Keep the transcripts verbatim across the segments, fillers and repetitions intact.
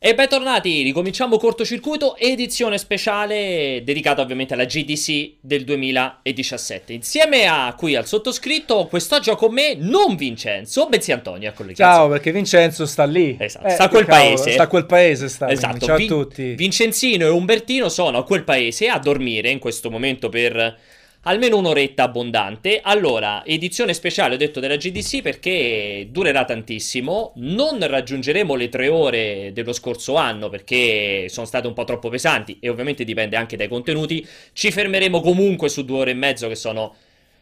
E bentornati, ricominciamo cortocircuito, edizione speciale dedicata ovviamente alla G D C del duemiladiciassette. Insieme a qui al sottoscritto, quest'oggi ho con me non Vincenzo, bensì Antonio. Eccolo, ciao, perché Vincenzo sta lì. Esatto, eh, sta a quel cavolo, paese. Sta a quel paese, sta. Esatto. Ciao Vin- a tutti. Vincenzino e Umbertino sono a quel paese a dormire in questo momento per almeno un'oretta abbondante. Allora, edizione speciale, ho detto, della G D C perché durerà tantissimo. Non raggiungeremo le tre ore dello scorso anno perché sono state un po' troppo pesanti e ovviamente dipende anche dai contenuti. Ci fermeremo comunque su due ore e mezzo, che sono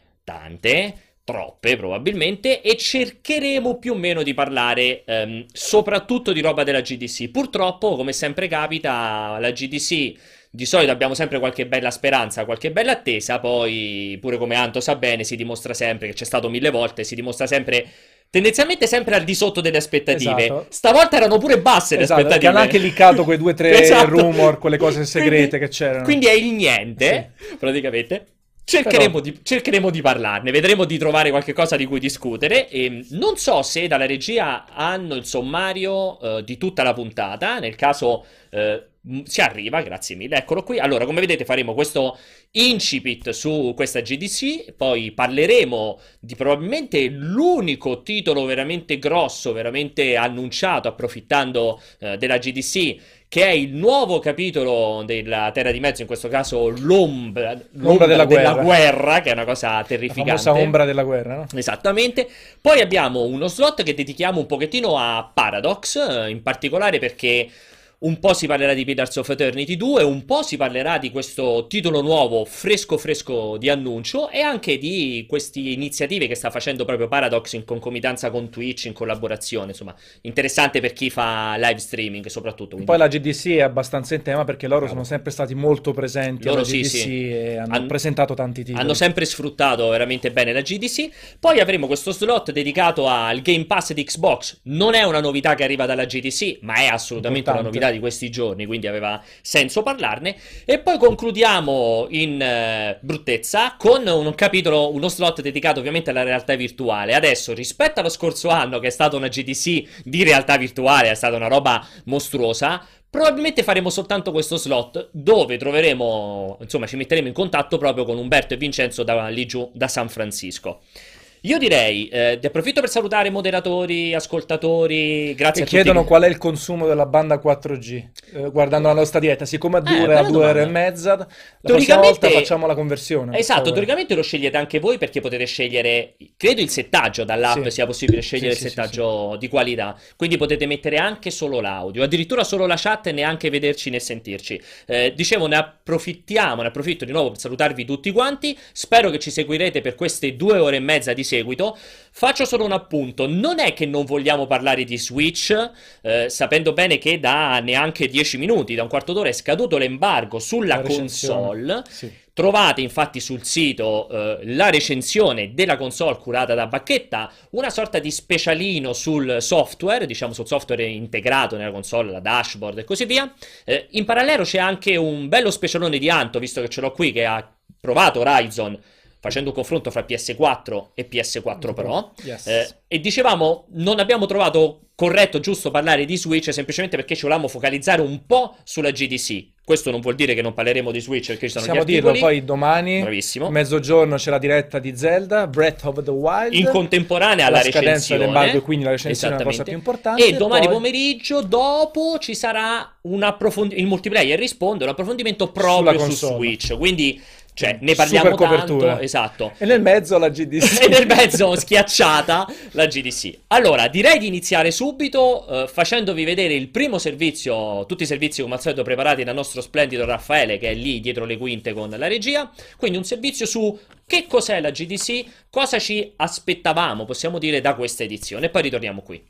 tante, troppe probabilmente, e cercheremo più o meno di parlare ehm, soprattutto di roba della G D C. Purtroppo, come sempre capita, la G D C di solito abbiamo sempre qualche bella speranza, qualche bella attesa, poi pure come Anto sa bene si dimostra sempre, che c'è stato mille volte, si dimostra sempre tendenzialmente sempre al di sotto delle aspettative. Esatto. Stavolta erano pure basse le Esatto, aspettative. perché hanno anche liccato quei due o tre Esatto. rumor, quelle cose segrete Quindi- che c'erano. Quindi è il niente, praticamente. Cercheremo, Però- di, cercheremo di parlarne, vedremo di trovare qualche cosa di cui discutere. E non so se dalla regia hanno il sommario eh, di tutta la puntata. Nel caso eh, m- si arriva, grazie mille, eccolo qui. Allora, come vedete, faremo questo incipit su questa G D C. Poi parleremo di probabilmente l'unico titolo veramente grosso, veramente annunciato, approfittando eh, della G D C, che è il nuovo capitolo della Terra di Mezzo, in questo caso l'ombra, L'ombra della guerra. guerra, che è una cosa La terrificante. famosa ombra della guerra, no? Esattamente. Poi abbiamo uno slot che dedichiamo un pochettino a Paradox, eh, in particolare perché un po' si parlerà di Pillars of Eternity due, un po' si parlerà di questo titolo nuovo fresco fresco di annuncio e anche di queste iniziative che sta facendo proprio Paradox in concomitanza con Twitch, in collaborazione, insomma, interessante per chi fa live streaming soprattutto. Quindi Poi la G D C è abbastanza in tema perché loro Bravo. sono sempre stati molto presenti Loro alla sì, G D C sì. e hanno Han- presentato tanti titoli. hanno sempre sfruttato veramente bene la G D C. Poi avremo questo slot dedicato al Game Pass di Xbox. Non è una novità che arriva dalla G D C, ma è assolutamente una Importante. novità di questi giorni, quindi aveva senso parlarne. E poi concludiamo in eh, bruttezza con un capitolo, uno slot dedicato ovviamente alla realtà virtuale. Adesso, rispetto allo scorso anno, che è stata una G D C di realtà virtuale, è stata una roba mostruosa, probabilmente faremo soltanto questo slot dove troveremo, insomma, ci metteremo in contatto proprio con Umberto e Vincenzo da lì giù, da San Francisco. Io direi, eh, ne approfitto per salutare moderatori, ascoltatori, grazie E a chiedono tutti. qual è il consumo della banda quattro G, eh, guardando la nostra diretta. Siccome Eh, dura bella due ore e domanda. mezza, la prossima Teoricamente- volta facciamo la conversione. per Esatto, favore. teoricamente lo scegliete anche voi perché potete scegliere, credo il settaggio dall'app Sì. sia possibile scegliere Sì, il sì, settaggio di qualità, quindi potete mettere anche solo l'audio, addirittura solo la chat e neanche vederci né sentirci. Eh, dicevo, ne approfittiamo, ne approfitto di nuovo per salutarvi tutti quanti, spero che ci seguirete per queste due ore e mezza di seguito. Faccio solo un appunto, non è che non vogliamo parlare di Switch, eh, sapendo bene che da neanche dieci minuti, da un quarto d'ora è scaduto l'embargo sulla La recensione. console. Sì. Trovate infatti sul sito eh, la recensione della console curata da Bacchetta, una sorta di specialino sul software, diciamo sul software integrato nella console, la dashboard e così via. Eh, in parallelo c'è anche un bello specialone di Anto, visto che ce l'ho qui, che ha provato Horizon facendo un confronto fra P S quattro e P S quattro Pro. Yes. Eh, e dicevamo, non abbiamo trovato corretto, giusto parlare di Switch semplicemente perché ci volevamo focalizzare un po' sulla G D C. Questo non vuol dire che non parleremo di Switch perché ci sono Possiamo gli dirlo, articoli. poi domani, Bravissimo. mezzogiorno, c'è la diretta di Zelda, Breath of the Wild. In contemporanea alla la scadenza recensione. dell'embargo e quindi la recensione è la cosa Esattamente. più importante. E domani Poi- pomeriggio, dopo, ci sarà un approfondimento. Il multiplayer risponde, un approfondimento proprio Sulla su console. Switch. Quindi, cioè, ne parliamo Super copertura. tanto. Esatto. E nel mezzo la G D C. E nel mezzo schiacciata la G D C. Allora, direi di iniziare subito eh, facendovi vedere il primo servizio, tutti i servizi come al solito preparati dal nostro splendido Raffaele, che è lì dietro le quinte con la regia. Quindi un servizio su che cos'è la G D C, cosa ci aspettavamo, possiamo dire, da questa edizione. E poi ritorniamo qui.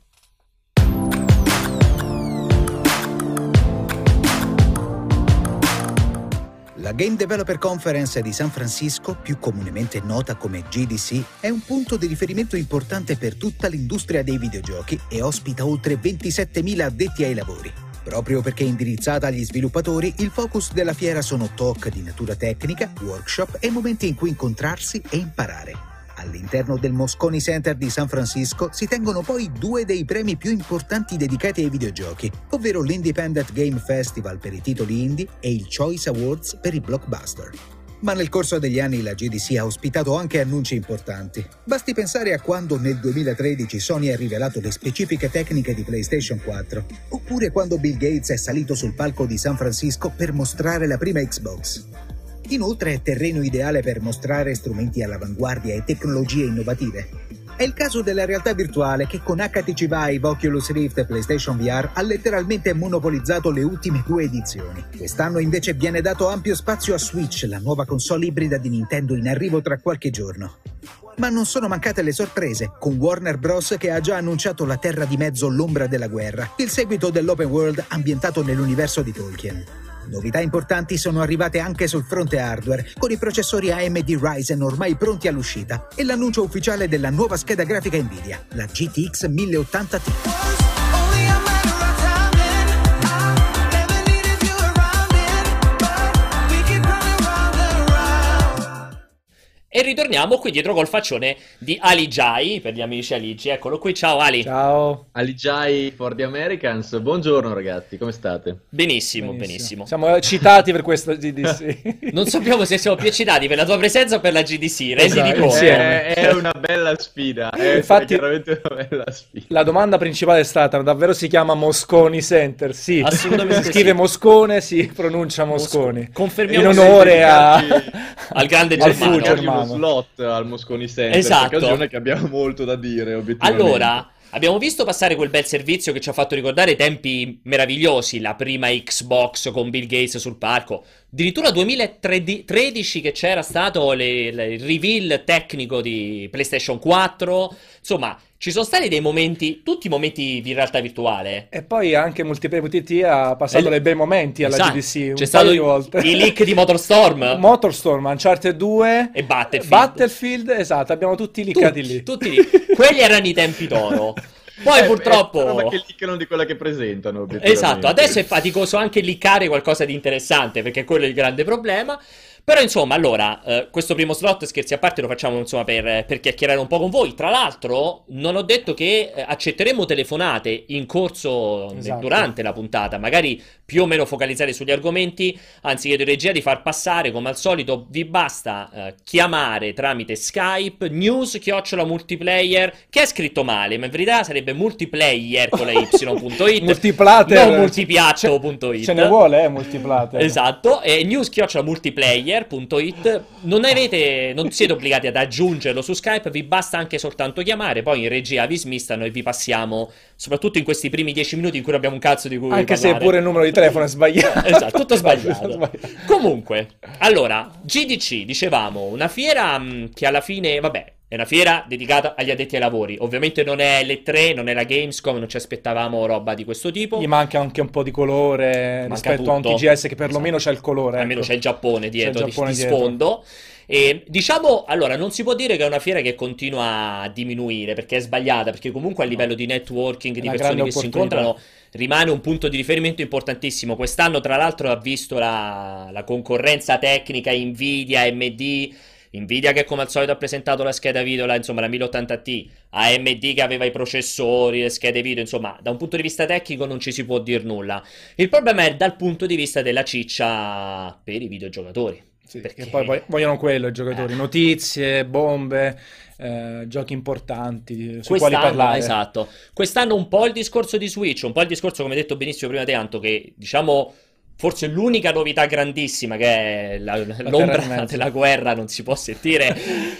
La Game Developer Conference di San Francisco, più comunemente nota come G D C, è un punto di riferimento importante per tutta l'industria dei videogiochi e ospita oltre ventisettemila addetti ai lavori. Proprio perché è indirizzata agli sviluppatori, il focus della fiera sono talk di natura tecnica, workshop e momenti in cui incontrarsi e imparare. All'interno del Moscone Center di San Francisco si tengono poi due dei premi più importanti dedicati ai videogiochi, ovvero l'Independent Game Festival per i titoli indie e il Choice Awards per i blockbuster. Ma nel corso degli anni la G D C ha ospitato anche annunci importanti. Basti pensare a quando nel duemilatredici Sony ha rivelato le specifiche tecniche di PlayStation quattro, oppure quando Bill Gates è salito sul palco di San Francisco per mostrare la prima Xbox. Inoltre è terreno ideale per mostrare strumenti all'avanguardia e tecnologie innovative. È il caso della realtà virtuale che con H T C Vive, Oculus Rift e PlayStation V R ha letteralmente monopolizzato le ultime due edizioni. Quest'anno invece viene dato ampio spazio a Switch, la nuova console ibrida di Nintendo in arrivo tra qualche giorno. Ma non sono mancate le sorprese, con Warner Bros. Che ha già annunciato La Terra di Mezzo, l'ombra della guerra, il seguito dell'open world ambientato nell'universo di Tolkien. Novità importanti sono arrivate anche sul fronte hardware, con i processori A M D Ryzen ormai pronti all'uscita e l'annuncio ufficiale della nuova scheda grafica Nvidia, la G T X mille ottanta Ti. E ritorniamo qui dietro col faccione di Ali Jai, per gli amici Aligi. Eccolo qui, ciao Ali. Ciao. Ali Jai for the Americans. Buongiorno ragazzi, come state? Benissimo, benissimo. Siamo citati per questa G D C. Non sappiamo se siamo più eccitati per la tua presenza o per la G D C, rendi di conto. È, è una bella sfida, è Infatti, chiaramente una bella sfida. La domanda principale è stata, davvero si chiama Moscone Center? Sì. Assolutamente si scrive sì. Moscone, si pronuncia Mosconi. Confermiamo in onore a... al grande al Germano. fu Germano. Uno slot al Moscone Center, Esatto. occasione che abbiamo molto da dire, obiettivamente. Allora, abbiamo visto passare quel bel servizio che ci ha fatto ricordare tempi meravigliosi, la prima Xbox con Bill Gates sul palco, addirittura duemilatredici che c'era stato le, le, il reveal tecnico di PlayStation quattro, insomma... Ci sono stati dei momenti, tutti i momenti di realtà virtuale. E poi anche Multiplayer V T T ha passato Eh, dei bei momenti alla esatto. G D C. C'è stato il, il leak di Motorstorm. Motorstorm, Uncharted due e Battlefield. Battlefield, esatto, abbiamo tutti leakati tutti, lì. Tutti lì. Quelli erano i tempi d'oro. Poi Eh, purtroppo... È roba che leakano di quella che presentano, obiettivamente. Esatto, adesso è faticoso anche leakare qualcosa di interessante, perché quello è il grande problema. Però insomma, allora, eh, questo primo slot, scherzi a parte, lo facciamo insomma per, per chiacchierare un po' con voi. Tra l'altro, non ho detto che eh, accetteremo telefonate in corso Esatto. durante la puntata, magari più o meno focalizzare sugli argomenti. Anzi, chiedo in regia di far passare, come al solito, vi basta eh, chiamare tramite Skype, news chiocciola multiplayer, che è scritto male, ma in verità sarebbe multiplayer con la y.it, Multiplater. non multipiatto.it. Ce ne vuole, eh, multiplater. Esatto, e news chiocciola multiplayer punto it. Non avete, non siete obbligati ad aggiungerlo su Skype, vi basta anche soltanto chiamare, poi in regia vi smistano e vi passiamo, soprattutto in questi primi dieci minuti in cui non abbiamo un cazzo di cui Anche parlare. se pure il numero di telefono è sbagliato. Esatto, tutto sbagliato. Tutto sbagliato. Comunque, allora, G D C, dicevamo, una fiera mh, che alla fine, vabbè, è una fiera dedicata agli addetti ai lavori. Ovviamente non è l'E tre, non è la Gamescom, non ci aspettavamo roba di questo tipo. Gli manca anche un po' di colore Manca rispetto a un tutto. T G S che perlomeno Esatto. c'è il colore. Almeno ecco. c'è il Giappone dietro, C'è il Giappone di, di dietro. sfondo. E diciamo, allora, non si può dire che è una fiera che continua a diminuire, perché è sbagliata, perché comunque a livello di networking, È di una persone grande che si opportunità. incontrano, rimane un punto di riferimento importantissimo. Quest'anno, tra l'altro, ha visto la, la concorrenza tecnica Nvidia, A M D. Nvidia che come al solito ha presentato la scheda video, la, insomma la mille ottanta Ti, A M D che aveva i processori, le schede video, insomma da un punto di vista tecnico non ci si può dire nulla. Il problema è dal punto di vista della ciccia per i videogiocatori. Sì, perché che poi poi vogliono quello i giocatori, Eh. notizie, bombe, eh, giochi importanti sui quali Quest'anno, parlare. esatto, quest'anno un po' il discorso di Switch, un po' il discorso, come detto benissimo prima di tanto, che diciamo forse l'unica novità grandissima che è la- terra di l'ombra mezzo. della guerra non si può sentire,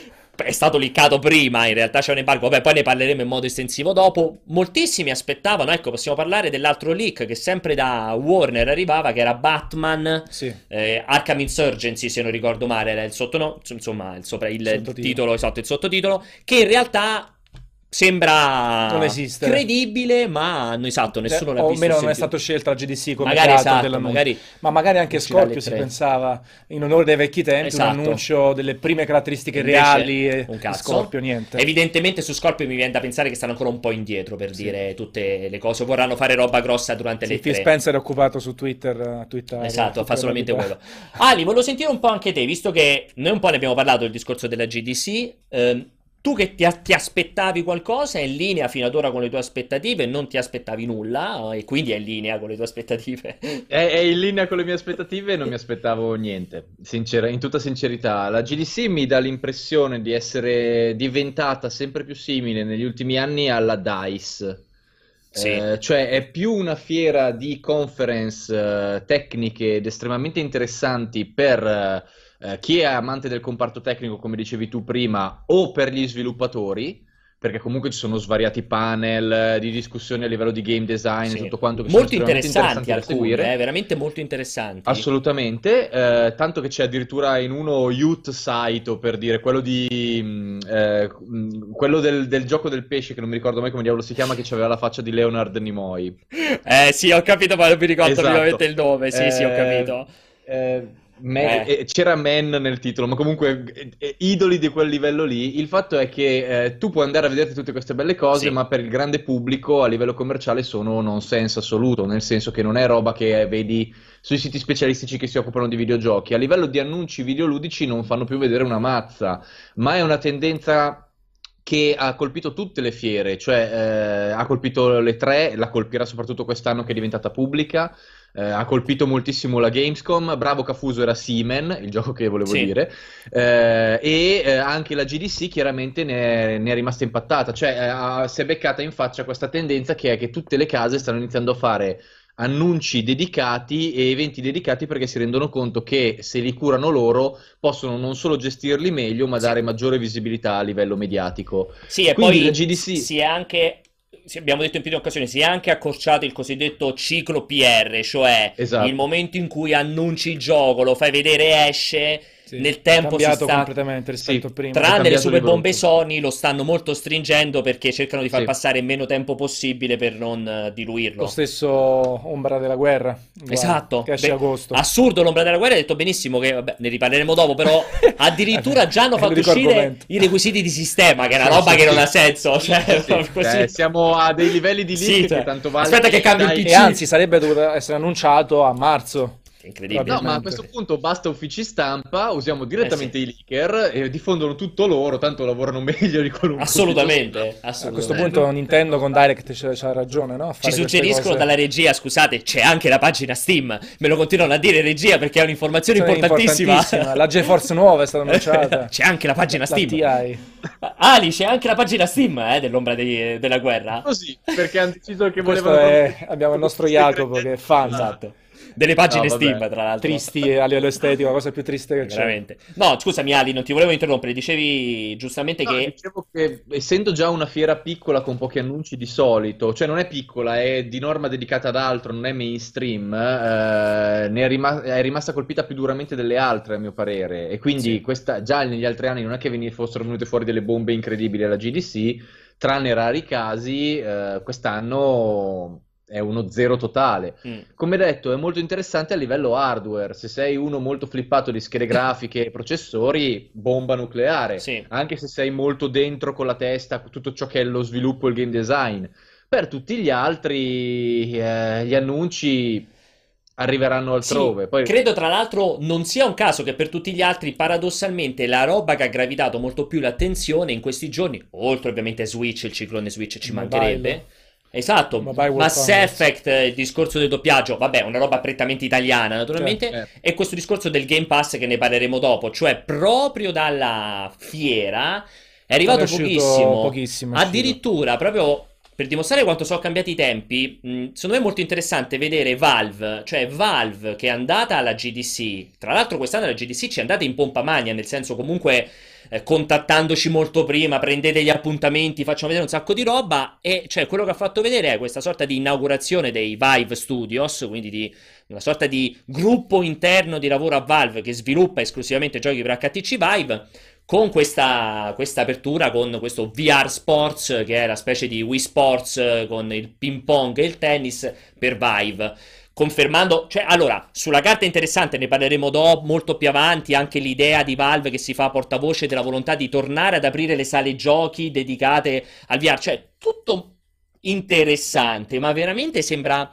è stato liccato prima, in realtà c'è un embargo, vabbè poi ne parleremo in modo estensivo dopo. Moltissimi aspettavano, ecco, possiamo parlare dell'altro leak che sempre da Warner arrivava, che era Batman Sì. eh, Arkham Insurgency, se non ricordo male era il sottono, insomma il, sopra, il Sottotitolo. titolo, esatto, il sottotitolo, che in realtà sembra Non esiste. credibile, ma no, esatto, nessuno l'ha o visto. almeno non è sentito. stato scelto la G D C come Magari teatro esatto, dell'annuncio. magari Ma magari anche uscirà Scorpio alle si tre. pensava, in onore dei vecchi tempi, Esatto. un annuncio delle prime caratteristiche Invece, reali e un cazzo. Scorpio niente. Evidentemente su Scorpio mi viene da pensare che stanno ancora un po' indietro per dire tutte le cose, vorranno fare roba grossa durante Sì, le Phil tre. Spencer è occupato su Twitter a twittare Esatto, fa tutte solamente le quello. novità. Ali, volevo sentire un po' anche te, visto che noi un po' ne abbiamo parlato del discorso della G D C. ehm, Tu che ti, ti aspettavi qualcosa, è in linea fino ad ora con le tue aspettative, non ti aspettavi nulla e quindi è in linea con le tue aspettative. È, è in linea con le mie aspettative e non mi aspettavo niente, sincera- in tutta sincerità. La G D C mi dà l'impressione di essere diventata sempre più simile negli ultimi anni alla DICE. Sì, Eh, cioè è più una fiera di conference eh, tecniche ed estremamente interessanti per eh, eh, chi è amante del comparto tecnico, come dicevi tu prima, o per gli sviluppatori, perché comunque ci sono svariati panel eh, di discussione a livello di game design e sì. tutto quanto che sono Molto estremamente interessanti interessanti da alcuni, seguire. eh, veramente molto interessanti. Assolutamente, eh, tanto che c'è addirittura in uno Youth Saito, per dire, quello di mh, eh, mh, quello del, del gioco del pesce, che non mi ricordo mai come diavolo si chiama, che aveva la faccia di Leonard Nimoy. Eh sì, ho capito, ma non mi ricordo Esatto. ovviamente il nome. Sì, sì, ho Eh, capito. eh, Man- Eh. eh, c'era Man nel titolo, ma comunque eh, eh, idoli di quel livello lì. Il fatto è che eh, tu puoi andare a vederti tutte queste belle cose, Sì. ma per il grande pubblico a livello commerciale sono nonsense assoluto, nel senso che non è roba che vedi sui siti specialistici che si occupano di videogiochi. A livello di annunci videoludici non fanno più vedere una mazza, ma è una tendenza che ha colpito tutte le fiere, cioè eh, ha colpito le tre, la colpirà soprattutto quest'anno che è diventata pubblica. Eh, ha colpito moltissimo la Gamescom, bravo Cafuso, era Seaman, il gioco che volevo Sì. dire, eh, e eh, anche la G D C chiaramente ne è, ne è rimasta impattata, cioè eh, ha- si è beccata in faccia questa tendenza che è che tutte le case stanno iniziando a fare annunci dedicati e eventi dedicati perché si rendono conto che se li curano loro possono non solo gestirli meglio, ma Sì. dare maggiore visibilità a livello mediatico. Sì, e Quindi poi la G D C si si è anche, sì, abbiamo detto in più di occasioni, si è anche accorciato il cosiddetto ciclo P R, cioè il esatto. momento in cui annunci il gioco, lo fai vedere, esce, Sì, nel è tempo si cambiato sta... completamente rispetto Sì, a prima. è Tranne le cambiato super di bombe brutto. Sony lo stanno molto stringendo perché cercano di far Sì. passare meno tempo possibile per non eh, Lo diluirlo. stesso Ombra della Guerra, uguale, Esatto. che esce Beh, agosto. assurdo l'ombra della guerra, hai detto benissimo che, vabbè, ne riparleremo dopo, però addirittura già hanno È fatto l'unico uscire argomento. i requisiti di sistema, che è una Sì, roba sì, che non sì. ha senso, cioè, Sì, sì. proprio così. Eh, siamo a dei livelli di Sì, leak cioè, che tanto vale. aspetta che cambia il dai- P C. E anzi, sarebbe dovuto essere annunciato a marzo. Incredibile. No, ma a Probabilmente. questo punto basta uffici stampa, usiamo direttamente i leaker e diffondono tutto loro, tanto lavorano meglio di qualunque Assolutamente, ufficio stampa. A questo assolutamente. punto Nintendo con Direct c'ha c'ha ragione, no? A Ci fare queste suggeriscono cose. dalla regia, scusate, c'è anche la pagina Steam. Me lo continuano a dire regia perché è un'informazione Sono importantissima. importantissima. La GeForce nuova è stata annunciata. C'è anche la pagina La Steam. T I. Ali, c'è anche la pagina Steam, eh, dell'ombra dei- della guerra. Così, perché hanno deciso che Questo volevano... è... Abbiamo il nostro Jacopo che è fan. Esatto. Delle pagine No, vabbè. Steam, tra l'altro. Tristi a livello estetico, la cosa più triste che c'è. Veramente. No, scusami Ali, non ti volevo interrompere. Dicevi giustamente No, che... dicevo che essendo già una fiera piccola con pochi annunci di solito, cioè non è piccola, è di norma dedicata ad altro, non è mainstream, eh, ne è, rima- è rimasta colpita più duramente delle altre a mio parere e quindi Sì. questa, già negli altri anni non è che veni- fossero venute fuori delle bombe incredibili alla G D C, tranne rari casi, eh, quest'anno è uno zero totale. Mm. Come detto, è molto interessante a livello hardware. Se sei uno molto flippato di schede grafiche e processori, bomba nucleare. Sì. Anche se sei molto dentro con la testa, tutto ciò che è lo sviluppo e il game design. Per tutti gli altri, eh, gli annunci arriveranno altrove. Sì, Poi... credo tra l'altro non sia un caso che per tutti gli altri, paradossalmente, la roba che ha gravitato molto più l'attenzione in questi giorni, oltre ovviamente a Switch, il ciclone Switch ci Mobile. mancherebbe. Esatto, Mobile World Mass Congress. Effect, il discorso del doppiaggio, vabbè, una roba prettamente italiana naturalmente, Certo. e questo discorso del Game Pass che ne parleremo dopo, cioè proprio dalla fiera è arrivato È uscito pochissimo, pochissimo, è uscito. addirittura proprio per dimostrare quanto sono cambiati i tempi, mh, secondo me è molto interessante vedere Valve, cioè Valve che è andata alla G D C, tra l'altro quest'anno alla G D C ci è andata in pompa magna, nel senso comunque eh, contattandoci molto prima, prendete gli appuntamenti, facciamo vedere un sacco di roba, e cioè quello che ha fatto vedere è questa sorta di inaugurazione dei Vive Studios, quindi di una sorta di gruppo interno di lavoro a Valve che sviluppa esclusivamente giochi per H T C Vive, con questa, questa apertura, con questo V R Sports, che è la specie di Wii Sports eh, con il ping pong e il tennis per Vive. Confermando, cioè, allora, sulla carta è interessante, ne parleremo dopo, molto più avanti, anche l'idea di Valve che si fa portavoce della volontà di tornare ad aprire le sale giochi dedicate al V R, cioè, tutto interessante, ma veramente sembra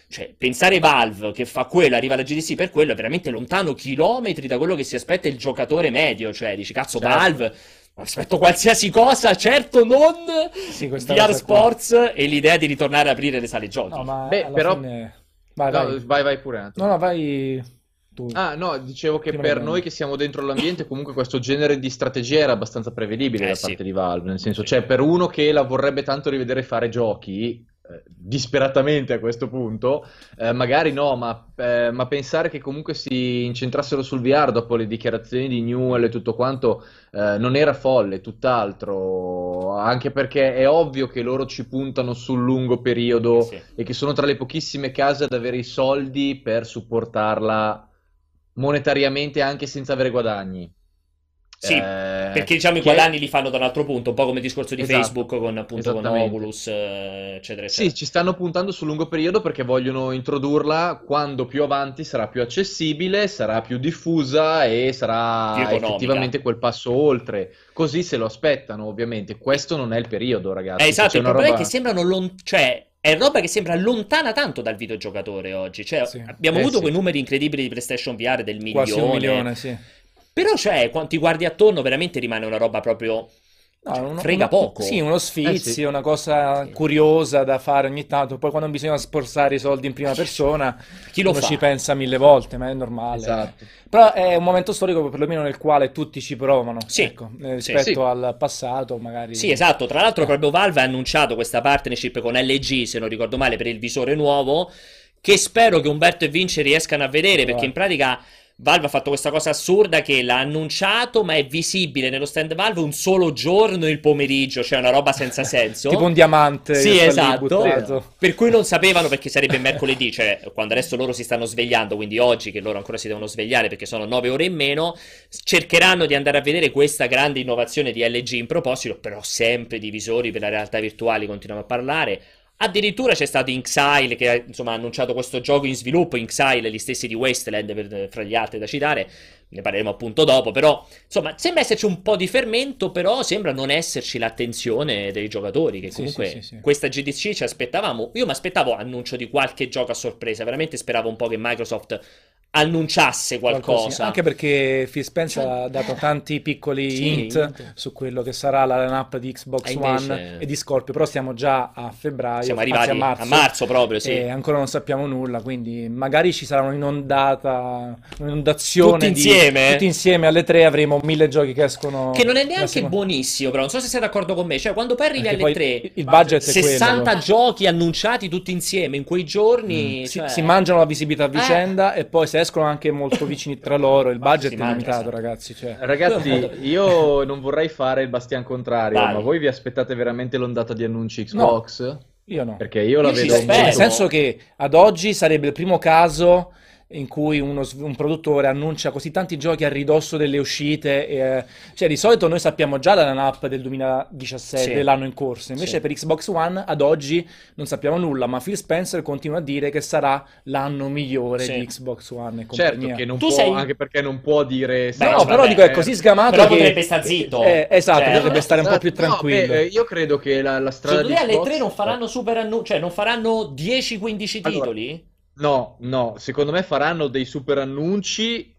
Cioè, pensare Valve che fa quello, arriva alla G D C per quello, è veramente lontano chilometri da quello che si aspetta il giocatore medio. Cioè, dici, cazzo, Certo. Valve, aspetto qualsiasi cosa, certo non Sì, questa V R cosa qua. Sports e l'idea di ritornare a aprire le sale giochi. No, ma Beh, alla però- fine... Vai, No, vai. vai, vai pure. Anto. No, no, vai tu. Ah, no, dicevo che Prima per domanda. noi che siamo dentro l'ambiente, comunque questo genere di strategia era abbastanza prevedibile Eh, da sì. parte di Valve, nel senso, cioè per uno che la vorrebbe tanto rivedere fare giochi, eh, disperatamente a questo punto, eh, magari no, ma, eh, ma pensare che comunque si incentrassero sul V R dopo le dichiarazioni di Newell e tutto quanto, eh, non era folle, tutt'altro, anche perché è ovvio che loro ci puntano sul lungo periodo Sì. e che sono tra le pochissime case ad avere i soldi per supportarla monetariamente anche senza avere guadagni. Sì, Eh, perché diciamo i che- guadagni li fanno da un altro punto, un po' come il discorso di Esatto, Facebook con appunto con esattamente. Oculus, eh, eccetera, Sì, eccetera. ci stanno puntando sul lungo periodo perché vogliono introdurla quando più avanti sarà più accessibile, sarà più diffusa e sarà Più economica. effettivamente quel passo oltre. Così se lo aspettano, ovviamente. Questo non è il periodo, ragazzi. Eh, esatto, C'è il una problema roba- è che sembrano lon- cioè è roba che sembra lontana tanto dal videogiocatore oggi. Cioè, Sì. abbiamo Eh, avuto sì. quei numeri incredibili di PlayStation V R del milione. Quasi un milione, sì. Però, cioè, quando ti guardi attorno, veramente rimane una roba proprio. No, cioè, uno- frega uno- poco. Sì, uno sfizio, Eh, sì. una cosa Sì. curiosa da fare ogni tanto. Poi quando bisogna sporzare i soldi in prima persona, Chi lo uno fa? ci pensa mille volte, ma è normale. Esatto. Però è un momento storico perlomeno nel quale tutti ci provano, Sì. ecco, eh, Sì. rispetto Sì. al passato magari. Sì, esatto. Tra l'altro, proprio Valve ha annunciato questa partnership con L G, se non ricordo male, per il visore nuovo. Che spero che Umberto e Vince riescano a vedere, perché Vai. in pratica Valve ha fatto questa cosa assurda che l'ha annunciato, ma è visibile nello stand Valve un solo giorno il pomeriggio, cioè una roba senza senso. Tipo un diamante Sì, che sta lì esatto. buttato. Per cui non sapevano perché sarebbe mercoledì, cioè quando adesso loro si stanno svegliando, quindi oggi che loro ancora si devono svegliare perché sono nove ore in meno, cercheranno di andare a vedere questa grande innovazione di L G in proposito, però sempre di visori per la realtà virtuale continuiamo a parlare. Addirittura c'è stato Inxile che ha, insomma, ha annunciato questo gioco in sviluppo, Inxile, gli stessi di Wasteland per- fra gli altri da citare, ne parleremo appunto dopo, però insomma sembra esserci un po' di fermento, però sembra non esserci l'attenzione dei giocatori, che Sì, comunque sì, sì, sì. questa G D C ci aspettavamo, io mi aspettavo annuncio di qualche gioco a sorpresa, veramente speravo un po' che Microsoft annunciasse qualcosa. Qualcosina. Anche perché Phil Spencer Cioè, ha dato tanti piccoli sì, hint hint. su quello che sarà la line-up di Xbox E invece- One e di Scorpio, però siamo già a febbraio, Siamo anzi arrivati a marzo, a marzo proprio, sì. e ancora non sappiamo nulla, quindi magari ci sarà un'inondata, un'inondazione Tutti di- insieme? tutti insieme alle tre avremo mille giochi che escono Che non è la neanche settimana- buonissimo, però non so se sei d'accordo con me. Cioè, quando poi arrivi Perché alle poi tre, il budget è quello. sessanta giochi annunciati tutti insieme in quei giorni. Si, cioè- si mangiano la visibilità a Eh. vicenda e poi se escono anche molto vicini tra loro, il budget Si è mangia, limitato, sì. ragazzi. Cioè. Ragazzi, io non vorrei fare il bastian contrario, Vai. ma voi vi aspettate veramente l'ondata di annunci Xbox? Io no. Perché io la Io ci vedo spero. Nel senso che ad oggi sarebbe il primo caso in cui uno sv- un produttore annuncia così tanti giochi a ridosso delle uscite. E, cioè, di solito noi sappiamo già la line-up del duemiladiciassette, Sì. dell'anno in corso. Invece Sì. per Xbox One ad oggi non sappiamo nulla, ma Phil Spencer continua a dire che sarà l'anno migliore Sì. di Xbox One e Certo compagnia. che non Tu può, sei- anche perché non può dire... Beh, No, vabbè, però dico, è così sgamato però che... potrebbe sta zitto. Eh, esatto, Cioè, potrebbe stare un po' più No, tranquillo. beh, io credo che la, la strada Secondo di te alle Xbox... tre non faranno super annunci, cioè non faranno dieci quindici Allora, titoli? No, no, secondo me faranno dei super annunci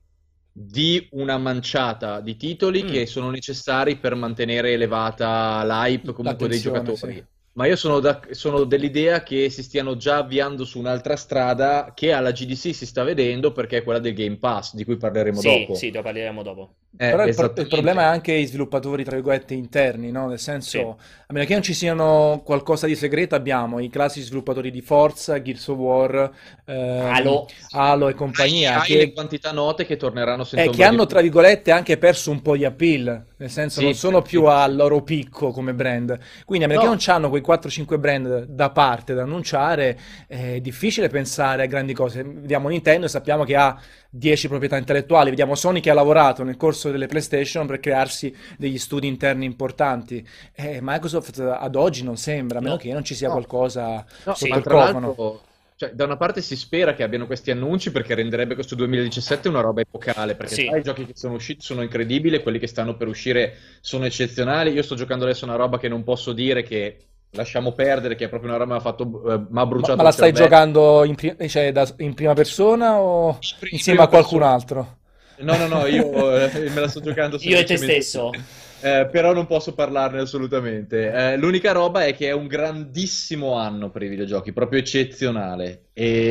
di una manciata di titoli Mm. che sono necessari per mantenere elevata l'hype comunque dei L'attenzione, giocatori. sì. Ma io sono, da- sono dell'idea che si stiano già avviando su un'altra strada che alla G D C si sta vedendo, perché è quella del Game Pass, di cui parleremo Sì, dopo. sì, ne parleremo dopo. Eh, Però il, pro- il esattamente. problema è anche i sviluppatori, tra virgolette, interni, no? Nel senso, Sì. a meno che non ci siano qualcosa di segreto, abbiamo i classici sviluppatori di Forza, Gears of War, ehm, Halo. Halo e compagnia, Hai che, le quantità note che torneranno senza eh, ombra che di hanno, tra dubbio. virgolette, anche perso un po' di appeal, nel senso Sì, non sono sì, più sì. al loro picco come brand. Quindi, a meno No. che non hanno quei quattro cinque brand da parte da annunciare, è difficile pensare a grandi cose. Vediamo Nintendo e sappiamo che ha dieci proprietà intellettuali, vediamo Sony che ha lavorato nel corso delle PlayStation per crearsi degli studi interni importanti. Eh, Microsoft ad oggi non sembra, a meno No. che non ci sia No. qualcosa No, sotto ma il tra cofano. l'altro, cioè, da una parte si spera che abbiano questi annunci perché renderebbe questo duemiladiciassette una roba epocale, perché Sì. già i giochi che sono usciti sono incredibili, quelli che stanno per uscire sono eccezionali. Io sto giocando adesso una roba che non posso dire che lasciamo perdere, che è proprio una roba che mi ha fatto, eh, m'ha Ma, bruciato ma la il stai cervello. giocando in, pri- cioè, da- in prima persona o In pri- in insieme prima a qualcun persona. altro? No, no, no, io eh, me la sto giocando Io e te semplicemente stesso. così. Eh, però non posso parlarne assolutamente. Eh, l'unica roba è che è un grandissimo anno per i videogiochi, proprio eccezionale.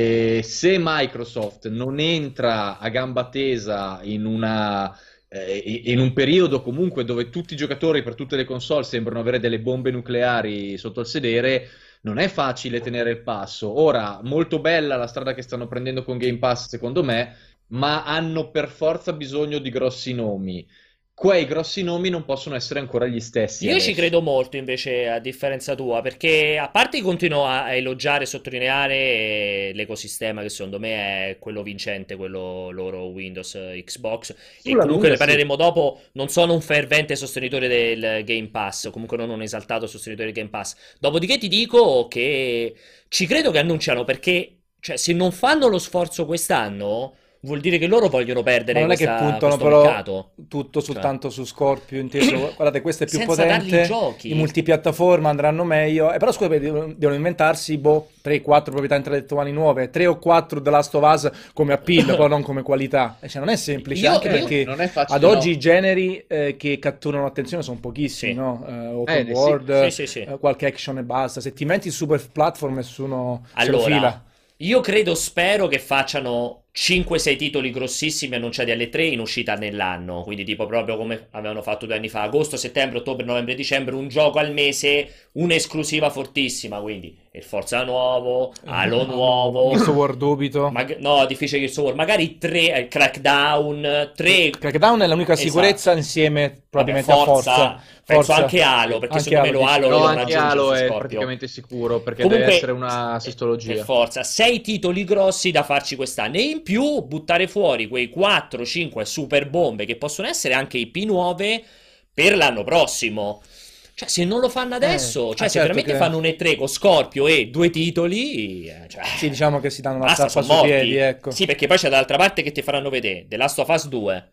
E se Microsoft non entra a gamba tesa in una, eh, in un periodo comunque dove tutti i giocatori per tutte le console sembrano avere delle bombe nucleari sotto il sedere, non è facile tenere il passo. Ora, molto bella la strada che stanno prendendo con Game Pass, secondo me, ma hanno per forza bisogno di grossi nomi. Quei grossi nomi non possono essere ancora gli stessi Io ci adesso. credo molto invece, a differenza tua, perché a parte che continuo a a elogiare e sottolineare l'ecosistema che secondo me è quello vincente, quello loro Windows, eh, Xbox, e Sulla comunque lunga, ne sì. parleremo dopo, non sono un fervente sostenitore del Game Pass, comunque non un esaltato sostenitore del Game Pass. Dopodiché ti dico che ci credo che annunciano perché, cioè, se non fanno lo sforzo quest'anno, vuol dire che loro vogliono Ma perdere non è che questa- puntano questo però mercato. tutto Cioè, soltanto su Scorpio, inteso, guardate, questo è più senza dargli i potente, giochi. i multipiattaforma andranno meglio, e però scusate, devono, devono inventarsi, boh, tre quattro proprietà intellettuali nuove, tre o quattro The Last of Us come appeal, però non come qualità. E cioè, non è semplice, Io- anche io- perché non è facile, ad oggi no. i generi eh, che catturano l'attenzione sono pochissimi, Sì. no? Eh, open Eh, sì, world, sì, sì, sì. eh, qualche action e basta. Se ti inventi il super platform nessuno se lo Allora, fila. io credo, spero che facciano cinque sei titoli grossissimi annunciati alle tre in uscita nell'anno, quindi tipo proprio come avevano fatto due anni fa, agosto, settembre, ottobre, novembre, dicembre, un gioco al mese, un'esclusiva fortissima, quindi il Forza nuovo, Halo nuovo, Questo War dubito. mag- no, difficile che so, magari tre, eh, Crackdown, tre... Crackdown è l'unica Esatto. sicurezza insieme probabilmente Vabbè, a Forza. penso Forza. anche Halo, perché Anche secondo me lo dici. Halo lo No, devono anche aggiungere Halo su è Scorpio. praticamente sicuro perché Comunque, deve essere una eh, sistologia. per forza, sei titoli grossi da farci quest'anno e in più buttare fuori quei quattro cinque super bombe che possono essere anche I P nuove per l'anno prossimo. Cioè, se non lo fanno adesso, Eh, cioè ah, se certo veramente che- fanno un E tre con Scorpio e due titoli, eh, cioè, Sì, diciamo che si danno una basta, zappa sono sui morti. piedi, ecco. Sì, perché poi c'è dall'altra parte che ti faranno vedere The Last of Us due,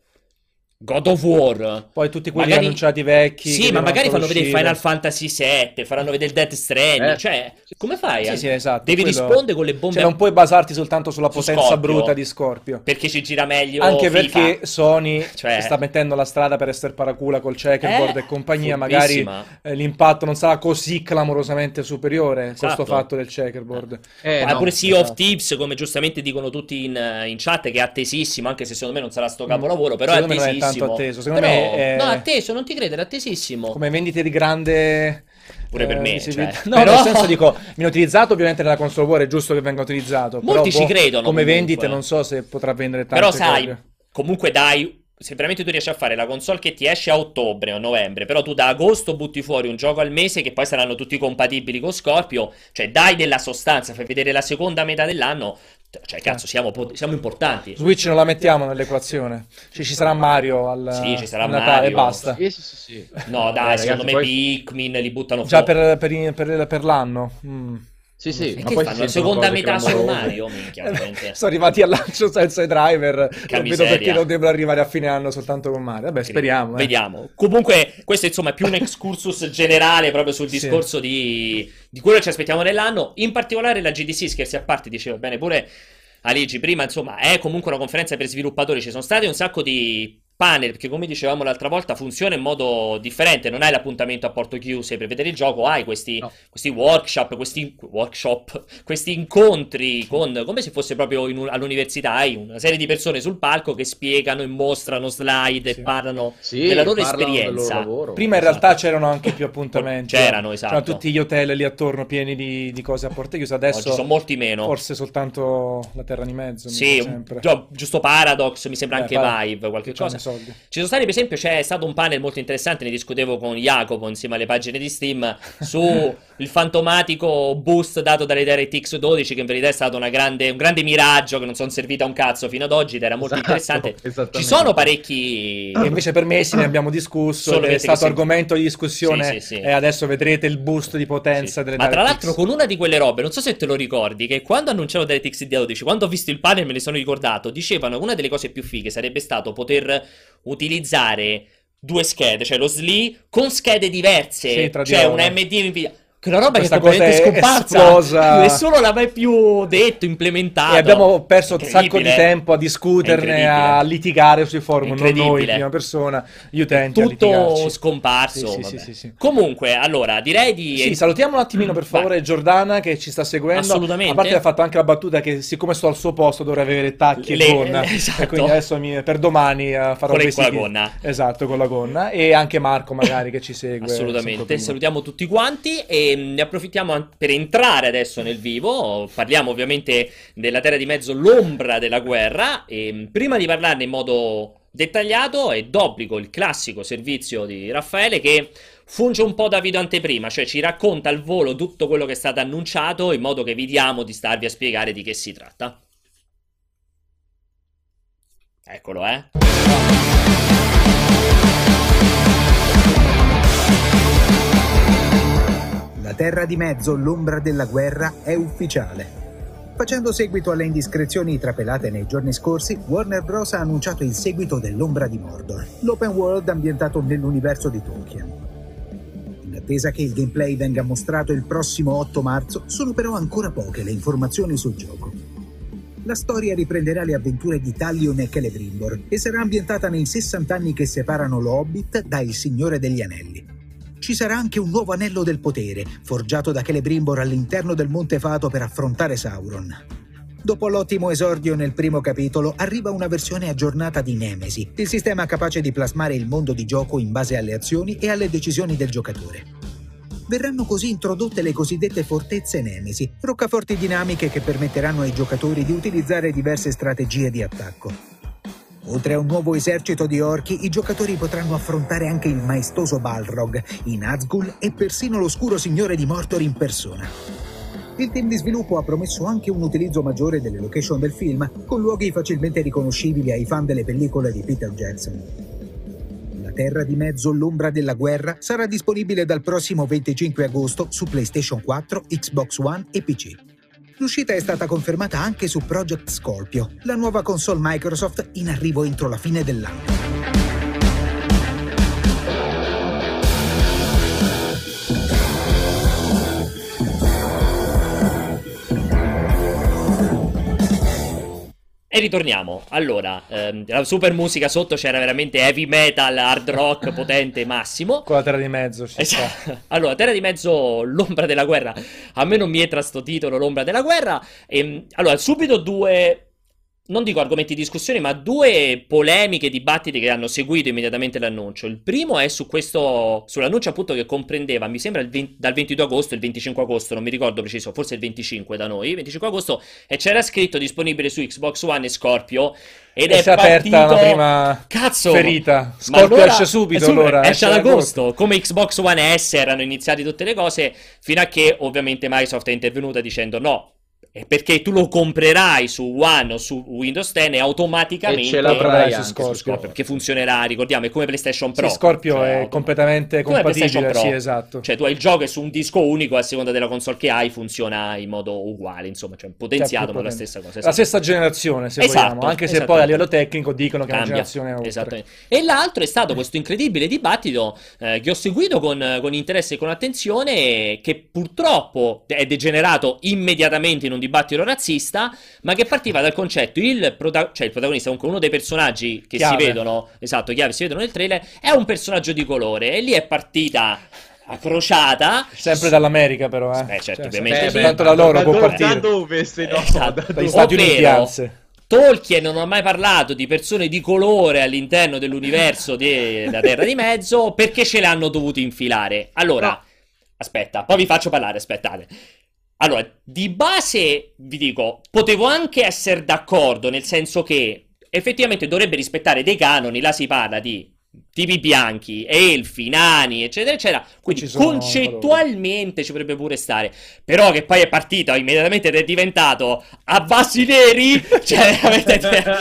God of War. Poi tutti quelli Magari- annunciati vecchi. Sì, che ma devono magari ancora fanno vedere uscire. Final Fantasy sette, faranno vedere Death Stranding, Eh, cioè, come fai? Sì, a- sì, esatto. Devi quello- rispondere con le bombe Cioè, non puoi basarti soltanto sulla su potenza Scorpio, bruta di Scorpio. perché ci gira meglio Anche FIFA. perché Sony Cioè- si sta mettendo la strada per essere paracula col checkerboard Eh, e compagnia. Magari furbissima. eh, l'impatto non sarà così clamorosamente superiore Esatto. questo fatto del checkerboard. Eh, Ma no, pure Sea of esatto. Thieves, come giustamente dicono tutti in, in chat, che è attesissimo, anche se secondo me non sarà sto capolavoro, però Mm. Secondo è me non è attesissimo. tanto atteso, secondo Però- me è- No, atteso, non ti credo, è attesissimo. Come vendite di grande. Pure per me, visibilità. cioè. No, Però- nel senso dico, viene utilizzato ovviamente nella console war, è giusto che venga utilizzato. Molti però, ci credono, Come comunque. vendite non so se potrà vendere tante Però sai, copie. comunque dai, se veramente tu riesci a fare la console che ti esce a ottobre o novembre, però tu da agosto butti fuori un gioco al mese che poi saranno tutti compatibili con Scorpio, cioè dai della sostanza, fai vedere la seconda metà dell'anno, cioè cazzo, siamo, po- siamo importanti. Switch non la mettiamo nell'equazione. Cioè, ci sarà Mario al, Sì, ci sarà a Natale Mario. e basta. Sì, sì, sì, sì. No, Eh, dai, ragazzi, secondo me poi- Pikmin li buttano Già fuori. per, per, per- per l'anno. Mm. Sì, sì, E ma che poi fanno? si La sentono seconda cose metà solo clamorose. Mario? Minchia, veramente. Sono arrivati al lancio senza i driver. Non vedo miseria. perché non devono arrivare a fine anno soltanto con Mario. Vabbè, speriamo. eh. Vediamo. Comunque, questo insomma è più un excursus generale proprio sul Sì. discorso di, di quello che ci aspettiamo nell'anno. In particolare la G D C, scherzi a parte, diceva bene pure Aligi prima, insomma, è comunque una conferenza per sviluppatori. Ci sono stati un sacco di panel, perché come dicevamo l'altra volta funziona in modo differente, non hai l'appuntamento a porte chiuse per vedere il gioco, hai questi, No. questi workshop, questi workshop, questi incontri con, come se fosse proprio in un- all'università, hai una serie di persone sul palco che spiegano e mostrano slide Sì. e parlano Sì, della loro parlano del loro esperienza. lavoro. Prima in Esatto. realtà c'erano anche più appuntamenti. C'erano, esatto. C'erano tutti gli hotel lì attorno pieni di, di cose a porte chiuse. Adesso Oggi sono molti meno. forse soltanto la terra di mezzo. mi Sì, sa un- sempre. già- giusto Paradox, mi sembra Eh, anche Paradox, Vive, qualche che c'hanno cosa. i soldi. Ci sono stati, per esempio, c'è stato un panel molto interessante, ne discutevo con Jacopo insieme alle pagine di Steam, su il fantomatico boost dato dalle DirectX dodici, che in verità è stato una grande, un grande miraggio che non sono servita a un cazzo fino ad oggi ed era molto Esatto, interessante. Ci esattamente. sono parecchi... E invece per mesi ne abbiamo discusso, Solo ed è gente che stato si- argomento di discussione Sì, sì, sì. e adesso vedrete il boost di potenza Sì. delle Ma tra DirectX. l'altro con una di quelle robe, non so se te lo ricordi, che quando annunciavo DirectX dodici, quando ho visto il panel me ne sono ricordato, dicevano che una delle cose più fighe sarebbe stato poter utilizzare due schede, cioè lo S L I con schede diverse, Sì, tra di cioè loro. una A M D Nvidia. Quella roba Questa che è completamente cosa è scomparsa, esplosa. nessuno l'ha mai più detto, implementato. E abbiamo perso un sacco di Incredibile. tempo a È discuterne, incredibile. a litigare sui forum, non noi in Incredibile. prima persona, gli utenti a Tutto litigarci. scomparso. Sì, sì, vabbè. sì, sì, sì. Comunque, allora, direi di... Sì, salutiamo un attimino per favore Giordana che ci sta seguendo. Assolutamente. A parte ha fatto anche la battuta che siccome sto al suo posto dovrei avere tacchi e Le- gonna. esatto. E quindi adesso mi- per domani eh, farò Con le- questi con la chi- gonna. Esatto, con la gonna. E anche Marco magari che ci segue. Assolutamente, sempre prima. salutiamo tutti quanti e ne approfittiamo an- per entrare adesso nel vivo. Parliamo ovviamente della Terra di Mezzo, l'ombra della guerra. E prima di parlarne in modo dettagliato è d'obbligo il classico servizio di Raffaele che funge un po' da video anteprima, cioè ci racconta al volo tutto quello che è stato annunciato in modo che evitiamo di starvi a spiegare di che si tratta. Eccolo, eh. La Terra di Mezzo, l'ombra della guerra, è ufficiale. Facendo seguito alle indiscrezioni trapelate nei giorni scorsi, Warner Bros. Ha annunciato il seguito dell'Ombra di Mordor, l'open world ambientato nell'universo di Tolkien. In attesa che il gameplay venga mostrato il prossimo otto marzo, sono però ancora poche le informazioni sul gioco. La storia riprenderà le avventure di Talion e Celebrimbor e sarà ambientata nei sessanta anni che separano lo Hobbit da Il Signore degli Anelli. Ci sarà anche un nuovo anello del potere, forgiato da Celebrimbor all'interno del Monte Fato per affrontare Sauron. Dopo l'ottimo esordio nel primo capitolo, arriva una versione aggiornata di Nemesi, il sistema capace di plasmare il mondo di gioco in base alle azioni e alle decisioni del giocatore. Verranno così introdotte le cosiddette fortezze Nemesi, roccaforti dinamiche che permetteranno ai giocatori di utilizzare diverse strategie di attacco. Oltre a un nuovo esercito di orchi, i giocatori potranno affrontare anche il maestoso Balrog, i Nazgûl e persino l'oscuro signore di Mordor in persona. Il team di sviluppo ha promesso anche un utilizzo maggiore delle location del film, con luoghi facilmente riconoscibili ai fan delle pellicole di Peter Jackson. La Terra di Mezzo, l'ombra della guerra, sarà disponibile dal prossimo venticinque agosto su PlayStation quattro, Xbox One e P C. L'uscita è stata confermata anche su Project Scorpio, la nuova console Microsoft in arrivo entro la fine dell'anno. E ritorniamo. Allora, ehm, la super musica sotto c'era veramente heavy metal, hard rock potente massimo. Con la Terra di Mezzo ci sta. Esatto. Allora, Terra di Mezzo, l'ombra della guerra. A me non mi entra sto titolo, l'ombra della guerra. E, allora, subito due, non dico argomenti di discussione, ma due polemiche, dibattiti che hanno seguito immediatamente l'annuncio. Il primo è su questo, sull'annuncio appunto che comprendeva, mi sembra il venti dal ventidue agosto, il venticinque agosto, non mi ricordo preciso, forse il venticinque da noi, venticinque agosto, e c'era scritto disponibile su Xbox One e Scorpio. Ed E è si è aperta partito... una prima Cazzo, ferita. ma Scorpio allora- esce subito, eh, subito, allora, esce esce ad ad agosto. Come Xbox One S erano iniziate tutte le cose, fino a che ovviamente Microsoft è intervenuta dicendo no, è perché tu lo comprerai su One o su Windows dieci e automaticamente E ce l'avrai su anche Scorpio. su Scorpio, perché funzionerà, ricordiamo, è come PlayStation Pro. Sì, Scorpio Cioè, è autom- completamente come compatibile, PlayStation Pro. sì, esatto. Cioè tu hai il gioco e su un disco unico, a seconda della console che hai, funziona in modo uguale, insomma, cioè potenziato, Cioè, ma la potente. stessa cosa. La esatto. stessa generazione, se Esatto, vogliamo, anche se poi esattamente. a livello tecnico dicono che è una Cambia, generazione oltre. esattamente. E l'altro è stato questo incredibile dibattito eh, che ho seguito con, con interesse e con attenzione, che purtroppo è degenerato immediatamente in un dibattito razzista, ma che partiva dal concetto il, prota- cioè il protagonista, comunque uno dei personaggi che Chiave. si vedono, esatto, chiave, si vedono nel trailer, è un personaggio di colore, e lì è partita a crociata. Sempre dall'America però, eh. Beh, certo, Cioè, ovviamente se- sì. soltanto da loro può do- partire. Da dove se no? Esatto. Da Dagli dove? Stati Uniti, Ovvero, anzi. Tolkien non ha mai parlato di persone di colore all'interno dell'universo della Terra di Mezzo, perché ce le hanno dovuti infilare. Allora, No. aspetta, poi vi faccio parlare, aspettate. Allora, di base vi dico, potevo anche essere d'accordo, nel senso che effettivamente dovrebbe rispettare dei canoni, là si parla di tipi bianchi, elfi, nani, eccetera, eccetera, quindi Ci sono concettualmente ci potrebbe pure stare, però che poi è partito immediatamente ed è diventato abbassi neri, cioè veramente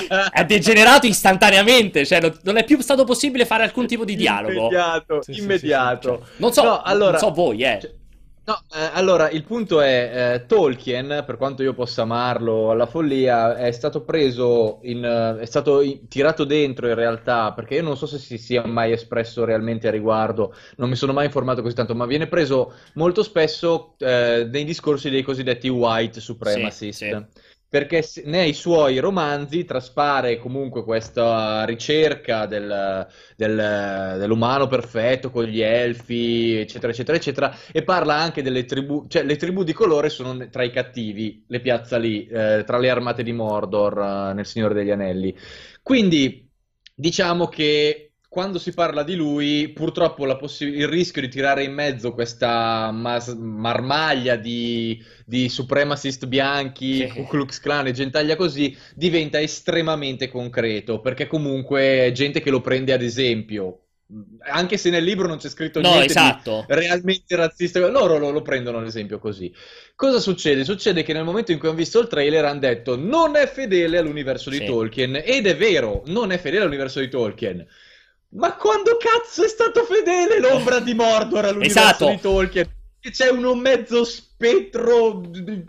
è degenerato istantaneamente, cioè non- non è più stato possibile fare alcun tipo di dialogo. Immediato, Sì, sì, immediato. sì, sì, Non so, No, allora, non so voi, eh. cioè, No, eh, allora il punto è eh, Tolkien, per quanto io possa amarlo alla follia, è stato preso in, eh, è stato in- tirato dentro in realtà, perché io non so se si sia mai espresso realmente a riguardo, non mi sono mai informato così tanto, ma viene preso molto spesso eh, nei discorsi dei cosiddetti white Sì, sì. supremacist. Perché s- nei suoi romanzi traspare comunque questa ricerca del, del- dell'umano perfetto con gli elfi, eccetera, eccetera, eccetera, e parla anche delle tribù, cioè le tribù di colore sono tra i cattivi, le piazza lì, eh, tra le armate di Mordor, eh, nel Signore degli Anelli. Quindi diciamo che quando si parla di lui, purtroppo la possi- il rischio di tirare in mezzo questa mas- marmaglia di, di supremacist bianchi, Ku Klux Klan e gentaglia così, diventa estremamente concreto, perché comunque è gente che lo prende ad esempio. Anche se nel libro non c'è scritto No, niente di esatto. realmente razzista, loro lo, lo prendono ad esempio così. Cosa succede? Succede che nel momento in cui hanno visto il trailer hanno detto non è fedele all'universo di Sì. Tolkien, ed è vero, non è fedele all'universo di Tolkien. Ma quando cazzo è stato fedele l'ombra di Mordor all'universo Esatto. di Tolkien? Che c'è uno mezzo spettro di di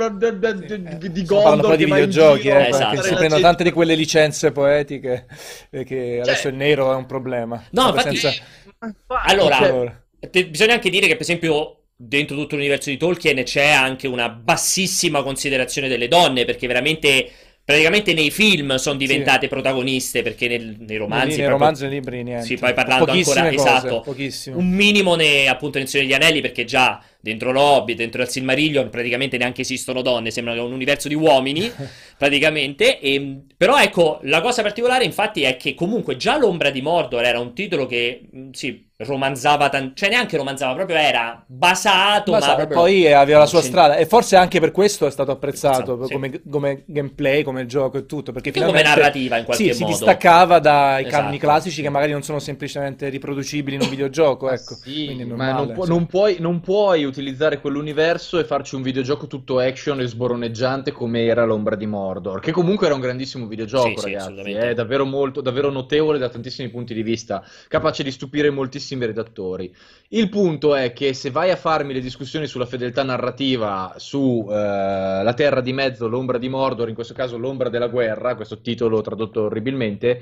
Stiamo parlando poi Gondor di che va in videogiochi, giro eh, a Esatto. perché portare si la prendono gente. tante di quelle licenze poetiche eh, che adesso Cioè, il nero è un problema. No, La infatti, presenza allora, di colore. te- bisogna anche dire che, per esempio, dentro tutto l'universo di Tolkien c'è anche una bassissima considerazione delle donne, perché veramente, praticamente nei film sono Sì, diventate protagoniste, perché nel- nei nei, romanzi nei proprio. romanzi e nei libri Sì, niente. poi parlando Pochissime ancora, cose, esatto, pochissimo. un minimo ne, appunto nel Signore degli Anelli, perché già dentro l'Hobbit, dentro il Silmarillion praticamente neanche esistono donne, sembra che è un universo di uomini praticamente. E, però ecco, la cosa particolare infatti è che comunque già l'Ombra di Mordor era un titolo che mh, sì, romanzava tan- cioè neanche romanzava, proprio era basato, Ma ma sa, proprio poi aveva la sua non c'è- strada e forse anche per questo è stato apprezzato Esatto, sì. come, come gameplay, come gioco e tutto, perché Anche come finalmente narrativa in qualche sì, si modo. distaccava dai Esatto, canoni classici sì. che magari non sono semplicemente riproducibili in un videogioco, Ma ecco, sì, quindi è ma non, normale. pu- Sì. non puoi, non puoi utilizzare quell'universo e farci un videogioco tutto action e sboroneggiante come era l'Ombra di Mordor, che comunque era un grandissimo Sì, videogioco, sì, ragazzi, assolutamente. è davvero molto, davvero notevole da tantissimi punti di vista, capace di stupire moltissimi redattori. Il punto è che se vai a farmi le discussioni sulla fedeltà narrativa su eh, La Terra di Mezzo, l'Ombra di Mordor, in questo caso l'Ombra della Guerra, questo titolo tradotto orribilmente,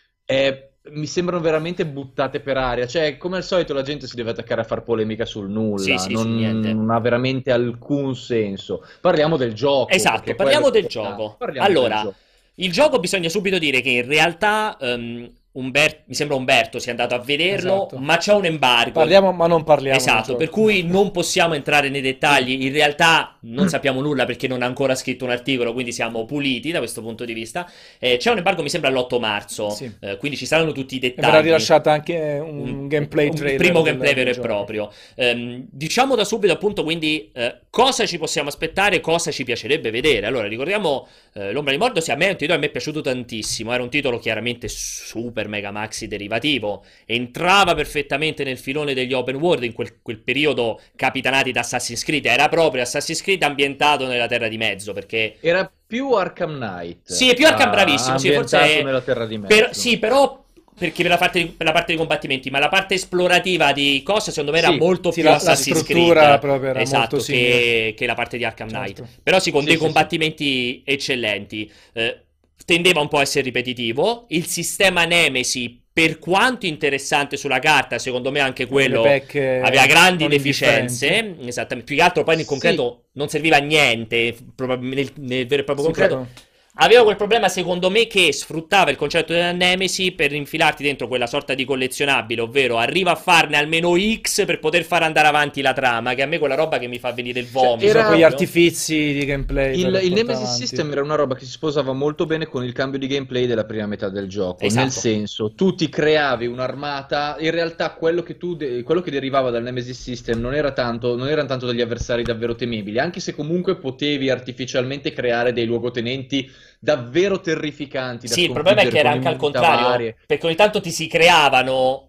è- mi sembrano veramente buttate per aria. Cioè, come al solito la gente si deve attaccare a far polemica sul Sì, nulla, sì, non, sul niente. non ha veramente alcun senso. Parliamo del gioco, Esatto, perché parliamo quello è del importante. gioco. Parliamo del Allora, gioco. il gioco bisogna subito dire che in realtà ehm, Umber- mi sembra Umberto sia andato a vederlo, Esatto. ma c'è un embargo. Parliamo, ma non parliamo del Esatto, gioco. per cui non possiamo entrare nei dettagli. In realtà non sappiamo nulla perché non ha ancora scritto un articolo, quindi siamo puliti da questo punto di vista. Eh, c'è un embargo, mi sembra, l'otto marzo, Sì. eh, quindi ci saranno tutti i E verrà dettagli. rilasciata anche un, Un, gameplay un trailer primo del- gameplay vero del e gioco. proprio. Ehm, diciamo da subito, appunto, quindi eh, cosa ci possiamo aspettare, cosa ci piacerebbe vedere. Allora, ricordiamo eh, L'Ombra di Mordor, sì, a me è un titolo che mi è piaciuto tantissimo. Era un titolo chiaramente super mega maxi derivativo, entrava perfettamente nel filone degli open world in quel, quel periodo capitanati da Assassin's Creed. Era proprio Assassin's Creed ambientato nella Terra di Mezzo, perché Era più Arkham Knight. sì, è più Arkham, ah, bravissimo, sì, forse ambientato è- nella Terra di Mezzo. per- sì, però perché per la, parte di, per la parte dei combattimenti, ma la parte esplorativa di cosa secondo me era Sì, molto sì, più la- la Assassin's struttura Creed, proprio era esatto, molto simile. che, che la parte di Arkham Certo. Knight. Però sì, con Sì, dei sì, combattimenti eccellenti. Eh, tendeva un po' a essere ripetitivo. Il sistema Nemesi, per quanto interessante sulla carta, secondo me anche quello Le pecche aveva grandi non deficienze. indifferenti. Esattamente, più che altro poi nel Sì. concreto non serviva a niente, probabilmente nel, nel vero e proprio Sì, concreto. proprio. Aveva quel problema, secondo me, che sfruttava il concetto della Nemesi per infilarti dentro quella sorta di collezionabile, ovvero arriva a farne almeno X per poter far andare avanti la trama, che a me è quella roba che mi fa venire il vomito. era- Sono quegli proprio. artifizi di gameplay Il, per il portare Nemesis avanti. System era una roba che si sposava molto bene con il cambio di gameplay della prima metà del gioco, Esatto. nel senso, tu ti creavi un'armata, in realtà quello che, tu de- quello che derivava dal Nemesis System non era tanto, non erano tanto degli avversari davvero temibili, anche se comunque potevi artificialmente creare dei luogotenenti davvero terrificanti da Sì, il problema è che sconfiggere era con anche al immunità contrario, varie. perché ogni tanto ti si creavano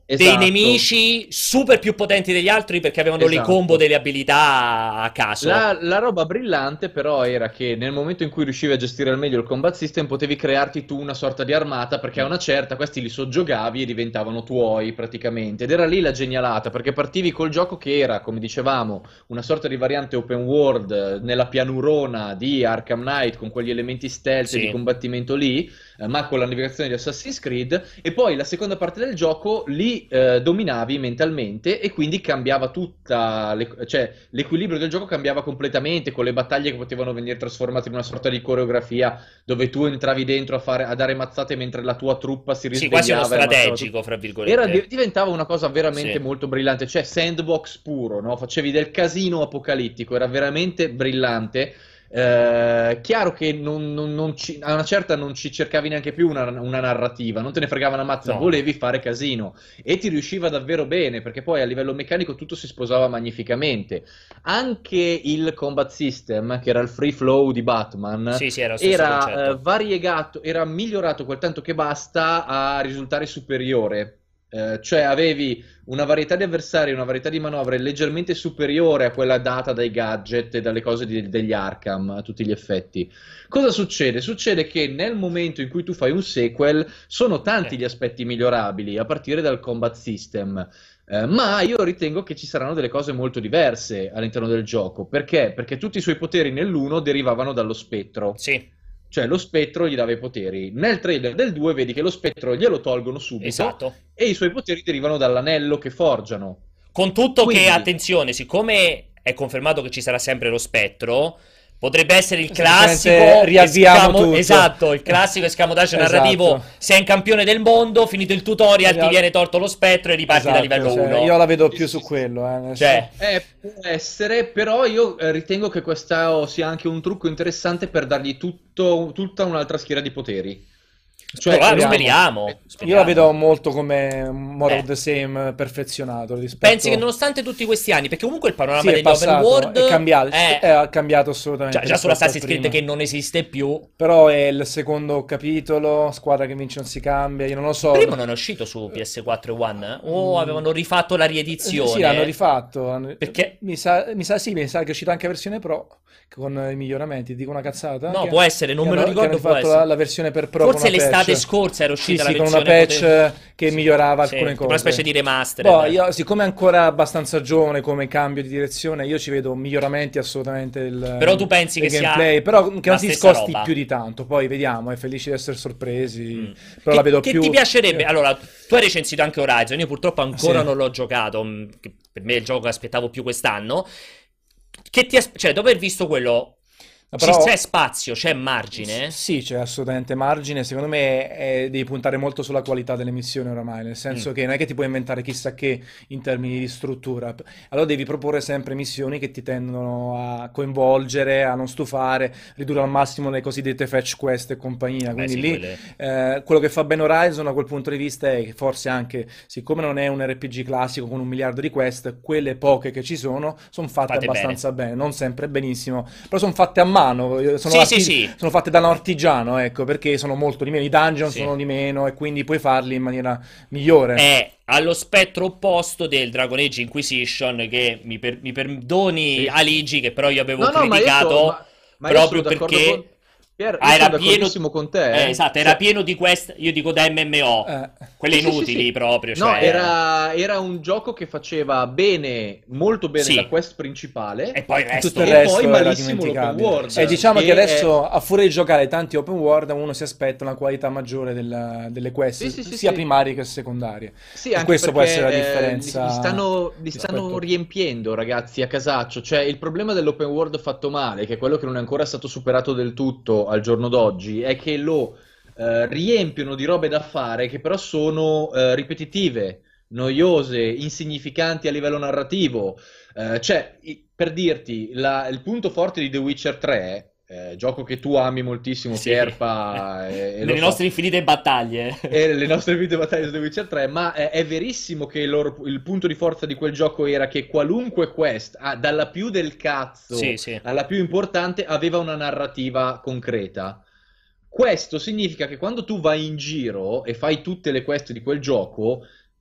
dei Esatto. nemici super più potenti degli altri perché avevano le Esatto. combo delle abilità a caso. La, la roba brillante però era che nel momento in cui riuscivi a gestire al meglio il combat system potevi crearti tu una sorta di armata, perché a una certa questi li soggiogavi e diventavano tuoi praticamente, ed era lì la genialata, perché partivi col gioco che era, come dicevamo, una sorta di variante open world eh, nella pianurona di Arkham Knight con quegli elementi stealth Sì. di combattimento lì, eh, ma con la navigazione di Assassin's Creed, e poi la seconda parte del gioco li eh, dominavi mentalmente e quindi cambiava tutta le- cioè l'equilibrio del gioco cambiava completamente, con le battaglie che potevano venire trasformate in una sorta di coreografia dove tu entravi dentro a, fare, a dare mazzate mentre la tua truppa si Sì, quasi uno risvegliava e ammazzava strategico, fra tutti. virgolette. Era, di- diventava una cosa veramente Sì. molto brillante, cioè sandbox puro, no? Facevi del casino apocalittico, era veramente brillante. Eh, chiaro che non, non- non ci- a una certa non ci cercavi neanche più una, una narrativa, non te ne fregava una mazza, No. volevi fare casino e ti riusciva davvero bene, perché poi a livello meccanico tutto si sposava magnificamente. Anche il combat system, che era il free flow di Batman, Sì, sì, era lo stesso era concetto. eh, variegato, era migliorato quel tanto che basta a risultare superiore. Eh, cioè avevi una varietà di avversari, una varietà di manovre leggermente superiore a quella data dai gadget e dalle cose di- degli Arkham a tutti gli effetti. Cosa succede? Succede che nel momento in cui tu fai un sequel sono tanti Eh. gli aspetti migliorabili, a partire dal combat system. Eh, ma io ritengo che ci saranno delle cose molto diverse all'interno del gioco. Perché? Perché tutti i suoi poteri nell'uno derivavano dallo spettro. Sì, Cioè lo spettro gli dava i poteri. Nel trailer del due vedi che lo spettro glielo tolgono subito esatto. e i suoi poteri derivano dall'anello che forgiano. Con tutto Quindi- che, attenzione, siccome è confermato che ci sarà sempre lo spettro, potrebbe essere il Semplicemente classico riavviamo escamo- tutto. esatto, il classico escamotage Esatto. narrativo. Sei un campione del mondo, finito il tutorial, ti Esatto. viene tolto lo spettro e riparti da Esatto, livello cioè, uno. io la vedo Sì, più sì, su sì. quello, eh, nel Cioè, Eh, può essere, però io eh, ritengo che questo sia anche un trucco interessante per dargli tutto, tutta un'altra schiera di poteri. Cioè, Però, speriamo. speriamo, Io speriamo. la vedo molto come more Eh. of the same perfezionato rispetto... Pensi che nonostante tutti questi anni, perché comunque il panorama Sì, è degli open passato, world è cambiato, è- è cambiato assolutamente già, già su rispetto al Assassin's Creed prima. che non esiste più. Però è il secondo capitolo, squadra che vince non si cambia, io non lo so. Prima non è uscito su P S quattro e One? O avevano rifatto la riedizione? Sì, l'hanno rifatto. hanno- Perché- Mi sa, mi sa, sì, mi sa che è uscita anche versione Pro con i miglioramenti. Dico una cazzata? No, Che- può essere, non che me lo hanno- che ricordo, hanno può fatto essere. la, la versione per Pro Forse con una l'estate patch. scorsa era Sì, uscita sì, la con una versione patch poten- che Sì, migliorava sì, alcune tipo cose. una specie di remaster. Boh, io, siccome è ancora abbastanza giovane come cambio di direzione, io ci vedo miglioramenti assolutamente del, Però tu pensi del che sia gameplay, però che la non si stessa discosti roba? più di tanto. Poi vediamo, è felice di essere sorpresi. Mm. Però che, la vedo che più. ti piacerebbe? Allora, tu hai recensito anche Horizon, io purtroppo ancora Sì. non l'ho giocato, mh, che per me è il gioco che aspettavo più quest'anno. Che ti as- cioè, dopo aver visto quello, Ma ci però- c'è spazio, c'è margine? Sì, c'è assolutamente margine. Secondo me è- devi puntare molto sulla qualità delle missioni oramai, nel senso Mm. che non è che ti puoi inventare chissà che in termini di struttura. Allora devi proporre sempre missioni che ti tendono a coinvolgere, a non stufare, ridurre al massimo le cosiddette fetch quest e compagnia. Beh, Quindi sì, lì quelle- eh, quello che fa bene Horizon da quel punto di vista è che forse anche, siccome non è un R P G classico con un miliardo di quest, quelle poche che ci sono sono fatte Fatte abbastanza bene. non sempre benissimo, però sono fatte a mano, eh, sono, Sì, arti- sì, sì. sono fatte da un artigiano, ecco, perché sono molto di meno, i dungeon Sì. sono di meno e quindi puoi farli in maniera migliore. È allo spettro opposto del Dragon Age Inquisition, che mi, per- mi perdoni Sì. Aligi, che però io avevo No, no, ma io criticato so- ma- ma io proprio sono d'accordo perché con- Pier, io ah, era sono pieno d'accordissimo con te, eh. Eh, esatto, era Cioè- pieno di quest, io dico da M M O, Eh. quelle Sì, sì, inutili sì. proprio, No, cioè era, era un gioco che faceva bene, molto bene Sì. la quest principale. e poi il resto Tutto il E resto poi era malissimo dimenticabile. l'open world, E diciamo che che adesso, a furia di giocare tanti open world, uno si aspetta una qualità maggiore della- delle quest, Sì, sì, sì, sia sì. primarie che secondarie. Sì, E anche questo può perché, essere la eh, differenza li, li stanno, li stanno rispetto- riempiendo, ragazzi, a casaccio. Cioè, il problema dell'open world fatto male, che è quello che non è ancora stato superato del tutto al giorno d'oggi, è che lo eh, riempiono di robe da fare che però sono eh, ripetitive, noiose, insignificanti a livello narrativo. Eh, cioè, i- per dirti, la- il punto forte di The Witcher tre, eh, gioco che tu ami moltissimo, Sì. Pierpa, e, e lo nelle so, nostre infinite battaglie. e le nostre video battaglie su The Witcher tre, ma è, è verissimo che il, loro- il punto di forza di quel gioco era che qualunque quest, ah, dalla più del cazzo Sì, sì. alla più importante, aveva una narrativa concreta. Questo significa che quando tu vai in giro e fai tutte le quest di quel gioco,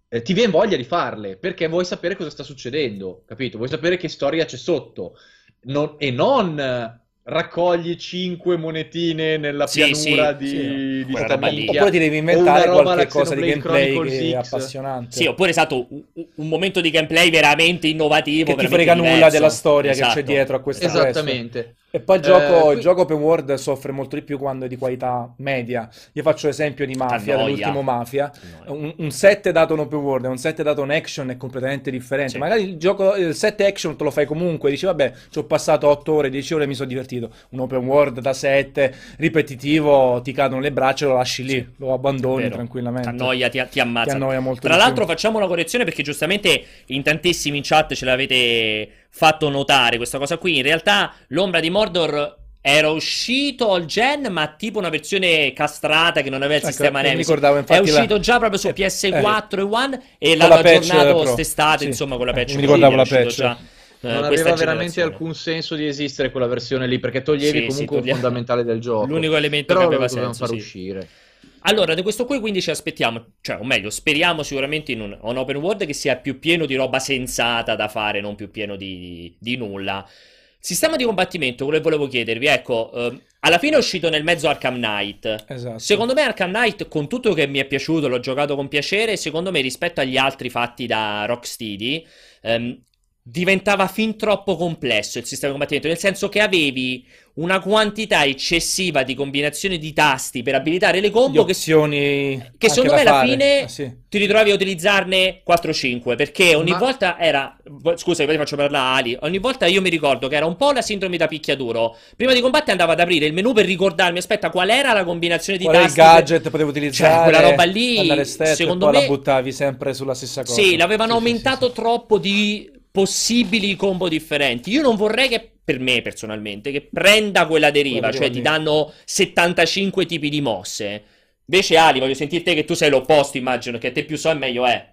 eh, ti viene voglia di farle, perché vuoi sapere cosa sta succedendo, capito? Vuoi sapere che storia c'è sotto. Non- e non eh, raccogli cinque monetine nella Sì, pianura sì, Sì, no. di, di Quella sta roba lì. minchia, Oppure ti devi o una inventare roba qualche alla cosa di Xenoblade gameplay Chronicles che è X. appassionante. Sì, oppure esatto, un, un- un momento di gameplay veramente innovativo, Che ti veramente frega nulla diverso. della storia che c'è Esatto, dietro a questo esatto. questo. Esattamente. E poi il Eh, gioco, il qui- gioco open world soffre molto di più quando è di qualità media. Io faccio l'esempio di Mafia, T'annoia. dell'ultimo Mafia. T'annoia. Un, un set dato in open world e un set dato in action è completamente differente. Sì. Magari il gioco, il set action te lo fai comunque, dici vabbè, ci ho passato otto ore, dieci ore e mi sono divertito. Un open world da set ripetitivo, ti cadono le braccia e lo lasci lì, Sì. lo abbandoni Vero. tranquillamente. T'annoia, ti, ti ammazza. Ti annoia molto Tra di l'altro più. facciamo una correzione perché giustamente in tantissimi in chat ce l'avete fatto notare questa cosa qui. In realtà l'Ombra di Mordor era uscito al gen, ma tipo una versione castrata che non aveva il Ecco, sistema non mi Nemesis. ricordavo, È infatti, la- uscito già proprio su eh, P S quattro e One e con l'hanno la patch aggiornato Pro. quest'estate, Sì. insomma, con la Eh, patch mi Pro, ricordavo è la uscito patch. già, eh, non questa aveva veramente generazione. alcun senso di esistere quella versione lì, perché toglievi Sì, sì, comunque toglie- un fondamentale del gioco. L'unico elemento Però che lo aveva dovevano senso, far sì. uscire. Allora, di questo qui quindi ci aspettiamo, cioè, o meglio, speriamo sicuramente in un, un open world che sia più pieno di roba sensata da fare, non più pieno di, di nulla. Sistema di combattimento, quello che volevo chiedervi, ecco, eh, alla fine è uscito nel mezzo Arkham Knight. Esatto. Secondo me Arkham Knight, con tutto che mi è piaciuto, l'ho giocato con piacere, secondo me rispetto agli altri fatti da Rocksteady, ehm, diventava fin troppo complesso il sistema di combattimento, nel senso che avevi una quantità eccessiva di combinazioni di tasti per abilitare le Di combo che, opzioni che anche secondo da me alla fare. fine Ah, sì. ti ritrovavi a utilizzarne quattro cinque, perché ogni Ma- volta era, scusa, poi ti faccio parlare a Ali, ogni volta io mi ricordo che era un po' la sindrome da picchiaduro. Prima di combattere andavo ad aprire il menu per ricordarmi, aspetta, qual era la combinazione di Qual è il tasti per- gadget potevo utilizzare? Cioè, quella roba lì, andare step, secondo e poi me- la buttavi sempre sulla stessa cosa. Sì, l'avevano Sì, sì, aumentato sì, sì. troppo di possibili combo differenti. Io non vorrei che, per me personalmente, che prenda quella deriva, Quella cioè deriva ti lì. danno settantacinque tipi di mosse. Invece Ali, voglio sentirte che tu sei l'opposto, immagino, che a te più so e meglio è.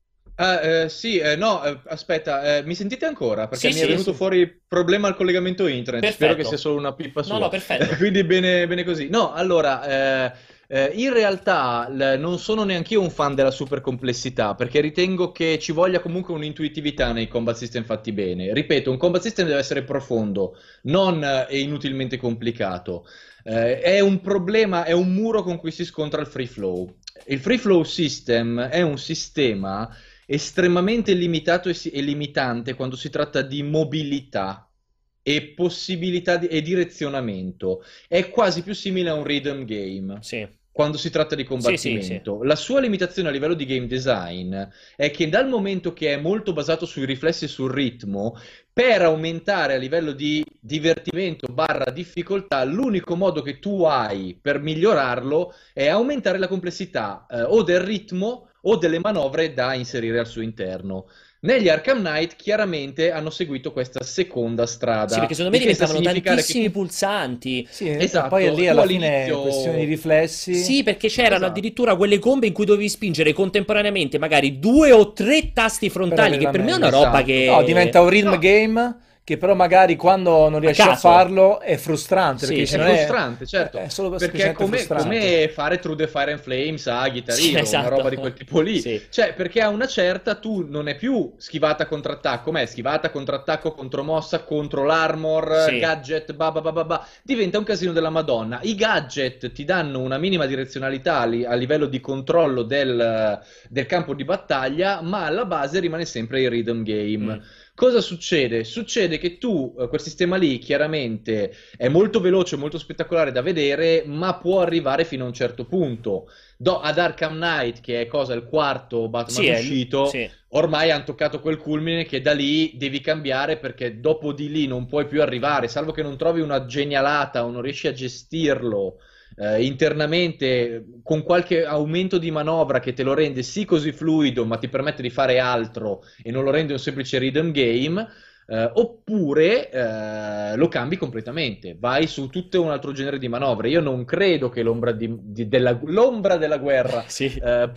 Ah, eh, sì, eh, no, eh, aspetta, eh, mi sentite ancora? Perché Sì, mi sì, è venuto sì. fuori problema al collegamento internet. Perfetto. Spero che sia solo una pippa sua. No, no, perfetto. Quindi bene, bene così. No, allora, eh, eh, in realtà l- non sono neanch'io un fan della super complessità, perché ritengo che ci voglia comunque un'intuitività nei combat system fatti bene. Ripeto, un combat system deve essere profondo, non eh, inutilmente complicato. Eh, è un problema, è un muro con cui si scontra il free flow. Il free flow system è un sistema estremamente limitato e, si- e limitante quando si tratta di mobilità e possibilità di- e direzionamento. È quasi più simile a un rhythm game Sì. quando si tratta di combattimento. La sua limitazione a livello di game design è che dal momento che è molto basato sui riflessi e sul ritmo, per aumentare a livello di divertimento barra difficoltà, l'unico modo che tu hai per migliorarlo è aumentare la complessità eh, o del ritmo o delle manovre da inserire al suo interno. Negli Arkham Knight chiaramente hanno seguito questa seconda strada. Sì, perché secondo me il che sta a diventavano significare tantissimi che pulsanti. Sì, Esatto, e poi lì tu alla fine è all'inizio- questione di riflessi. Sì, perché c'erano Esatto. addirittura quelle combe in cui dovevi spingere contemporaneamente magari due o tre tasti frontali, che per me è una Esatto. roba che... No, diventa un rhythm No. game che però magari quando non riesci a, caso. farlo è frustrante. Sì, perché sì. dici, È non frustrante, certo, è solo perché è semplicemente come, frustrante. come fare Through the Fire and Flames a Guitar Sì, Hero, esatto. una roba di quel tipo lì. Sì. Cioè, perché a una certa tu non è più schivata contrattacco, ma è schivata contrattacco, contromossa, contro l'armor, Sì. gadget, ba ba ba ba ba. Diventa un casino della Madonna. I gadget ti danno una minima direzionalità li- a livello di controllo del, del campo di battaglia, ma alla base rimane sempre il rhythm game. Mm. Cosa succede? Succede che tu, eh, quel sistema lì chiaramente è molto veloce, molto spettacolare da vedere, ma può arrivare fino a un certo punto. Do- ad Arkham Knight, che è cosa, il quarto Batman Sì, è- uscito, sì. ormai hanno toccato quel culmine che da lì devi cambiare perché dopo di lì non puoi più arrivare, salvo che non trovi una genialata o non riesci a gestirlo eh, internamente con qualche aumento di manovra che te lo rende sì così fluido, ma ti permette di fare altro e non lo rende un semplice rhythm game. Eh, oppure eh, lo cambi completamente, vai su tutto un altro genere di manovre. Io non credo che l'ombra, di- di- della, l'ombra della guerra Sì. eh,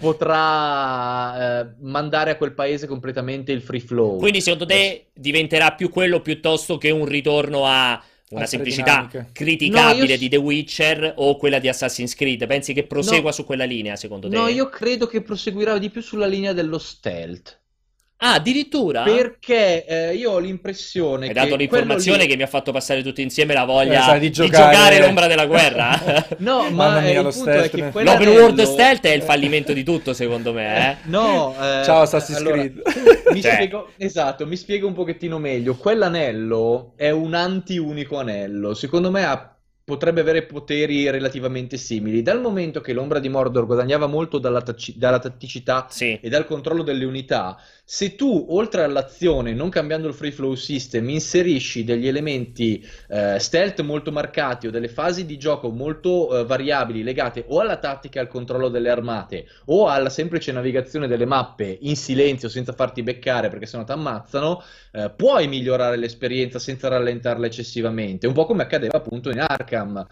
potrà eh, mandare a quel paese completamente il free flow. Quindi secondo te diventerà più quello piuttosto che un ritorno a una Altre semplicità dinamiche. criticabile No, io- di The Witcher o quella di Assassin's Creed? Pensi che prosegua No. su quella linea, secondo te? No, io credo che proseguirà di più sulla linea dello stealth. Ah, addirittura? Perché eh, io ho l'impressione Hai che dato l'informazione quello lì- che mi ha fatto passare tutti insieme la voglia Eh, sai, di di giocare- giocare l'ombra della guerra. No, Mamma ma mia, eh, il lo punto è stealth, che eh. L'open quell'anello- world stealth è il fallimento di tutto, secondo me, eh? No, eh, Ciao Assassin's allora, Creed. mi Cioè. spiego, esatto, mi spiego un pochettino meglio. Quell'anello è un anti-unico anello. Secondo me ha- potrebbe avere poteri relativamente simili. Dal momento che l'Ombra di Mordor guadagnava molto dalla, taci- dalla tatticità Sì. e dal controllo delle unità, se tu, oltre all'azione, non cambiando il free flow system, inserisci degli elementi eh, stealth molto marcati o delle fasi di gioco molto eh, variabili legate o alla tattica e al controllo delle armate o alla semplice navigazione delle mappe in silenzio senza farti beccare perché sennò ti ammazzano, eh, puoi migliorare l'esperienza senza rallentarla eccessivamente, un po' come accadeva appunto in Arkham.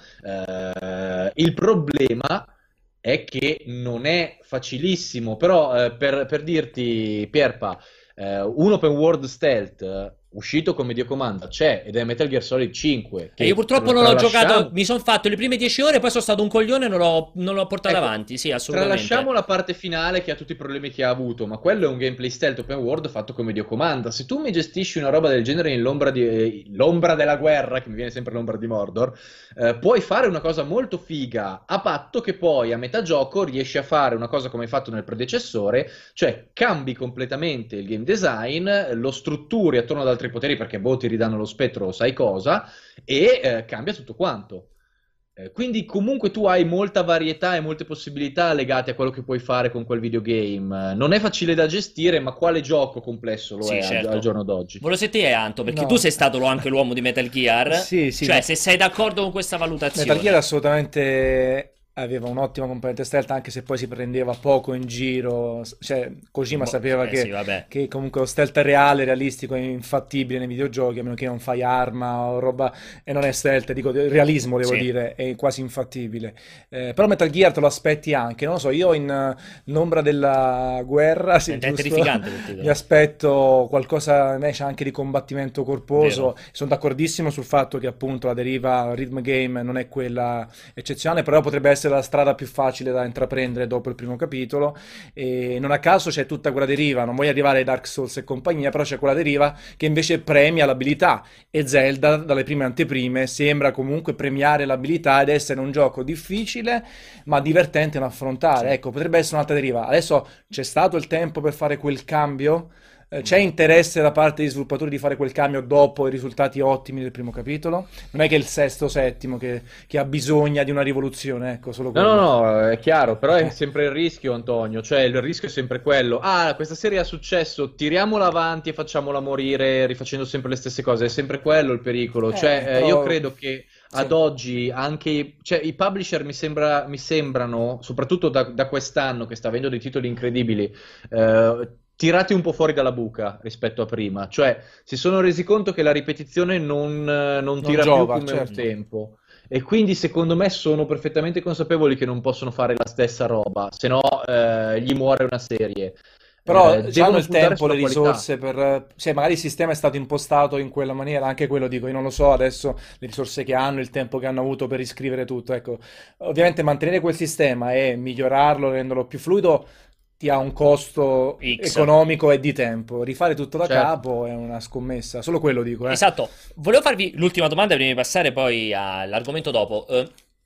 Eh, il problema è che non è facilissimo, però eh, per, per dirti, Pierpa, eh, un open world stealth eh, uscito come Dio comanda c'è ed è Metal Gear Solid cinque. E io purtroppo tra- non l'ho tralasciamo- giocato, mi sono fatto le prime dieci ore, poi sono stato un coglione e non l'ho, non l'ho portato Ecco, avanti, sì, assolutamente. Tralasciamo la parte finale che ha tutti i problemi che ha avuto, ma quello è un gameplay stealth open world fatto come Dio comanda. Se tu mi gestisci una roba del genere in l'ombra, di, eh, l'ombra della guerra, che mi viene sempre l'ombra di Mordor, eh, puoi fare una cosa molto figa, a patto che poi a metà gioco riesci a fare una cosa come hai fatto nel predecessore, cioè cambi completamente il game design, lo strutturi attorno ad altri poteri perché boh, ti ridanno lo spettro o sai cosa, e eh, cambia tutto quanto. Eh, quindi comunque tu hai molta varietà e molte possibilità legate a quello che puoi fare con quel videogame. Eh, Non è facile da gestire, ma quale gioco complesso lo Sì, è al- certo. al, giorno d'oggi? Volevo sentire Anto, perché No. tu sei stato lo- anche l'uomo di Metal Gear, Sì, sì, cioè ma- se sei d'accordo con questa valutazione. Metal Gear assolutamente aveva un'ottima componente stealth, anche se poi si prendeva poco in giro, cioè Kojima Boh, sapeva eh che, sì, vabbè. che comunque lo stealth reale, realistico è infattibile nei videogiochi, a meno che non fai arma o roba, e non è stealth, dico il realismo devo Sì. dire, è quasi infattibile. Eh, però Metal Gear te lo aspetti anche, non lo so, io in eh, l'ombra della guerra, sì, È giusto? terrificante quel titolo. Mi aspetto qualcosa invece anche di combattimento corposo. Vero. Sono d'accordissimo sul fatto che appunto la deriva rhythm game non è quella eccezionale, però potrebbe essere la strada più facile da intraprendere dopo il primo capitolo. E non a caso c'è tutta quella deriva, non voglio arrivare ai Dark Souls e compagnia, però c'è quella deriva che invece premia l'abilità, e Zelda dalle prime anteprime sembra comunque premiare l'abilità ed essere un gioco difficile ma divertente da affrontare. Sì. Ecco, potrebbe essere un'altra deriva. Adesso c'è stato il tempo per fare quel cambio. Eh, C'è interesse da parte degli sviluppatori di fare quel cambio dopo i risultati ottimi del primo capitolo? Non è che è il sesto o settimo che, che ha bisogno di una rivoluzione, ecco, solo No, quello. no, no, è chiaro, però è Eh. sempre il rischio, Antonio, cioè il rischio è sempre quello. Ah, questa serie ha successo, tiriamola avanti e facciamola morire rifacendo sempre le stesse cose, è sempre quello il pericolo. Eh, Cioè, eh, però- io credo che ad Sì. oggi anche i- cioè, i publisher mi sembra, mi sembrano, soprattutto da, da quest'anno che sta avendo dei titoli incredibili, eh, tirati un po' fuori dalla buca rispetto a prima. Cioè, si sono resi conto che la ripetizione non, eh, non tira giova, più come un certo. tempo. E quindi secondo me sono perfettamente consapevoli che non possono fare la stessa roba, se no eh, gli muore una serie. Però Eh, hanno devono il puntare tempo, le sulla qualità. risorse per... Cioè, magari il sistema è stato impostato in quella maniera, anche quello dico, io non lo so adesso, le risorse che hanno, il tempo che hanno avuto per riscrivere tutto, ecco. Ovviamente mantenere quel sistema e migliorarlo, renderlo più fluido, ti ha un costo X. economico e di tempo. Rifare tutto da Certo. capo è una scommessa, solo quello dico, eh. Esatto, volevo farvi l'ultima domanda prima di passare poi all'argomento dopo. Eh,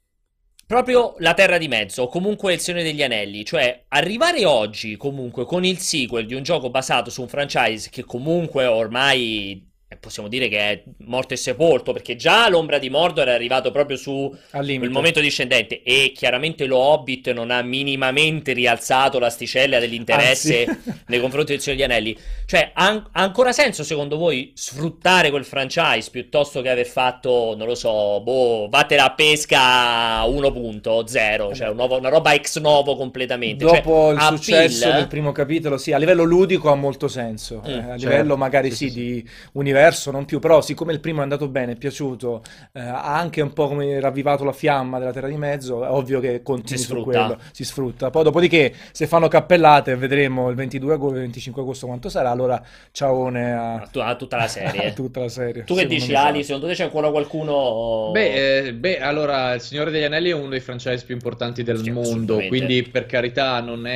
proprio la Terra di Mezzo, o comunque il Signore degli Anelli, cioè arrivare oggi comunque con il sequel di un gioco basato su un franchise che comunque ormai eh, possiamo dire che è morto e sepolto, perché già l'Ombra di Mordor è arrivato proprio su Al limite. quel momento discendente, e chiaramente lo Hobbit non ha minimamente rialzato l'asticella dell'interesse Anzi. nei confronti del Signore degli Anelli. Cioè, ha, ha ancora senso secondo voi sfruttare quel franchise piuttosto che aver fatto, non lo so, boh, vattene a pesca uno punto zero, cioè un nuovo- una roba ex novo completamente. Dopo Cioè, il appeal, successo eh? del primo capitolo, sì, a livello ludico ha molto senso. Mm, eh, a certo. livello magari Sì, sì, sì, di universo diverso, non più, però siccome il primo è andato bene, è piaciuto, eh, ha anche un po' come ravvivato la fiamma della Terra di Mezzo, è ovvio che continui Si su sfrutta. quello, si sfrutta. Poi dopodiché, se fanno cappellate, vedremo il ventidue agosto, il venticinque agosto quanto sarà, allora ciaone a, A, tu- a tutta la a serie. tutta la serie. Tu che secondo dici, me. Ali? Secondo te c'è ancora qualcuno... Beh, eh, beh, allora, Il Signore degli Anelli è uno dei franchise più importanti del Sì, mondo, assolutamente. quindi per carità non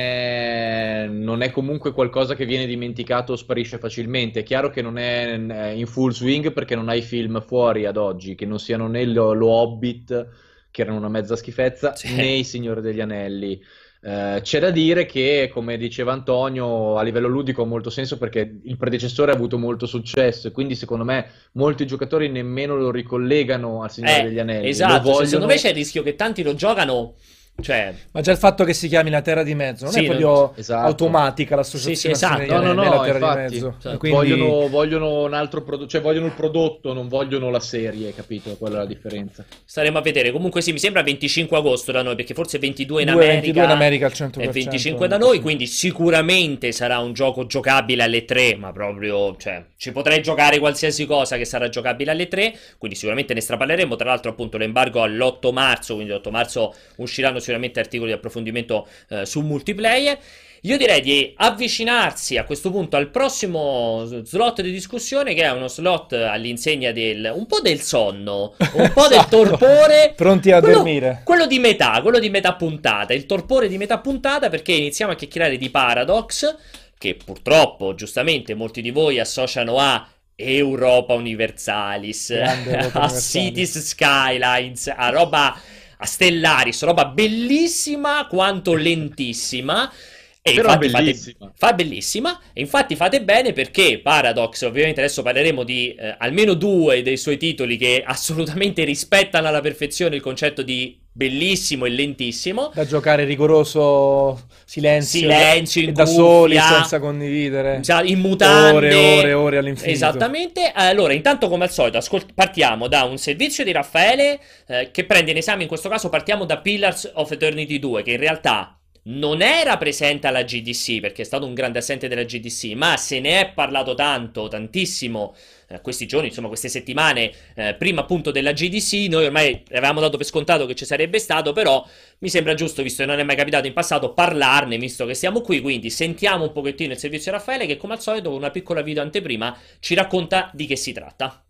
è, non è comunque qualcosa che viene dimenticato o sparisce facilmente. È chiaro che non è eh, in full swing perché non hai film fuori ad oggi, che non siano né lo, lo Hobbit, che erano una mezza schifezza, Sì. né Il Signore degli Anelli. Eh, c'è da dire che, come diceva Antonio, a livello ludico ha molto senso perché il predecessore ha avuto molto successo e quindi secondo me molti giocatori nemmeno lo ricollegano al Signore Eh, degli Anelli. Lo esatto, cioè, vogliono... secondo me c'è il rischio che tanti lo giocano, cioè... Ma già il fatto che si chiami la Terra di Mezzo non Sì, è proprio esatto. automatica Sì, l'associazione sì, esatto. degli No, no, anelli, no, la Terra infatti, di Mezzo. cioè, Quindi vogliono, vogliono un altro prodotto, cioè vogliono il prodotto, non vogliono la serie, capito? Quella è la differenza. Staremo a vedere. Comunque sì, mi sembra venticinque agosto da noi, perché forse ventidue in due- America, ventidue in America al cento e per cento. venticinque da noi, quindi sicuramente sarà un gioco giocabile alle tre, ma proprio, cioè, ci potrei giocare qualsiasi cosa che sarà giocabile alle tre, quindi sicuramente ne straparleremo. Tra l'altro appunto l'embargo all'otto marzo, quindi l'otto marzo usciranno sicuramente articoli di approfondimento eh, sul multiplayer. Io direi di avvicinarsi a questo punto al prossimo slot di discussione, che è uno slot all'insegna del un po' del sonno, un po' del Esatto. torpore, Pronti a quello, dormire. quello di metà, quello di metà puntata, il torpore di metà puntata, perché iniziamo a chiacchierare di Paradox, che purtroppo, giustamente, molti di voi associano a Europa Universalis, Grande Europa a Universalis. Cities Skylines, a roba a Stellaris, roba bellissima quanto lentissima. E Però infatti bellissima. Fate, fa bellissima, e infatti fate bene, perché Paradox, ovviamente adesso parleremo di eh, almeno due dei suoi titoli che assolutamente rispettano alla perfezione il concetto di bellissimo e lentissimo. Da giocare rigoroso silenzio, Silenzio, e in da soli, cuffia, senza condividere. Sa- in mutande, Ore, ore, ore all'infinito. Esattamente. Allora, intanto, come al solito, ascolt- partiamo da un servizio di Raffaele eh, che prende in esame, in questo caso partiamo da Pillars of Eternity due, che in realtà non era presente alla G D C, perché è stato un grande assente della G D C, ma se ne è parlato tanto, tantissimo eh, questi giorni, insomma queste settimane, eh, prima appunto della G D C. Noi ormai avevamo dato per scontato che ci sarebbe stato, però mi sembra giusto, visto che non è mai capitato in passato, parlarne, visto che siamo qui. Quindi sentiamo un pochettino il servizio di Raffaele, che come al solito con una piccola video anteprima ci racconta di che si tratta.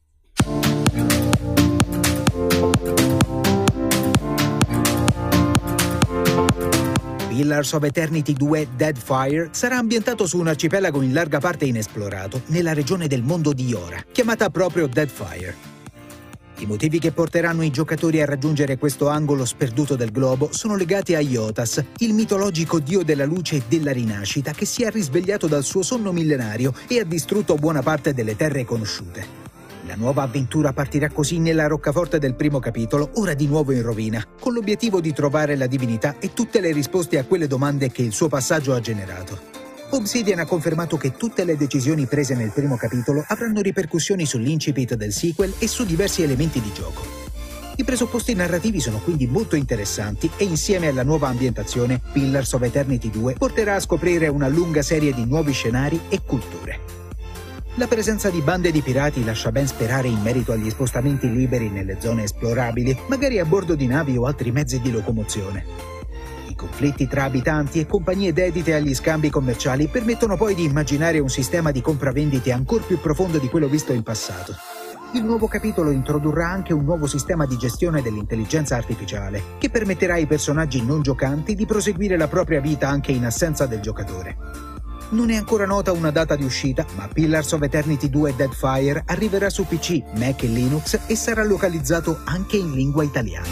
Pillars of Eternity due Deadfire sarà ambientato su un arcipelago in larga parte inesplorato, nella regione del mondo di Yora, chiamata proprio Deadfire. I motivi che porteranno i giocatori a raggiungere questo angolo sperduto del globo sono legati a Iotas, il mitologico dio della luce e della rinascita che si è risvegliato dal suo sonno millenario e ha distrutto buona parte delle terre conosciute. La nuova avventura partirà così nella roccaforte del primo capitolo, ora di nuovo in rovina, con l'obiettivo di trovare la divinità e tutte le risposte a quelle domande che il suo passaggio ha generato. Obsidian ha confermato che tutte le decisioni prese nel primo capitolo avranno ripercussioni sull'incipit del sequel e su diversi elementi di gioco. I presupposti narrativi sono quindi molto interessanti e, insieme alla nuova ambientazione, Pillars of Eternity due porterà a scoprire una lunga serie di nuovi scenari e culture. La presenza di bande di pirati lascia ben sperare in merito agli spostamenti liberi nelle zone esplorabili, magari a bordo di navi o altri mezzi di locomozione. I conflitti tra abitanti e compagnie dedite agli scambi commerciali permettono poi di immaginare un sistema di compravendite ancora più profondo di quello visto in passato. Il nuovo capitolo introdurrà anche un nuovo sistema di gestione dell'intelligenza artificiale, che permetterà ai personaggi non giocanti di proseguire la propria vita anche in assenza del giocatore. Non è ancora nota una data di uscita, ma Pillars of Eternity due Deadfire arriverà su P C, Mac e Linux e sarà localizzato anche in lingua italiana.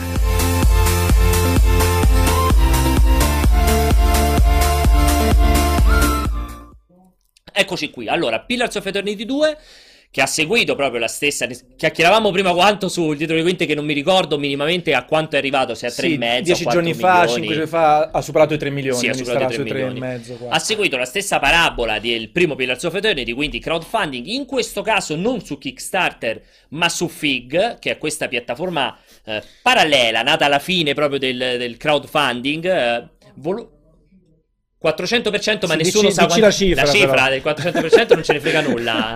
Eccoci qui. Allora, Pillars of Eternity due, che ha seguito proprio la stessa. Chiacchieravamo prima quanto sul dietro le quinte, che non mi ricordo minimamente a quanto è arrivato, se a tre Sì, e mezzo, dieci a quattro giorni fa, milioni. cinque giorni fa ha superato i tre milioni, Sì, ha quindi superato starà i sui tre tre e milioni. mezzo. Ha quattro. seguito la stessa parabola del primo Pillars of Eternity, quindi crowdfunding, in questo caso non su Kickstarter ma su Fig, che è questa piattaforma eh, parallela, nata alla fine proprio del, del crowdfunding, eh, volu- quattrocento per cento, ma Sì, nessuno dici- sa dici quanto- la cifra, la cifra però. del quattrocento per cento non ce ne frega nulla.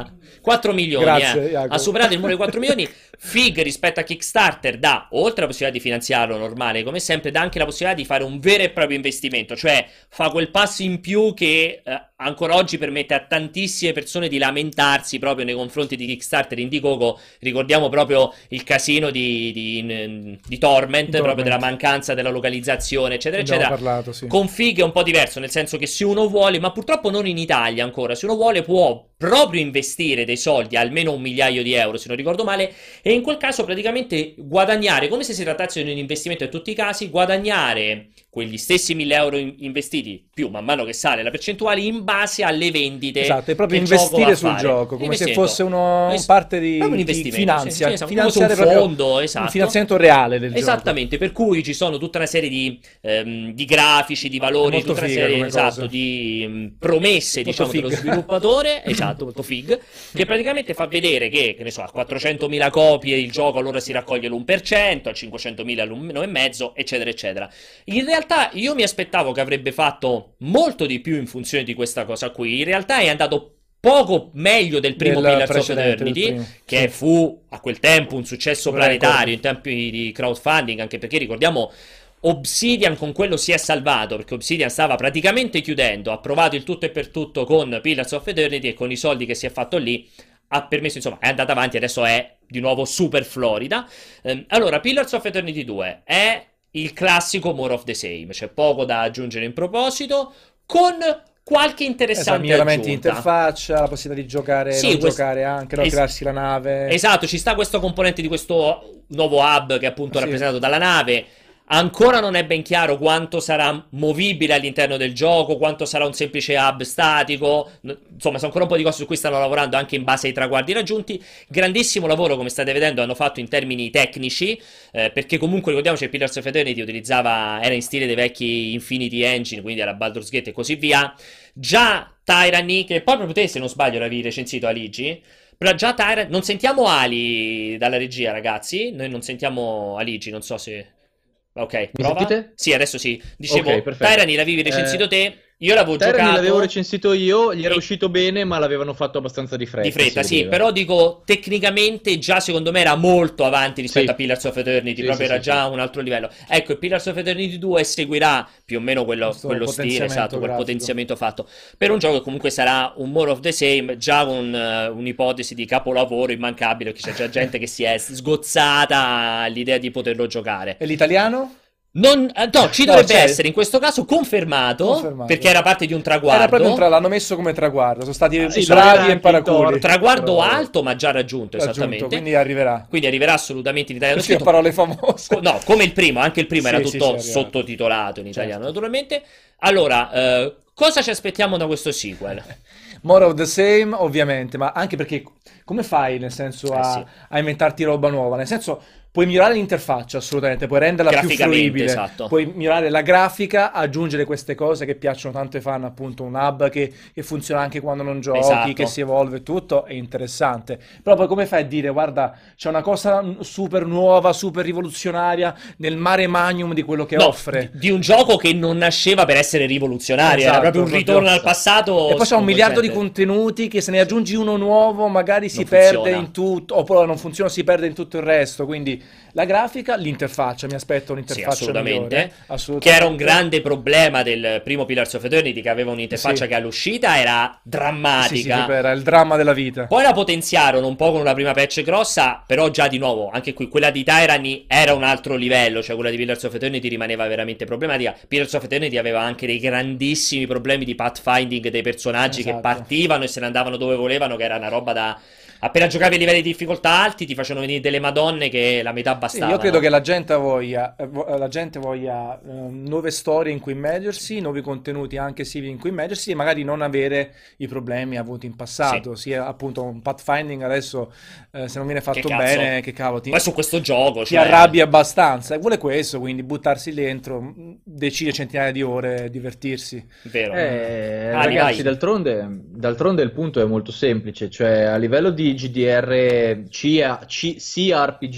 quattro milioni, Grazie, eh. Jacopo. Ha superato il numero di quattro milioni. Fig rispetto a Kickstarter dà, oltre alla possibilità di finanziarlo normale, come sempre, dà anche la possibilità di fare un vero e proprio investimento, cioè fa quel passo in più che eh, ancora oggi permette a tantissime persone di lamentarsi proprio nei confronti di Kickstarter. Indiegogo, ricordiamo proprio il casino di, di, di Torment, Torment, proprio della mancanza della localizzazione, eccetera, Abbiamo eccetera. parlato, sì. Con Fig è un po' diverso, nel senso che se uno vuole, ma purtroppo non in Italia ancora, se uno vuole può proprio investire dei soldi, almeno un migliaio di euro se non ricordo male, e in quel caso praticamente guadagnare, come se si trattasse di un investimento in tutti i casi, guadagnare quegli stessi mille euro in- investiti, più man mano che sale la percentuale, in base alle vendite. Esatto, è proprio che il gioco va investire a sul fare. gioco, come se Investimento. fosse uno, Es- parte di, proprio un di investimento, finanzia, sì, sì, esatto, finanziare come se un proprio fondo, un esatto. finanziamento reale del Esattamente, per cui ci sono tutta una serie di, ehm, di grafici, di valori, Molto tutta una figa serie come esatto, cosa. di mh, promesse, Molto diciamo, dello fig. sviluppatore, esatto, molto fig, che praticamente fa vedere che, che ne so, a quattrocentomila copie il gioco allora si raccoglie l'uno per cento, a cinquecentomila l'uno virgola cinque, eccetera, eccetera. In realtà io mi aspettavo che avrebbe fatto molto di più in funzione di questa cosa qui, in realtà è andato poco meglio del primo Del Pillars of precedente, del Eternity, primo, che sì. fu a quel tempo un successo Un planetario record. in tempi di crowdfunding, anche perché ricordiamo Obsidian con quello si è salvato, perché Obsidian stava praticamente chiudendo, ha provato il tutto e per tutto con Pillars of Eternity e con i soldi che si è fatto lì ha permesso, insomma, è andata avanti, adesso è di nuovo super florida. Ehm, allora, Pillars of Eternity due è il classico more of the same, c'è poco da aggiungere in proposito, con qualche Esatto, interessante miglioramenti di aggiunta. interfaccia, la possibilità di giocare, Sì, non questo- giocare anche, no? es- Crearsi la nave. Esatto, ci sta questo componente di questo nuovo hub che è appunto Sì. rappresentato dalla nave. Ancora non è ben chiaro quanto sarà movibile all'interno del gioco, quanto sarà un semplice hub statico. N- Insomma, sono ancora un po' di cose su cui stanno lavorando anche in base ai traguardi raggiunti. Grandissimo lavoro, come state vedendo, hanno fatto in termini tecnici, eh, perché comunque ricordiamoci che Pillars of Eternity utilizzava, era in stile dei vecchi Infinity Engine, quindi era Baldur's Gate e così via. Già Tyranny, che poi proprio te, se non sbaglio, l'avevi recensito Aligi. Però già Tyranny, non sentiamo Ali dalla regia, ragazzi. Noi non sentiamo Aligi, non so se... Ok, Mi prova. sentite? Sì, adesso sì. Dicevo, Ok, perfetto. Tyranny l'avevi recensito Eh, te, io l'avevo Tyranny giocato l'avevo recensito io, gli era e- uscito bene, ma l'avevano fatto abbastanza di fretta. di fretta, si sì, vedeva. però dico, tecnicamente già secondo me era molto avanti rispetto Sì. a Pillars of Eternity, Sì, proprio sì, era sì, già sì. un altro livello. Ecco, il Pillars of Eternity due seguirà più o meno quello, Questo quello stile, potenziamento esatto, quel grafico. potenziamento fatto, per un gioco che comunque sarà un more of the same, già con eh, un'ipotesi di capolavoro immancabile, perché c'è già gente che si è sgozzata all'idea di poterlo giocare. E l'italiano? Non, eh, no, ci No, dovrebbe c'è- essere in questo caso confermato, Confermato. perché era parte di un traguardo. Era proprio un tra- l'hanno messo come traguardo, sono stati Ah, sì, bravi l'aveva e anche paraculi. in Traguardo Però- alto, ma già raggiunto, Raggiunto, esattamente. quindi arriverà. Quindi arriverà assolutamente in italiano Queste scritto. parole famose. Co- No, come il primo, anche il primo Sì, era sì, tutto sì, è arrivato. sottotitolato in italiano, Certo. naturalmente. Allora, eh, cosa ci aspettiamo da questo sequel? More of the same, ovviamente, ma anche perché come fai, nel senso, Eh, a, sì. a inventarti roba nuova? Nel senso, puoi migliorare l'interfaccia, assolutamente, puoi renderla più Graficamente, fruibile, esatto. puoi migliorare la grafica, aggiungere queste cose che piacciono tanto ai fan, appunto un hub che, che funziona anche quando non giochi, Esatto. che si evolve e tutto, è interessante. Però poi come fai a dire, guarda, c'è una cosa super nuova, super rivoluzionaria nel mare magnum di quello che No, offre? di, di un gioco che non nasceva per essere rivoluzionario, era Esatto, proprio un proprio. ritorno al passato. E poi c'è un miliardo di sconvolgente. contenuti che se ne aggiungi uno nuovo magari si Non perde funziona. in tutto, oppure non funziona, si perde in tutto il resto. Quindi la grafica, l'interfaccia, mi aspetto Sì, un'interfaccia assolutamente. migliore. Che Assolutamente. era un grande problema del primo Pillars of Eternity, che aveva un'interfaccia Sì. che all'uscita era Sì, sì, drammatica. proprio era il dramma della vita. Poi la potenziarono un po' con una prima patch grossa, però già di nuovo, anche qui, quella di Tyranny era un altro livello, cioè quella di Pillars of Eternity rimaneva veramente problematica. Pillars of Eternity aveva anche dei grandissimi problemi di pathfinding dei personaggi che Esatto. partivano e se ne andavano dove volevano, che era una roba da... Appena giocavi a livelli di difficoltà alti ti facevano venire delle madonne che la metà Sì, bastava. io credo che la gente voglia, eh, vo- la gente voglia eh, nuove storie in cui immergersi, nuovi contenuti anche simili in cui immergersi e magari non avere i problemi avuti in passato. Sia appunto un pathfinding adesso, eh, se non viene fatto cazzo? bene, che cavolo, ti, Poi su questo gioco, ti cioè... arrabbi abbastanza. E vuole questo, quindi buttarsi dentro mh, decine, centinaia di ore, divertirsi. Vero. Eh, Ali, ragazzi, vai. d'altronde, d'altronde il punto è molto semplice, cioè a livello di G D R, C- C- C R P G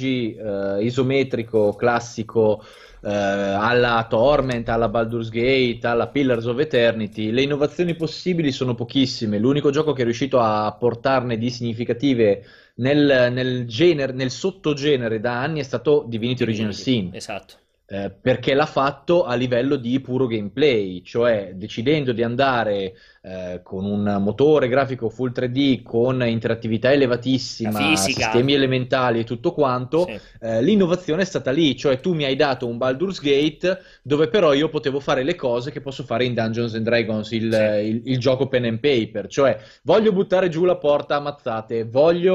eh, isometrico classico, eh, alla Torment, alla Baldur's Gate, alla Pillars of Eternity, le innovazioni possibili sono pochissime. L'unico gioco che è riuscito a portarne di significative nel, nel genere, nel sottogenere da anni è stato Divinity Original Sin. Esatto. Eh, perché l'ha fatto a livello di puro gameplay, cioè decidendo di andare eh, con un motore grafico full tre D, con interattività elevatissima, sistemi elementali e tutto quanto, sì. eh, l'innovazione è stata lì, cioè tu mi hai dato un Baldur's Gate dove però io potevo fare le cose che posso fare in Dungeons and Dragons, il, sì. il, il gioco pen and paper, cioè voglio buttare giù la porta, ammazzate,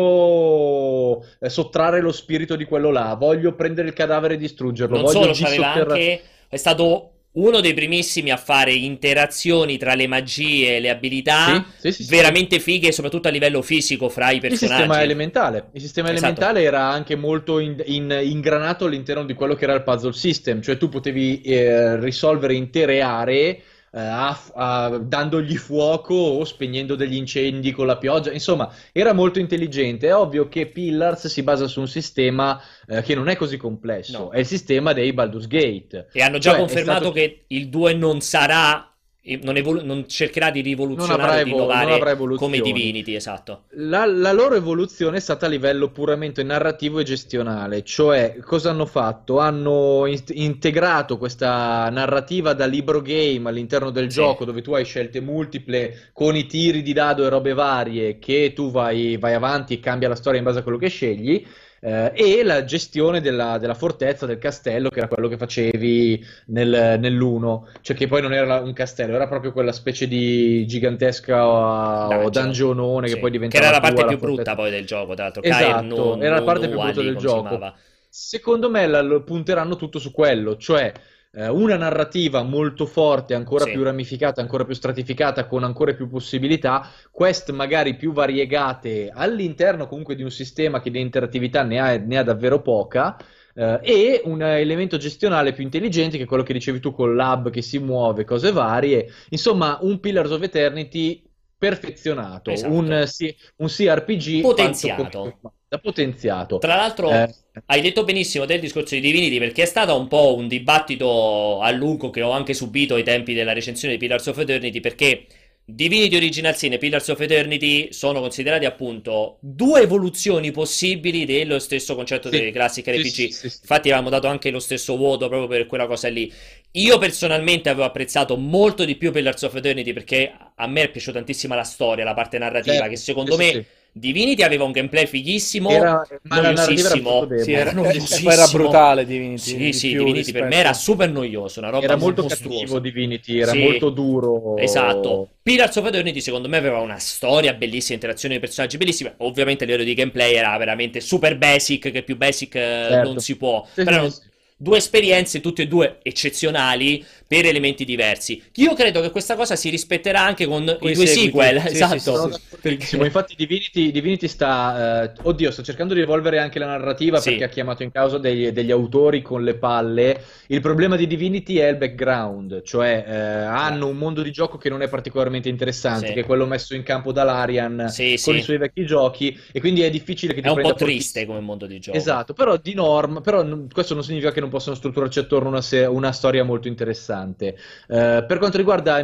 voglio eh, sottrarre lo spirito di quello là, voglio prendere il cadavere e distruggerlo, non voglio solo c'aveva anche, è stato uno dei primissimi a fare interazioni tra le magie e le abilità sì, sì, sì, veramente sì. fighe, soprattutto a livello fisico fra i personaggi. Il sistema elementale, il sistema esatto. elementale era anche molto in, in, ingranato all'interno di quello che era il puzzle system, cioè tu potevi eh, risolvere intere aree eh, a, a, dandogli fuoco o spegnendo degli incendi con la pioggia, insomma era molto intelligente. È ovvio che Pillars si basa su un sistema eh, che non è così complesso, no. È il sistema dei Baldur's Gate, e hanno già cioè, confermato stato... che il due non sarà Non, evolu- non cercherà di rivoluzionare, di innovare come Divinity, esatto. La, la loro evoluzione è stata a livello puramente narrativo e gestionale, cioè cosa hanno fatto? Hanno in- integrato questa narrativa da libro game all'interno del sì. gioco, dove tu hai scelte multiple con i tiri di dado e robe varie, che tu vai, vai avanti e cambia la storia in base a quello che scegli. Eh, e la gestione della, della fortezza, del castello, che era quello che facevi nel, nell'uno, cioè che poi non era un castello, era proprio quella specie di gigantesca Dungeon. o dungeonone sì. che poi diventava che era la parte tua, più la brutta poi del gioco, tra l'altro. Esatto, Caer, non, era la parte non più brutta Wally, del gioco. Secondo me la, lo punteranno tutto su quello, cioè una narrativa molto forte, ancora sì. più ramificata, ancora più stratificata, con ancora più possibilità, quest magari più variegate all'interno comunque di un sistema che di interattività ne ha, ne ha davvero poca, eh, e un elemento gestionale più intelligente, che è quello che dicevi tu col lab che si muove, cose varie, insomma un Pillars of Eternity perfezionato, esatto. un, un C R P G potenziato. Da potenziato. Tra l'altro eh. hai detto benissimo del discorso di Divinity, perché è stato un po' un dibattito a lungo che ho anche subito ai tempi della recensione di Pillars of Eternity, perché Divinity Original Sin e Pillars of Eternity sono considerati appunto due evoluzioni possibili dello stesso concetto sì. dei classic R P G. Sì, sì, sì, sì. Infatti avevamo dato anche lo stesso voto proprio per quella cosa lì. Io personalmente avevo apprezzato molto di più Pillars of Eternity, perché a me è piaciuta tantissima la storia, la parte narrativa, certo. che secondo sì, me... Sì. Divinity aveva un gameplay fighissimo, era, ma noiosissimo, era, sì, era, noiosissimo. Era brutale Divinity. Sì, sì, Divinity rispetto. Per me era super noioso, una roba era molto mostruosa. cattivo Divinity, era sì, molto duro. Esatto. Pillars of Eternity secondo me aveva una storia bellissima, interazioni dei personaggi bellissime. Ovviamente a livello di gameplay era veramente super basic, che più basic certo. non si può. Sì, però sì, sì. Due esperienze, tutte e due eccezionali, per elementi diversi. Io credo che questa cosa si rispetterà anche con i due sequel. Sì, esatto. Sì, sì, perché... Infatti Divinity, Divinity sta... Uh, oddio, sta cercando di evolvere anche la narrativa, sì. perché ha chiamato in causa degli, degli autori con le palle. Il problema di Divinity è il background, cioè uh, hanno un mondo di gioco che non è particolarmente interessante, sì. che è quello messo in campo da Larian sì, con sì. i suoi vecchi giochi, e quindi è difficile che ti È un po' triste porti... come mondo di gioco. Esatto, però di norma, però questo non significa che non possono strutturarci attorno una, se- una storia molto interessante. Uh, per quanto riguarda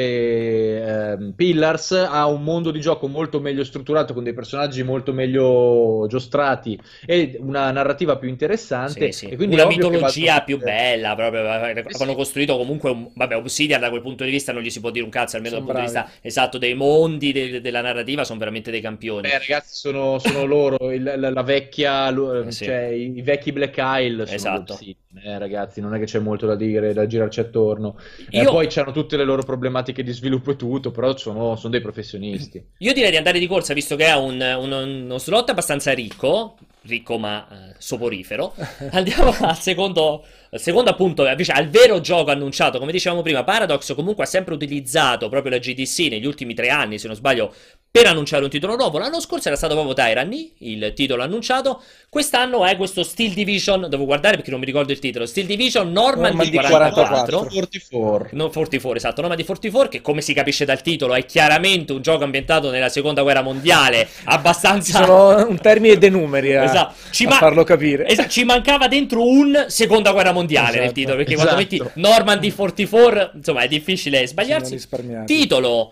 invece uh, Pillars, ha un mondo di gioco molto meglio strutturato, con dei personaggi molto meglio giostrati e una narrativa più interessante. Sì, sì. E quindi una mitologia va... più bella, proprio. Hanno sì. costruito comunque un... Vabbè, Obsidian da quel punto di vista non gli si può dire un cazzo, almeno dal punto di vista esatto dei mondi, de- della narrativa, sono veramente dei campioni. Beh, ragazzi, sono, sono loro, il, la, la vecchia, eh, sì. cioè i, i vecchi Black Isle sono esatto. Obsidian, eh, ragazzi, non è che c'è molto da dire, da girarci attorno. Io... Eh, poi c'hanno tutte le loro problematiche di sviluppo e tutto, però sono, sono dei professionisti. Io direi di andare di corsa, visto che è un, un, uno slot abbastanza ricco, ricco ma eh, soporifero. Andiamo al secondo, al secondo appunto, invece al vero gioco annunciato. Come dicevamo prima, Paradox comunque ha sempre utilizzato proprio la G D C negli ultimi tre anni, se non sbaglio, per annunciare un titolo nuovo. L'anno scorso era stato proprio Tyranny, il titolo annunciato. Quest'anno è questo Steel Division, devo guardare perché non mi ricordo il titolo, Steel Division Normandy, Normandy quarantaquattro. quarantaquattro. No, quarantaquattro, esatto, Normandy quarantaquattro, che come si capisce dal titolo è chiaramente un gioco ambientato nella seconda guerra mondiale, abbastanza... Ci sono un termine dei numeri a, esatto. Ci a ma- farlo capire. Esatto, ci mancava dentro un seconda guerra mondiale Esatto. nel titolo, perché Esatto. quando metti Normandy quarantaquattro, insomma, è difficile Sono sbagliarsi. risparmiati. Titolo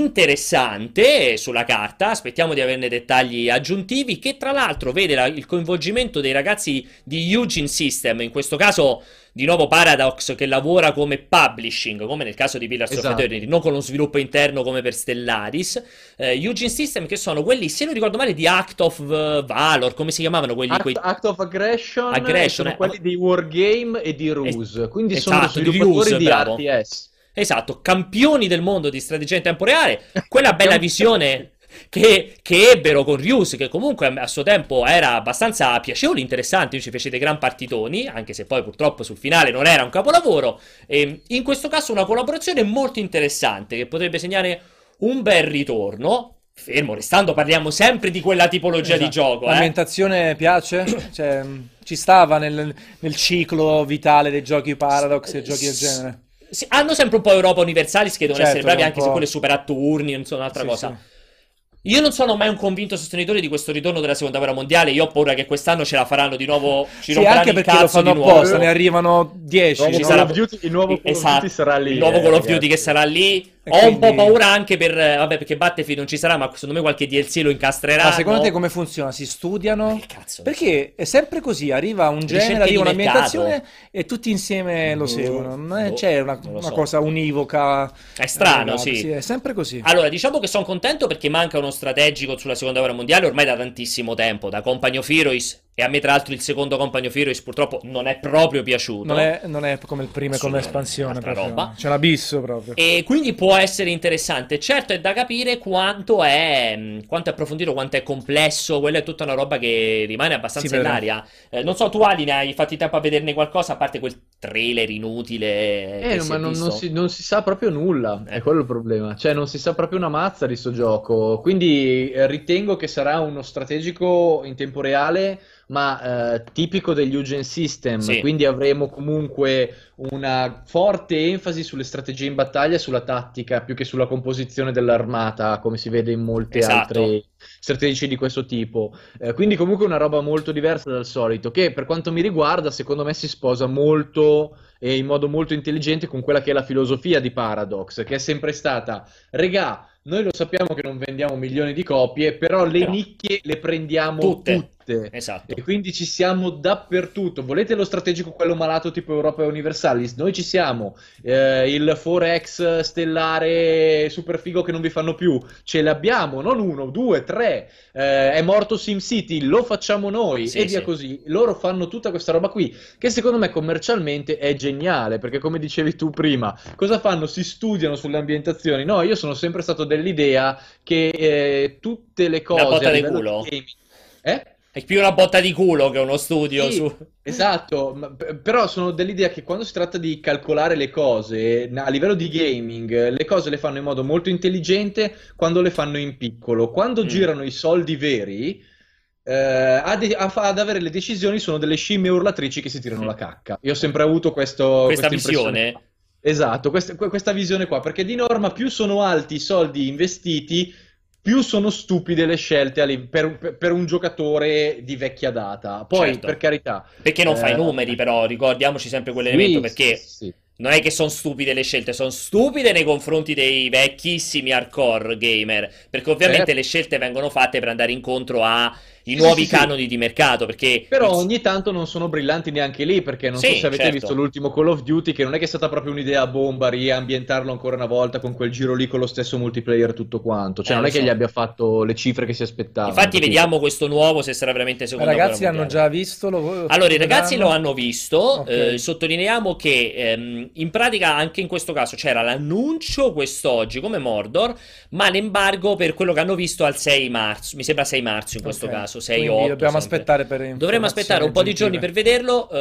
interessante sulla carta, aspettiamo di averne dettagli aggiuntivi, che tra l'altro vede la- il coinvolgimento dei ragazzi di Eugene System, in questo caso di nuovo Paradox, che lavora come publishing, come nel caso di Pillars Esatto. of Eternity, non con lo sviluppo interno come per Stellaris. eh, Eugene System, che sono quelli, se non ricordo male, di Act of eh, Valor, come si chiamavano quelli? Act, quei... Act of Aggression, Aggression, sono eh. quelli di Wargame e di Ruse, quindi esatto, sono di sviluppatori Ruse, di bravo. R T S. Esatto, campioni del mondo di strategia in tempo reale, quella bella visione che, che ebbero con Rius, che comunque a suo tempo era abbastanza piacevole, interessante, ci fece dei gran partitoni, anche se poi purtroppo sul finale non era un capolavoro, e in questo caso una collaborazione molto interessante, che potrebbe segnare un bel ritorno, fermo restando parliamo sempre di quella tipologia Esatto. di gioco, eh. L'ambientazione piace? Cioè, mh, ci stava nel, nel ciclo vitale dei giochi Paradox e giochi del genere? Sì, hanno sempre un po' Europa Universalis, che devono Certo, essere bravi un anche se po'. quelle super a turni, non so, un'altra Sì, cosa. sì. Io non sono mai un convinto sostenitore di questo ritorno della seconda guerra mondiale. Io ho paura che quest'anno ce la faranno di nuovo. Ci Sì, romperanno anche il perché lo cazzo fanno di nuovo. apposta, ne arrivano dieci. Il nuovo Ci Call sarà- of Duty- il nuovo Call of Esatto, Duty sarà lì. il nuovo eh, Call of ragazzi. Duty che sarà lì. E Ho un po' quindi- paura anche per. eh, Vabbè, perché Battlefield non ci sarà, ma secondo me qualche D L C lo incastrerà. Ma secondo te come funziona? Si studiano? Che cazzo? Perché è sempre così, arriva un Ricerche genere, arriva di un'ambientazione e tutti insieme lo Boh, seguono. Non è- boh, c'è una, non lo una so. cosa univoca. È strano, eh, sì. È sempre così. Allora, diciamo che sono contento perché manca uno strategico sulla seconda guerra mondiale ormai da tantissimo tempo, da Company of Heroes, e a me tra l'altro il secondo Company of Heroes purtroppo non è proprio piaciuto. Non è, non è come il primo, come Assolutamente, espansione. un'altra Proprio. roba. C'è un abisso proprio. E quindi può essere interessante. Certo è da capire quanto è, mh, quanto è approfondito, quanto è complesso. Quella è tutta una roba che rimane abbastanza Si in vedrà. aria. Eh, non so, tu Ali, ne hai fatti tempo a vederne qualcosa, a parte quel trailer inutile che Eh, si ma è non, visto? non si, non si sa proprio nulla, Eh. è quello il problema. Cioè, non si sa proprio una mazza di sto gioco. Quindi eh, ritengo che sarà uno strategico in tempo reale, ma eh, tipico degli Eugen System. Sì. Quindi avremo comunque una forte enfasi sulle strategie in battaglia e sulla tattica, più che sulla composizione dell'armata, come si vede in molte Esatto. altre strategie di questo tipo. Eh, quindi comunque una roba molto diversa dal solito, che per quanto mi riguarda, secondo me si sposa molto e in modo molto intelligente con quella che è la filosofia di Paradox, che è sempre stata, regà, noi lo sappiamo che non vendiamo milioni di copie, però le Però nicchie le prendiamo tutte. tutte. Esatto. E quindi ci siamo dappertutto. Volete lo strategico, quello malato tipo Europa Universalis? Noi ci siamo. Eh, il quattro X stellare super figo che non vi fanno più, ce l'abbiamo, non uno, due, tre. Eh, è morto SimCity, lo facciamo noi, Sì, e via sì. così. Loro fanno tutta questa roba qui, che secondo me commercialmente è geniale, perché come dicevi tu prima, cosa fanno? Si studiano sulle ambientazioni. No, io sono sempre stato dell'idea che eh, tutte le cose Una botta a di livello culo. di gaming... Eh? È più una botta di culo che uno studio Sì, su... esatto, ma- p- però sono dell'idea che quando si tratta di calcolare le cose a livello di gaming, le cose le fanno in modo molto intelligente quando le fanno in piccolo. Quando Mm. girano i soldi veri, eh, a de- a fa- ad avere le decisioni sono delle scimmie urlatrici che si tirano la cacca. Io ho sempre avuto questo, Questa questa impressione visione. qua. Esatto, questa, que- questa visione qua, perché di norma più sono alti i soldi investiti, più sono stupide le scelte a li- per, per- per un giocatore di vecchia data. Poi, Certo. per carità, Perché non fai eh, numeri, però, ricordiamoci sempre quell'elemento, sì, perché sì, sì. non è che sono stupide le scelte, sono stupide nei confronti dei vecchissimi hardcore gamer, perché ovviamente Certo. le scelte vengono fatte per andare incontro ai Sì, nuovi sì, sì. canoni di mercato, perché... Però ogni tanto non sono brillanti neanche lì, perché non Sì, so se avete certo. visto l'ultimo Call of Duty, che non è che è stata proprio un'idea bomba riambientarlo ancora una volta con quel giro lì con lo stesso multiplayer tutto quanto. Cioè Eh, non lo è che so. gli abbia fatto le cifre che si aspettavano. Infatti capito? vediamo questo nuovo se sarà veramente I seconda ragazzi guerra hanno mondiale. già visto? Lo, Allora, i ragazzi lo vedranno? hanno visto, Ok. eh, sottolineiamo che ehm, in pratica anche in questo caso c'era l'annuncio quest'oggi come Mordor, ma l'embargo per quello che hanno visto al sei marzo, mi sembra sei marzo in questo Ok. caso, sei Quindi otto dobbiamo sempre. aspettare per Dovremmo aspettare un po' di giorni per vederlo. eh,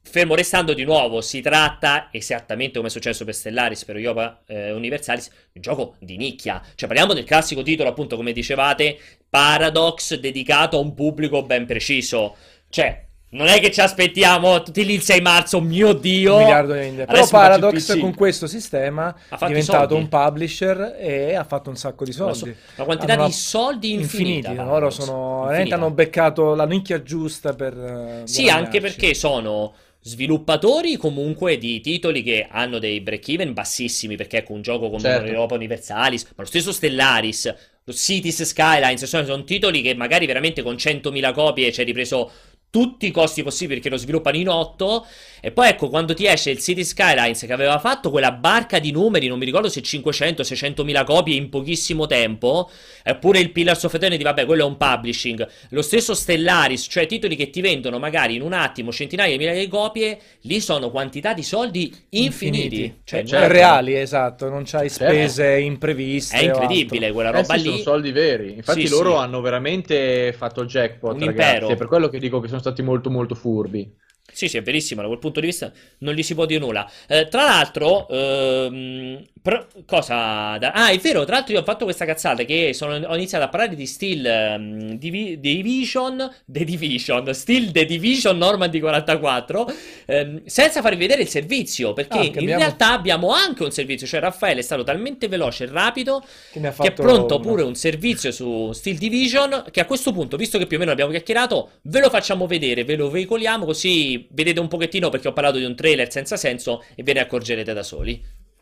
Fermo restando di nuovo, si tratta, esattamente come è successo per Stellaris, per Europa eh, Universalis, di un gioco di nicchia. Cioè parliamo del classico titolo, appunto, come dicevate, Paradox, dedicato a un pubblico ben preciso. Cioè, non è che ci aspettiamo tutti lì il sei marzo, mio Dio! Un miliardo di vendite. Però Adesso faccio il Paradox P C. con questo sistema Ha fatto è i diventato soldi. un publisher e ha fatto un sacco di Una, soldi. so- una quantità Hanno di soldi infinita. infiniti. Loro Paradox. sono Infinita. veramente hanno beccato la nicchia giusta per eh, Sì, anche guadagnarci. perché sono sviluppatori comunque di titoli che hanno dei break-even bassissimi, perché ecco un gioco come Certo. Europa Universalis, ma lo stesso Stellaris, lo Cities Skylines, sono, sono titoli che magari veramente con centomila copie ci hai ripreso tutti i costi possibili perché lo sviluppano in otto. E poi ecco, quando ti esce il Cities Skylines che aveva fatto quella barca di numeri, non mi ricordo se cinquecento seicentomila copie in pochissimo tempo, eppure il Pillars of Eternity, vabbè, quello è un publishing. Lo stesso Stellaris, cioè titoli che ti vendono magari in un attimo centinaia di migliaia di copie, lì sono quantità di soldi infiniti. Cioè, Eh, certo. reali, esatto, non c'hai Certo. spese impreviste. è o incredibile altro. quella Eh roba sì, lì. sono soldi veri. Infatti Sì, loro sì. hanno veramente fatto il jackpot, Un ragazzi. impero. È per quello che dico che sono stati molto molto furbi. Sì, sì, è verissimo, da quel punto di vista non gli si può dire nulla. Eh, tra l'altro, ehm, pro- cosa... da- Ah, è vero, tra l'altro io ho fatto questa cazzata che sono- ho iniziato a parlare di Steel ehm, Divi- Division, The Division, Steel The Division Normandy quarantaquattro, ehm, senza farvi vedere il servizio, perché Ah, in che abbiamo- realtà abbiamo anche un servizio, cioè Raffaele è stato talmente veloce e rapido Che ne ha che è fatto pronto una. pure un servizio su Steel Division che a questo punto, visto che più o meno abbiamo chiacchierato, ve lo facciamo vedere, ve lo veicoliamo così vedete un pochettino, perché ho parlato di un trailer senza senso e ve ne accorgerete da soli.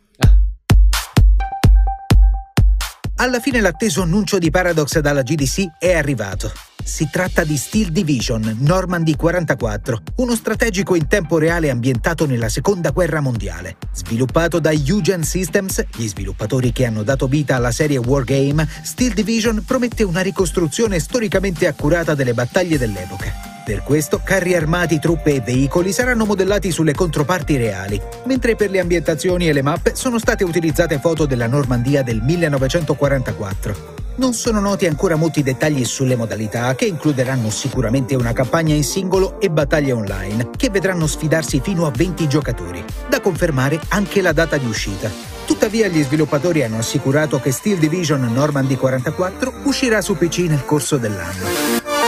Alla fine l'atteso annuncio di Paradox dalla G D C è arrivato. Si tratta di Steel Division Normandy quarantaquattro, uno strategico in tempo reale ambientato nella Seconda Guerra Mondiale. Sviluppato da Eugen Systems, gli sviluppatori che hanno dato vita alla serie Wargame, Steel Division promette una ricostruzione storicamente accurata delle battaglie dell'epoca. Per questo, carri armati, truppe e veicoli saranno modellati sulle controparti reali, mentre per le ambientazioni e le mappe sono state utilizzate foto della Normandia del millenovecentoquarantaquattro. Non sono noti ancora molti dettagli sulle modalità, che includeranno sicuramente una campagna in singolo e battaglie online, che vedranno sfidarsi fino a venti giocatori. Da confermare anche la data di uscita. Tuttavia gli sviluppatori hanno assicurato che Steel Division Normandy quarantaquattro uscirà su P C nel corso dell'anno.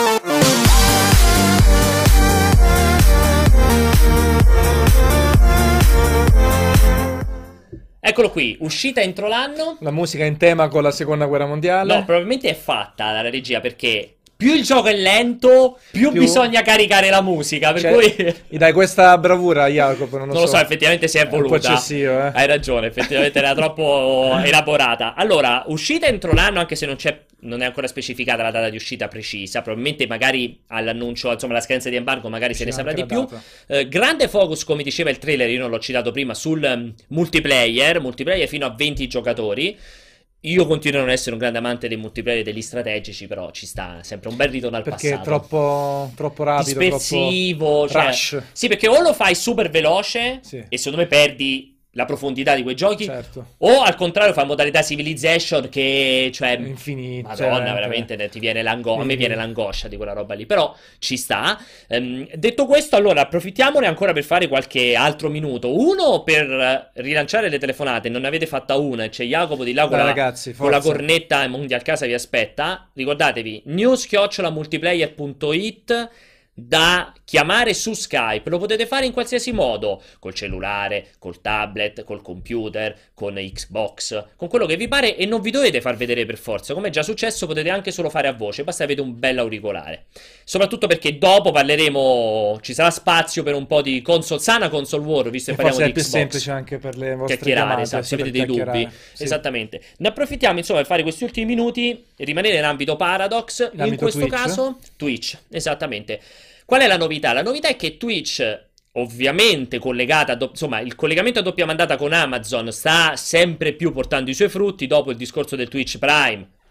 Eccolo qui, uscita entro l'anno. La musica in tema con la Seconda Guerra Mondiale. No, probabilmente è fatta dalla regia, perché più il gioco è lento, più, Più- bisogna caricare la musica, per Cioè, cui... gli dai questa bravura a Jacopo, non lo Non lo so. so, effettivamente si è È un po' voluta. eccessivo, eh. Hai ragione, effettivamente era troppo elaborata. Allora, uscita entro l'anno, anche se non c'è, non è ancora specificata la data di uscita precisa. Probabilmente magari all'annuncio, insomma, la scadenza di embargo, magari se ne C'è saprà anche di la più. data. Eh, grande focus, come diceva il trailer, io non l'ho citato prima, sul um, multiplayer, multiplayer fino a venti giocatori. Io continuo a non essere un grande amante dei multiplayer e degli strategici, però ci sta sempre un bel ritorno al Perché è passato. troppo, troppo rapido, Dispersivo, troppo cioè- rush. Sì, perché o lo fai super veloce Sì. e secondo me perdi la profondità di quei giochi, Certo. o al contrario fai modalità Civilization che, cioè, Infinito. Madonna, cioè, veramente ne- ti viene l'angoscia. A me Sì. viene l'angoscia di quella roba lì. Però ci sta. Ehm, detto questo, allora approfittiamone ancora per fare qualche altro minuto. Uno per eh, rilanciare le telefonate. Non ne avete fatta una. E c'è Jacopo di là con, Dai, la, ragazzi, con la forza. cornetta e Mondial Casa vi aspetta. Ricordatevi, news chiocciola multiplayer punto it da chiamare su Skype. Lo potete fare in qualsiasi modo, col cellulare, col tablet, col computer, con Xbox, con quello che vi pare, e non vi dovete far vedere per forza. Come è già successo, potete anche solo fare a voce, basta avere un bel auricolare. Soprattutto perché dopo parleremo, ci sarà spazio per un po' di console, sana console war, visto E che forse parliamo è di più Xbox. semplice anche per le vostre Chiacchierare, chiamate, esatto, sì, se avete per dei dubbi. chiacchierare. Sì. Esattamente. Ne approfittiamo insomma per fare questi ultimi minuti e rimanere in ambito Paradox. In, ambito questo Twitch. caso, Twitch, esattamente. Qual è la novità? La novità è che Twitch, ovviamente collegata, a do- insomma, il collegamento a doppia mandata con Amazon sta sempre più portando i suoi frutti dopo il discorso del Twitch Prime.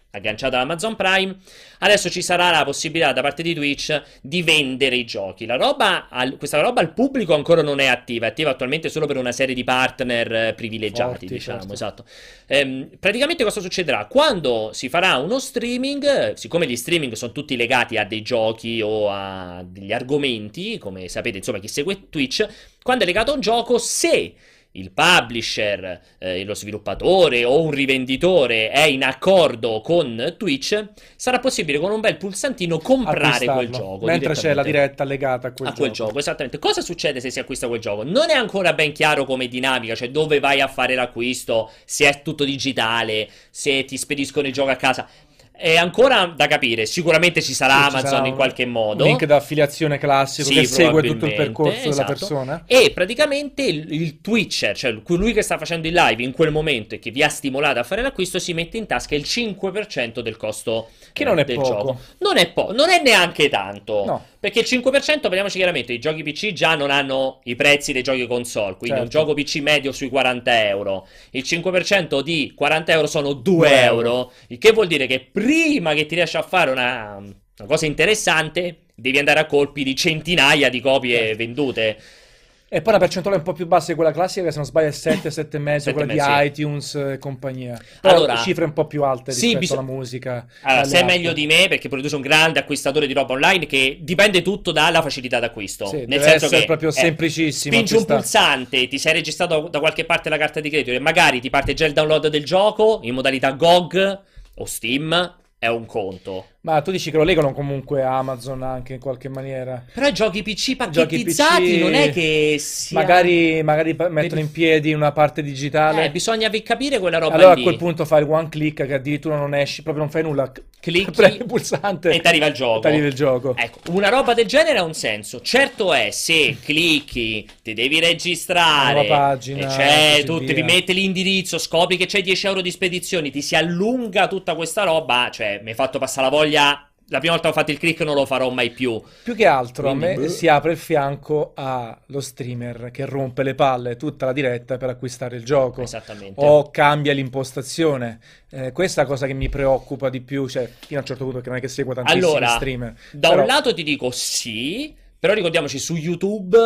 agganciata ad Amazon Prime, adesso ci sarà la possibilità da parte di Twitch di vendere i giochi. La roba, al, questa roba al pubblico ancora non è attiva, è attiva attualmente solo per una serie di partner eh, privilegiati, Forti, diciamo, forti. esatto. Ehm, praticamente cosa succederà? Quando si farà uno streaming, siccome gli streaming sono tutti legati a dei giochi o a degli argomenti, come sapete, insomma, chi segue Twitch, quando è legato a un gioco, se il publisher, eh, lo sviluppatore o un rivenditore è in accordo con Twitch, sarà possibile con un bel pulsantino comprare quel Acquistarlo, gioco mentre c'è la direttamente diretta legata a quel a quel gioco. gioco. Esattamente. Cosa succede se si acquista quel gioco? Non è ancora ben chiaro come dinamica, cioè dove vai a fare l'acquisto, se è tutto digitale, se ti spediscono il gioco a casa. È ancora da capire, sicuramente ci sarà Sì, ci Amazon sarà in un- qualche modo. Un link d'affiliazione classico Sì, che segue tutto il probabilmente, percorso della esatto. persona. E praticamente il, il Twitcher, cioè colui che sta facendo il live in quel momento e che vi ha stimolato a fare l'acquisto, si mette in tasca il cinque per cento del costo Che eh, non è del poco. gioco. Non è po', non è neanche tanto. No. Perché il cinque per cento, parliamoci chiaramente, i giochi P C già non hanno i prezzi dei giochi console, quindi un Certo. gioco P C medio sui quaranta euro. Il cinque per cento di quaranta euro sono due Due euro, il che vuol dire che prima che ti riesci a fare una, una cosa interessante, devi andare a colpi di centinaia di copie Certo. vendute. E poi una percentuale un po' più bassa di quella classica, che se non sbaglio è sette, sette e mezzo, Sette quella e di mezzo, sì. iTunes e compagnia. Però Allora, cifre un po' più alte sì, rispetto biso- alla musica. Allora, alle sei altre. meglio di me perché pure tu sei un grande acquistatore di roba online, che dipende tutto dalla facilità d'acquisto. Sì, Nel deve senso essere che proprio eh, semplicissimo spingi un acquistare. pulsante, ti sei registrato da qualche parte la carta di credito e magari ti parte già il download del gioco in modalità G O G o Steam, è un conto. Ma tu dici che lo legano comunque a Amazon anche in qualche maniera. Però i giochi P C Giochi pacchettizzati P C non è che sia... Magari, magari pa- mettono in piedi una parte digitale. Eh, bisogna vi- capire quella roba Allora lì. a quel punto fai il one click che addirittura non esci, proprio non fai nulla. Clicchi Premi il pulsante e ti arriva il gioco. ti arriva il gioco. Ecco, una roba del genere ha un senso. Certo è, se clicchi, ti devi registrare, Nuova pagina, e c'è, così tu ti via. rimetti l'indirizzo, scopri che c'è dieci euro di spedizioni, ti si allunga tutta questa roba, cioè mi hai fatto passare la voglia. La prima volta che ho fatto il click non lo farò mai più. Più che altro Quindi, a me boh. si apre il fianco allo streamer che rompe le palle tutta la diretta per acquistare il gioco. Esattamente. O cambia l'impostazione. Eh, questa è la cosa che mi preoccupa di più, cioè fino a un certo punto, perché non è che seguo tantissimi Allora, streamer. da Però- un lato ti dico sì, però ricordiamoci su YouTube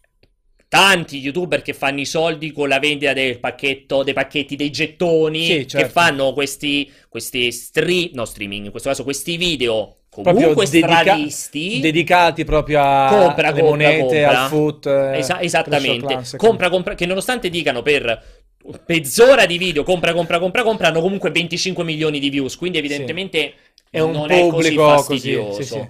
tanti YouTuber che fanno i soldi con la vendita del pacchetto, dei pacchetti, dei gettoni, Sì, che certo. fanno questi, questi stream, no streaming, in questo caso questi video proprio comunque dedica- stranisti. dedicati proprio a Compra, alle compra, monete, compra. al foot, eh, Esa- Clash of esattamente. Clans, Compra, compra, che nonostante dicano per mezz'ora di video compra, compra, compra, compra, hanno comunque venticinque milioni di views, quindi evidentemente È un non è così pubblico così, fastidioso. sì, sì.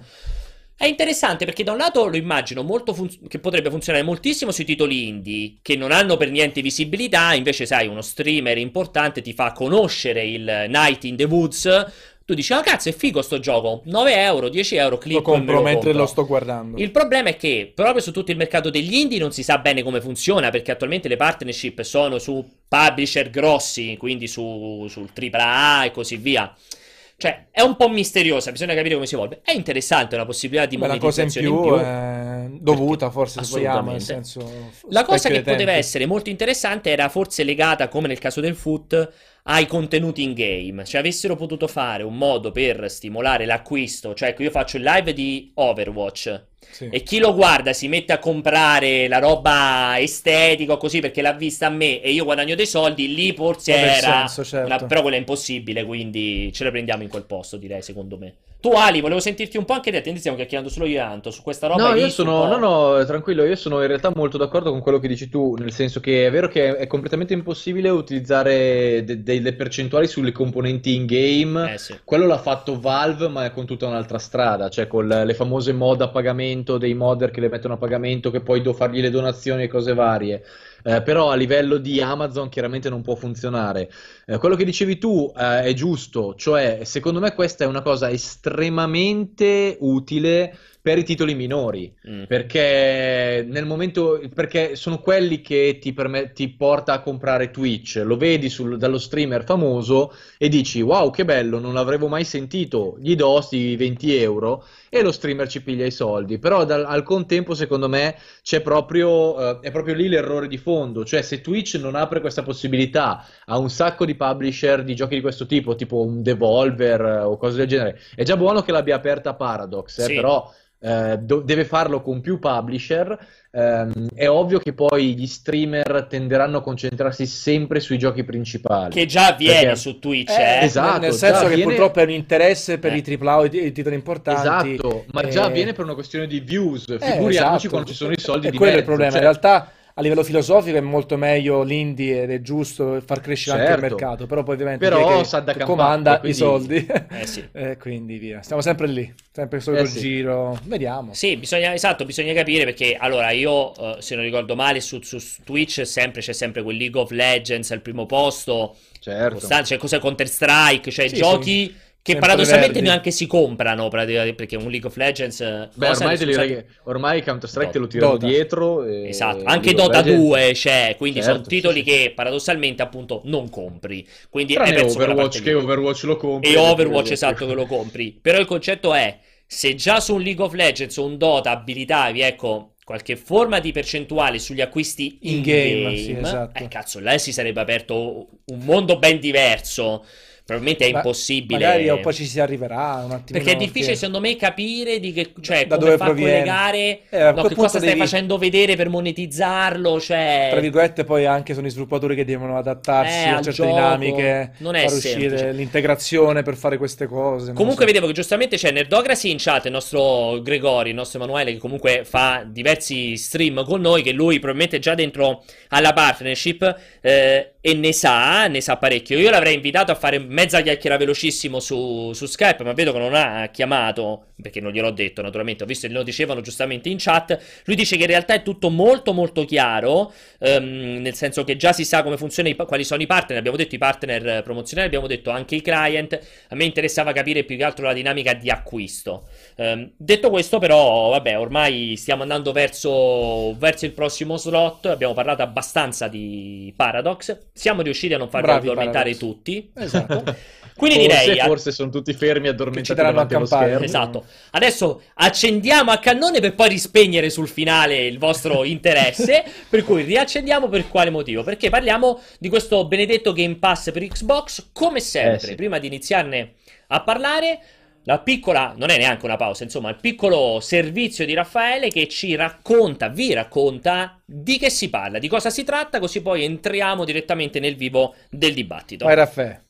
È interessante perché da un lato lo immagino molto fun- che potrebbe funzionare moltissimo sui titoli indie che non hanno per niente visibilità, invece sai, uno streamer importante ti fa conoscere il Night in the Woods, tu dici ah cazzo è figo sto gioco, nove euro, dieci euro, clicco Lo compro e me lo mentre compro. lo sto guardando. Il problema è che proprio su tutto il mercato degli indie non si sa bene come funziona, perché attualmente le partnership sono su publisher grossi, quindi su, sul tripla A e così via. Cioè, è un po' misteriosa, bisogna capire come si evolve. È interessante una possibilità di Beh, la cosa in monetizzazione più, in più. è dovuta, forse, se vogliamo, nel Assolutamente. senso... La cosa specchio che dei poteva tempi. essere molto interessante era forse legata, come nel caso del foot, ai contenuti in game. Cioè avessero potuto fare un modo per stimolare l'acquisto. Cioè che io faccio il live di Overwatch Sì. e chi lo guarda si mette a comprare la roba estetica o così perché l'ha vista a me e io guadagno dei soldi, lì forse Aveva era senso, certo. una- però quello è impossibile, quindi ce le prendiamo in quel posto, direi, secondo me. Tu Ali, volevo sentirti un po' anche te, attendi, stiamo chiacchierando solo io e Anto su questa roba. No, hai io visto un sono, po'? no, no, tranquillo, io sono in realtà molto d'accordo con quello che dici tu, nel senso che è vero che è completamente impossibile utilizzare de- delle percentuali sulle componenti in game. Eh sì. Quello l'ha fatto Valve, ma è con tutta un'altra strada, cioè con le le famose mod a pagamento, dei modder che le mettono a pagamento, che poi devo fargli le donazioni e cose varie. Eh, però a livello di Amazon chiaramente non può funzionare. Eh, quello che dicevi tu eh, è giusto, cioè secondo me questa è una cosa estremamente utile per i titoli minori, Mm. perché nel momento, perché sono quelli che ti, permet- ti porta a comprare Twitch, lo vedi sul- dallo streamer famoso e dici wow che bello, non l'avevo mai sentito, gli do sti venti euro e lo streamer ci piglia i soldi, però dal- al contempo secondo me c'è proprio, eh, è proprio lì l'errore di fondo. fondo, cioè se Twitch non apre questa possibilità a un sacco di publisher di giochi di questo tipo, tipo un Devolver eh, o cose del genere, è già buono che l'abbia aperta Paradox, eh, Sì. però eh, do- deve farlo con più publisher. Ehm, è ovvio che poi gli streamer tenderanno a concentrarsi sempre sui giochi principali. Che già avviene Perché- su Twitch, Eh, eh. esatto, nel, nel senso già che viene- purtroppo è un interesse per Eh. i tripla A o i, i titoli importanti. Esatto, ma eh, già avviene per una questione di views, eh, figuriamoci esatto. quando ci sono i soldi E di quello è il mezzo, problema. cioè- In realtà, a livello filosofico, è molto meglio l'indie ed è giusto far crescere anche il Certo. mercato. Però poi ovviamente Però chi è che, sa da che campare, comanda quindi- i soldi. Eh sì. E quindi via. Stiamo sempre lì, sempre il solito Eh sì. giro. Vediamo. Sì, bisogna, esatto, bisogna capire perché allora io, eh, se non ricordo male, su, su Twitch sempre, c'è sempre quel League of Legends al primo posto, Certo. costante, cioè cos'è Counter-Strike, cioè Sì, giochi sì. che Sempre paradossalmente verdi. neanche si comprano, praticamente, perché un League of Legends... eh, Beh, cosa ormai, ne- te li scusate? reg- ormai Counter-Strike te lo tirano Dota. dietro. E Esatto, anche League of Dota Legends- due c'è, quindi Certo, sono titoli sì, sì. che paradossalmente appunto non compri, quindi Tranne è verso quella Overwatch, parte che lì. Overwatch lo compri. E ed è Overwatch, quello. esatto, che lo compri. Però il concetto è, se già su un League of Legends o un Dota abilitavi, ecco, qualche forma di percentuale sugli acquisti in In game, game, sì, esatto. eh, cazzo, là si sarebbe aperto un mondo ben diverso. Probabilmente è Ma impossibile. Magari o poi ci si arriverà un attimo. Perché è difficile, secondo me, capire di che, cioè, Da come dove fa proviene. a collegare, Eh, a no, quel che punto cosa stai devi- facendo vedere per monetizzarlo, cioè... Tra virgolette, poi anche sono i sviluppatori che devono adattarsi Eh, a al certe gioco. dinamiche, Non è far uscire semplice. l'integrazione per fare queste cose. non Comunque lo so. vedevo che giustamente c'è Nerdocracy in chat, il nostro Gregori, il nostro Emanuele, che comunque fa diversi stream con noi, che lui probabilmente è già dentro alla partnership eh, e ne sa, ne sa parecchio. Io l'avrei invitato a fare mezza chiacchiera velocissimo su, su Skype, ma vedo che non ha chiamato, perché non gliel'ho detto naturalmente, ho visto che lo dicevano giustamente in chat. Lui dice che in realtà è tutto molto molto chiaro, ehm, nel senso che già si sa come funziona, i, quali sono i partner, abbiamo detto i partner promozionali, abbiamo detto anche i client. A me interessava capire più che altro la dinamica di acquisto. Ehm, detto questo, però, vabbè, ormai stiamo andando verso, verso il prossimo slot. Abbiamo parlato abbastanza di Paradox. Siamo riusciti a non farvi Bravi, addormentare Paradox. tutti. Esatto. Quindi Forse, direi. forse sono tutti fermi Che addormentati ci daranno davanti a allo campare. schermo. Esatto. Adesso accendiamo a cannone per poi rispegnere sul finale il vostro interesse. Per cui riaccendiamo per quale motivo? Perché parliamo di questo benedetto Game Pass per Xbox. Come sempre, Eh sì. prima di iniziarne a parlare, la piccola, non è neanche una pausa, insomma, il piccolo servizio di Raffaele che ci racconta, vi racconta di che si parla, di cosa si tratta, così poi entriamo direttamente nel vivo del dibattito. Vai Raffaele.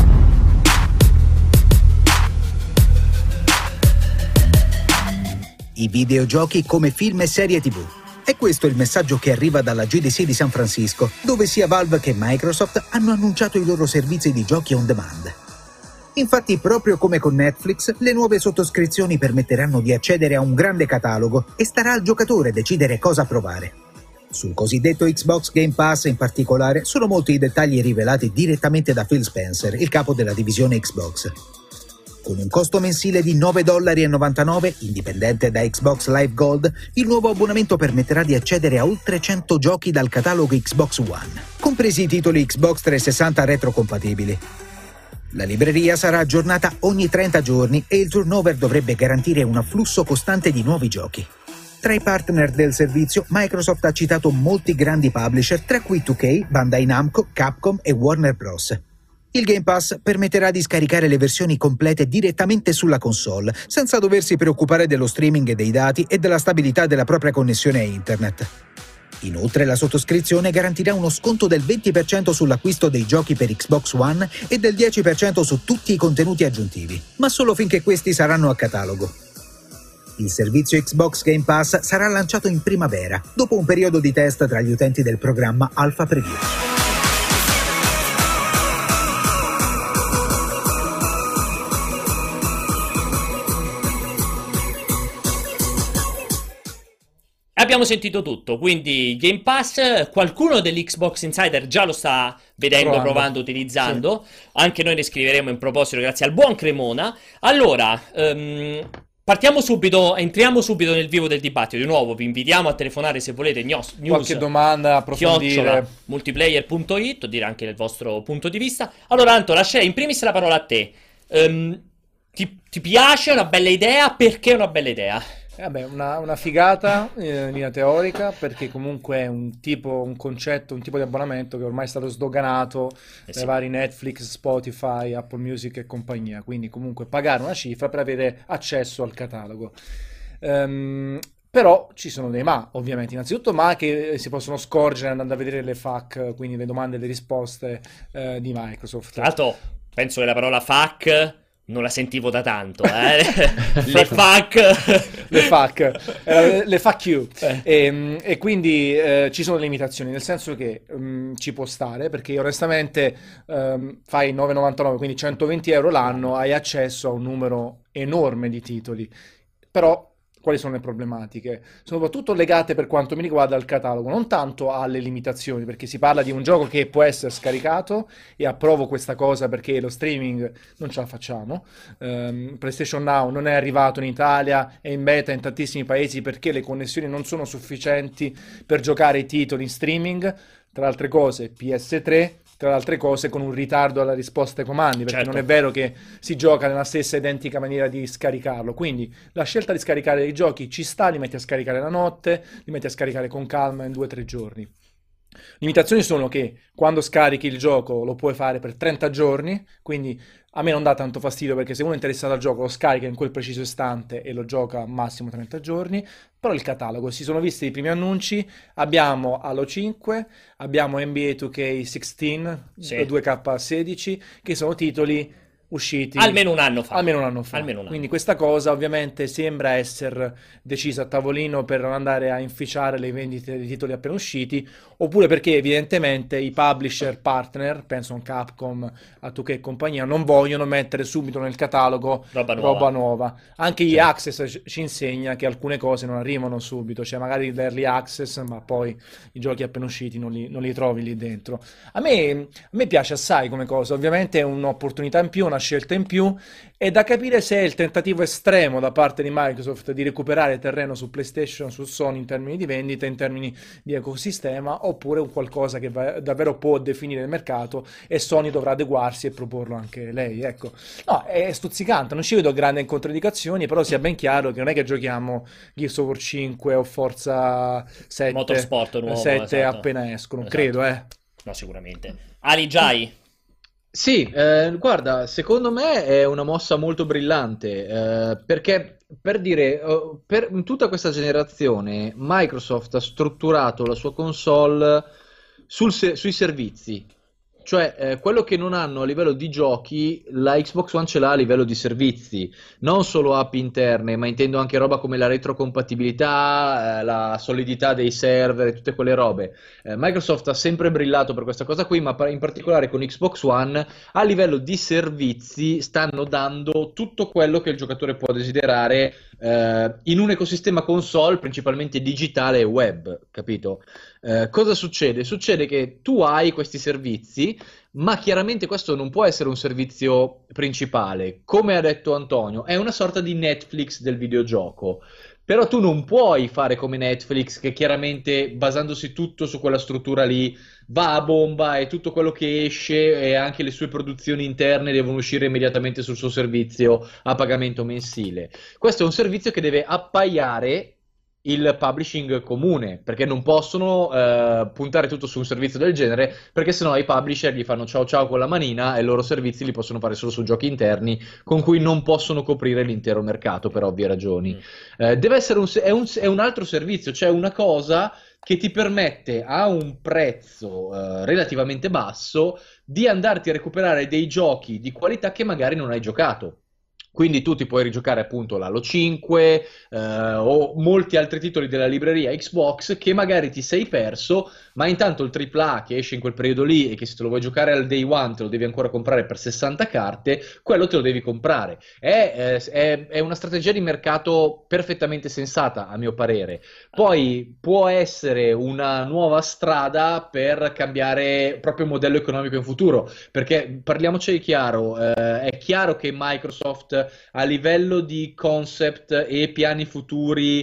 I videogiochi come film e serie tivù. E questo è il messaggio che arriva dalla G D C di San Francisco, dove sia Valve che Microsoft hanno annunciato i loro servizi di giochi on demand. Infatti, proprio come con Netflix, le nuove sottoscrizioni permetteranno di accedere a un grande catalogo e starà al giocatore decidere cosa provare. Sul cosiddetto Xbox Game Pass in particolare sono molti i dettagli rivelati direttamente da Phil Spencer, il capo della divisione Xbox. Con un costo mensile di nove virgola novantanove dollari, indipendente da Xbox Live Gold, il nuovo abbonamento permetterà di accedere a oltre cento giochi dal catalogo Xbox One, compresi i titoli Xbox trecentosessanta retrocompatibili. La libreria sarà aggiornata ogni trenta giorni e il turnover dovrebbe garantire un afflusso costante di nuovi giochi. Tra i partner del servizio, Microsoft ha citato molti grandi publisher, tra cui due K, Bandai Namco, Capcom e Warner Bros. Il Game Pass permetterà di scaricare le versioni complete direttamente sulla console, senza doversi preoccupare dello streaming dei dati e della stabilità della propria connessione a internet. Inoltre la sottoscrizione garantirà uno sconto del venti per cento sull'acquisto dei giochi per Xbox One e del dieci per cento su tutti i contenuti aggiuntivi, ma solo finché questi saranno a catalogo. Il servizio Xbox Game Pass sarà lanciato in primavera, dopo un periodo di test tra gli utenti del programma Alpha Preview. Abbiamo sentito tutto, quindi Game Pass, qualcuno dell'Xbox Insider già lo sta vedendo, Provando. provando, utilizzando, anche noi ne scriveremo in proposito grazie al buon Cremona. Allora, ehm, partiamo subito, entriamo subito nel vivo del dibattito, di nuovo vi invitiamo a telefonare se volete, news, Qualche domanda, chiocciola approfondire. multiplayer punto it, dire anche il vostro punto di vista. Allora Anto, lascerei in primis la parola a te. Ehm, ti, ti piace? È una bella idea? Perché è una bella idea? Eh, Vabbè, una, una figata eh, in linea teorica, perché comunque è un tipo, un concetto, un tipo di abbonamento che ormai è stato sdoganato Eh dai sì. vari Netflix, Spotify, Apple Music e compagnia. Quindi comunque pagare una cifra per avere accesso al catalogo. Ehm, Però ci sono dei ma, ovviamente. Innanzitutto ma che si possono scorgere andando a vedere le F A Q, quindi le domande e le risposte eh, di Tra Microsoft. l'altro, penso che la parola fuck non la sentivo da tanto, eh. Le fuck. Le F A Q, eh, le F A Q. Eh. E, e quindi eh, ci sono limitazioni, nel senso che mm, ci può stare, perché io onestamente ehm, fai nove virgola novantanove, quindi centoventi euro l'anno, hai accesso a un numero enorme di titoli. Però quali sono le problematiche? Sono soprattutto legate per quanto mi riguarda al catalogo, non tanto alle limitazioni, perché si parla di un gioco che può essere scaricato e approvo questa cosa perché lo streaming non ce la facciamo. Ehm, PlayStation Now non è arrivato in Italia, è in beta in tantissimi paesi perché le connessioni non sono sufficienti per giocare i titoli in streaming. Tra le altre cose, P S tre, tra le altre cose con un ritardo alla risposta ai comandi, perché non è Certo. vero che si gioca nella stessa identica maniera di scaricarlo. Quindi la scelta di scaricare i giochi ci sta, li metti a scaricare la notte, li metti a scaricare con calma in due o tre giorni. Limitazioni sono che quando scarichi il gioco lo puoi fare per trenta giorni, quindi a me non dà tanto fastidio perché se uno è interessato al gioco lo scarica in quel preciso istante e lo gioca massimo trenta giorni, però il catalogo, si sono visti i primi annunci, abbiamo Halo cinque, abbiamo N B A due K sedici, Sì. due K sedici, che sono titoli usciti Almeno un anno fa. almeno un anno fa. Almeno un anno. Quindi questa cosa ovviamente sembra essere decisa a tavolino per non andare a inficiare le vendite dei titoli appena usciti, oppure perché evidentemente i publisher partner, penso a un Capcom, a due K e compagnia, non vogliono mettere subito nel catalogo Roba nuova. roba nuova. Anche gli Sì. Access ci- ci insegna che alcune cose non arrivano subito, cioè magari l'early access, ma poi i giochi appena usciti non li, non li trovi lì dentro. A me, a me piace assai come cosa, ovviamente è un'opportunità in più, una scelta in più, è da capire se è il tentativo estremo da parte di Microsoft di recuperare terreno su PlayStation, su Sony in termini di vendita, in termini di ecosistema, oppure un qualcosa che va- davvero può definire il mercato e Sony dovrà adeguarsi e proporlo anche lei, ecco. No, è stuzzicante, non ci vedo grandi controindicazioni, però sia ben chiaro che non è che giochiamo Gears of War cinque o Forza sette, Motorsport nuovo, sette esatto. appena escono, Esatto. credo, eh. No, sicuramente. Ali Jai. Sì, eh, guarda, secondo me è una mossa molto brillante, eh, perché per dire, eh, per in tutta questa generazione Microsoft ha strutturato la sua console sul se- sui servizi, cioè eh, quello che non hanno a livello di giochi, la Xbox One ce l'ha a livello di servizi, non solo app interne, ma intendo anche roba come la retrocompatibilità, eh, la solidità dei server e tutte quelle robe. Eh, Microsoft ha sempre brillato per questa cosa qui, ma pa- in particolare con Xbox One a livello di servizi stanno dando tutto quello che il giocatore può desiderare eh, in un ecosistema console principalmente digitale e web, capito? Eh, cosa succede? Succede che tu hai questi servizi, ma chiaramente questo non può essere un servizio principale. Come ha detto Antonio, è una sorta di Netflix del videogioco. Però tu non puoi fare come Netflix, che chiaramente basandosi tutto su quella struttura lì va a bomba e tutto quello che esce e anche le sue produzioni interne devono uscire immediatamente sul suo servizio a pagamento mensile. Questo è un servizio che deve appaiare il publishing comune, perché non possono eh, puntare tutto su un servizio del genere, perché sennò i publisher gli fanno ciao ciao con la manina e i loro servizi li possono fare solo su giochi interni con cui non possono coprire l'intero mercato per ovvie ragioni. Mm. Eh, deve essere un, se- è un, è un altro servizio, cioè una cosa che ti permette a un prezzo eh, relativamente basso di andarti a recuperare dei giochi di qualità che magari non hai giocato. Quindi tu ti puoi rigiocare appunto l'Halo cinque eh, o molti altri titoli della libreria Xbox che magari ti sei perso, ma intanto il tripla A che esce in quel periodo lì e che se te lo vuoi giocare al day one te lo devi ancora comprare per sessanta carte, quello te lo devi comprare. È, eh, è- è una strategia di mercato perfettamente sensata, a mio parere. Poi può essere una nuova strada per cambiare proprio modello economico in futuro, perché parliamoci chiaro, eh, è chiaro che Microsoft a livello di concept e piani futuri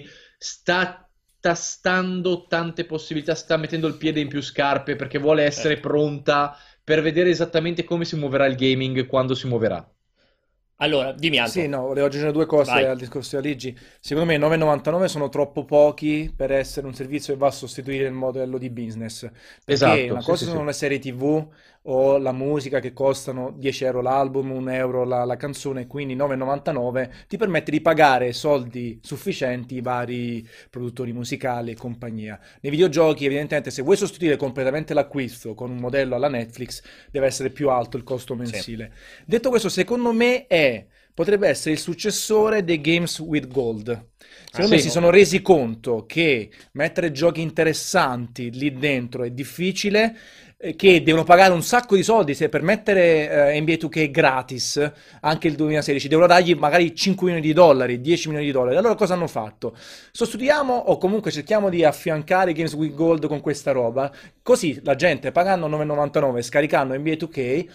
sta tastando tante possibilità, sta mettendo il piede in più scarpe perché vuole essere Certo. pronta per vedere esattamente come si muoverà il gaming quando si muoverà. Allora, dimmi Anto. Sì, no, volevo aggiungere due cose Vai. al discorso di Aligi. Secondo me nove e novantanove sono troppo pochi per essere un servizio che va a sostituire il modello di business. Perché Esatto, una sì, cosa sì, sono sì. le serie T V o la musica che costano dieci euro l'album, un euro la, la canzone, quindi nove e novantanove ti permette di pagare soldi sufficienti i vari produttori musicali e compagnia. Nei videogiochi, evidentemente, se vuoi sostituire completamente l'acquisto con un modello alla Netflix, deve essere più alto il costo Sì. mensile. Detto questo, secondo me è, potrebbe essere il successore dei Games with Gold. Ah, Secondo me sì? si sono resi conto che mettere giochi interessanti lì dentro è difficile, eh, che devono pagare un sacco di soldi se per mettere eh, N B A due K gratis anche il duemilasedici devono dargli magari cinque milioni di dollari, dieci milioni di dollari. Allora cosa hanno fatto? Sostituiamo o comunque cerchiamo di affiancare i Games with Gold con questa roba, così la gente pagando nove e novantanove scaricando N B A due K eh,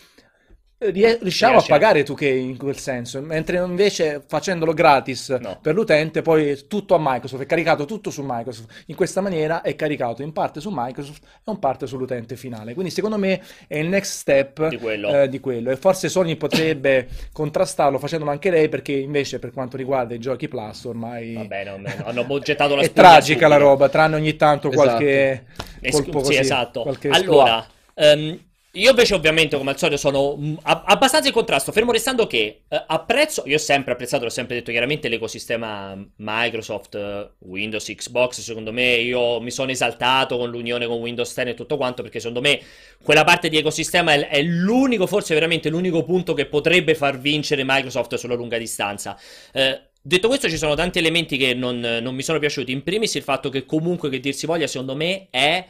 rie- riusciamo a Riesce a... pagare due K in quel senso, mentre invece facendolo gratis No. per l'utente poi è tutto a Microsoft, è caricato tutto su Microsoft. In questa maniera è caricato in parte su Microsoft e in parte sull'utente finale. Quindi secondo me è il next step Di quello. eh, di quello e forse Sony potrebbe contrastarlo facendolo anche lei perché invece per quanto riguarda i giochi Plus ormai Vabbè, no, no, hanno gettato la è spugna tragica la subito. roba, tranne ogni tanto Esatto. qualche Es- colpo sì, così, esatto. qualche Allora, ehm, io invece ovviamente come al solito sono mm, a- abbastanza in contrasto, fermo restando che eh, apprezzo, io ho sempre apprezzato, l'ho sempre detto chiaramente, l'ecosistema Microsoft, eh, Windows, Xbox, secondo me io mi sono esaltato con l'unione con Windows dieci e tutto quanto, perché secondo me quella parte di ecosistema è, è l'unico, forse veramente l'unico punto che potrebbe far vincere Microsoft sulla lunga distanza. Eh, Detto questo, ci sono tanti elementi che non, non mi sono piaciuti. In primis il fatto che comunque, che dir si voglia, secondo me è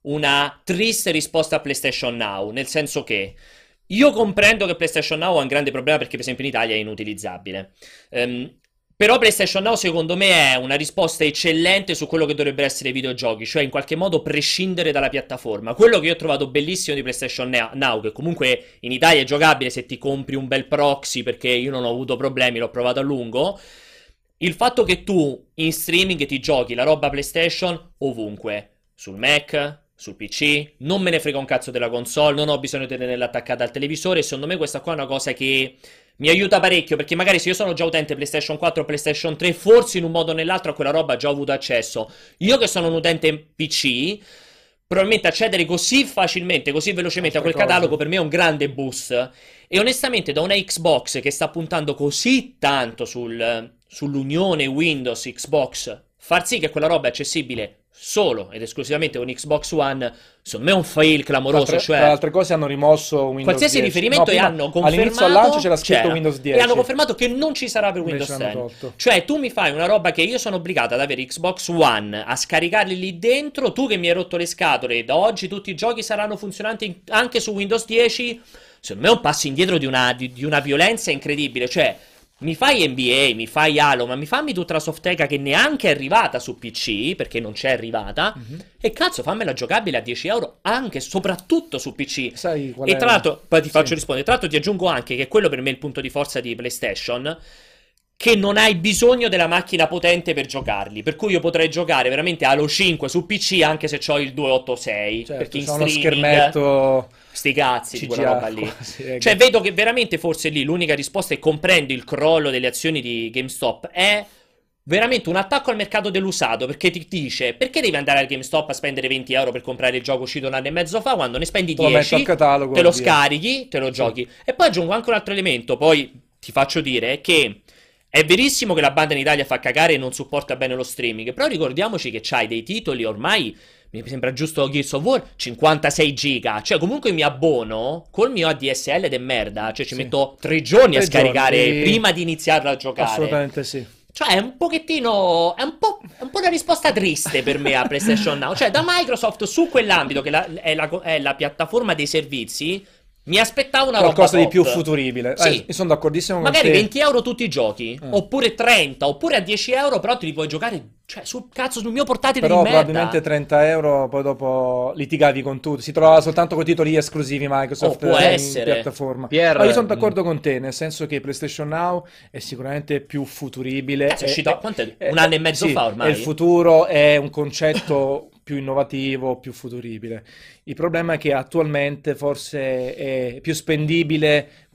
una triste risposta a PlayStation Now, nel senso che io comprendo che PlayStation Now ha un grande problema perché per esempio in Italia è inutilizzabile. Ehm, però PlayStation Now secondo me è una risposta eccellente su quello che dovrebbero essere i videogiochi, cioè in qualche modo prescindere dalla piattaforma. Quello che io ho trovato bellissimo di PlayStation Now, che comunque in Italia è giocabile se ti compri un bel proxy, perché io non ho avuto problemi, l'ho provato a lungo, il fatto che tu in streaming ti giochi la roba PlayStation ovunque, sul Mac, sul P C, non me ne frega un cazzo della console, non ho bisogno di tenerla attaccata al televisore, e secondo me questa qua è una cosa che mi aiuta parecchio, perché magari se io sono già utente PlayStation quattro o PlayStation tre, forse in un modo o nell'altro a quella roba già ho avuto accesso. Io che sono un utente P C, probabilmente accedere così facilmente, così velocemente a quel Altre cose. catalogo per me è un grande boost. E onestamente da una Xbox che sta puntando così tanto sul, sull'unione Windows Xbox, far sì che quella roba è accessibile solo ed esclusivamente con Xbox One, secondo me è un fail Tra, clamoroso, altre- cioè tra le altre cose hanno rimosso Windows qualsiasi dieci. riferimento No, e prima, hanno confermato all'inizio al lancio c'era scritto c'era, Windows e dieci. hanno confermato che non ci sarà per Windows Invece l'hanno dieci. tolto. Cioè tu mi fai una roba che io sono obbligato ad avere Xbox One a scaricarli lì dentro, tu che mi hai rotto le scatole, da oggi tutti i giochi saranno funzionanti anche su Windows dieci. Secondo me è un passo indietro di una, di, di una violenza incredibile. Cioè mi fai N B A, mi fai Halo, ma mi fammi tutta la softeca che neanche è arrivata su P C, perché non c'è arrivata, Mhm. e cazzo fammela giocabile a dieci euro anche, soprattutto su P C. Sai qual E è? tra l'altro, poi ti Sì. faccio rispondere, tra l'altro ti aggiungo anche che quello per me è il punto di forza di PlayStation, che non hai bisogno della macchina potente per giocarli, per cui io potrei giocare veramente Halo cinque su P C anche se ho il duecentoottantasei, Certo, perché in c'ha uno streaming, schermetto sti cazzi di C G A quella roba lì. quasi, eh, Cioè vedo che veramente forse lì l'unica risposta, e comprendo il crollo delle azioni di GameStop, è veramente un attacco al mercato dell'usato, perché ti dice perché devi andare al GameStop a spendere venti euro per comprare il gioco uscito un anno e mezzo fa, quando ne spendi te lo metto dieci, al catalogo te lo e via. scarichi, te lo Sì. giochi. E poi aggiungo anche un altro elemento, poi ti faccio dire che è verissimo che la banda in Italia fa cagare e non supporta bene lo streaming, però ricordiamoci che c'hai dei titoli ormai, mi sembra giusto Gears of War, cinquantasei giga, cioè comunque mi abbono col mio A D S L ed è merda, cioè ci Sì. metto tre giorni a Tre scaricare giorni. prima di iniziarlo a giocare. Assolutamente sì. Cioè è un pochettino, è un po', è un po' una risposta triste per me a PlayStation Now, cioè da Microsoft su quell'ambito che la- è, la, è la piattaforma dei servizi, mi aspettavo una roba Qualcosa di top. più futuribile. Sì. Eh, io sono d'accordissimo con Magari te. venti euro tutti i giochi, Eh. oppure trenta, oppure a dieci euro, però te li puoi giocare, cioè, sul cazzo, sul mio portatile Però di merda. probabilmente trenta euro poi dopo litigavi con tutti. Si trovava soltanto con titoli esclusivi Microsoft Oh, può eh, in essere. piattaforma. Pier, Ma io sono mm, d'accordo con te, nel senso che PlayStation Now è sicuramente più futuribile. Cazzo, è e- uscito- e- quanto è? e- Un anno e mezzo sì, fa ormai? E il futuro è un concetto più innovativo, più futuribile. Il problema è che attualmente forse è più spendibile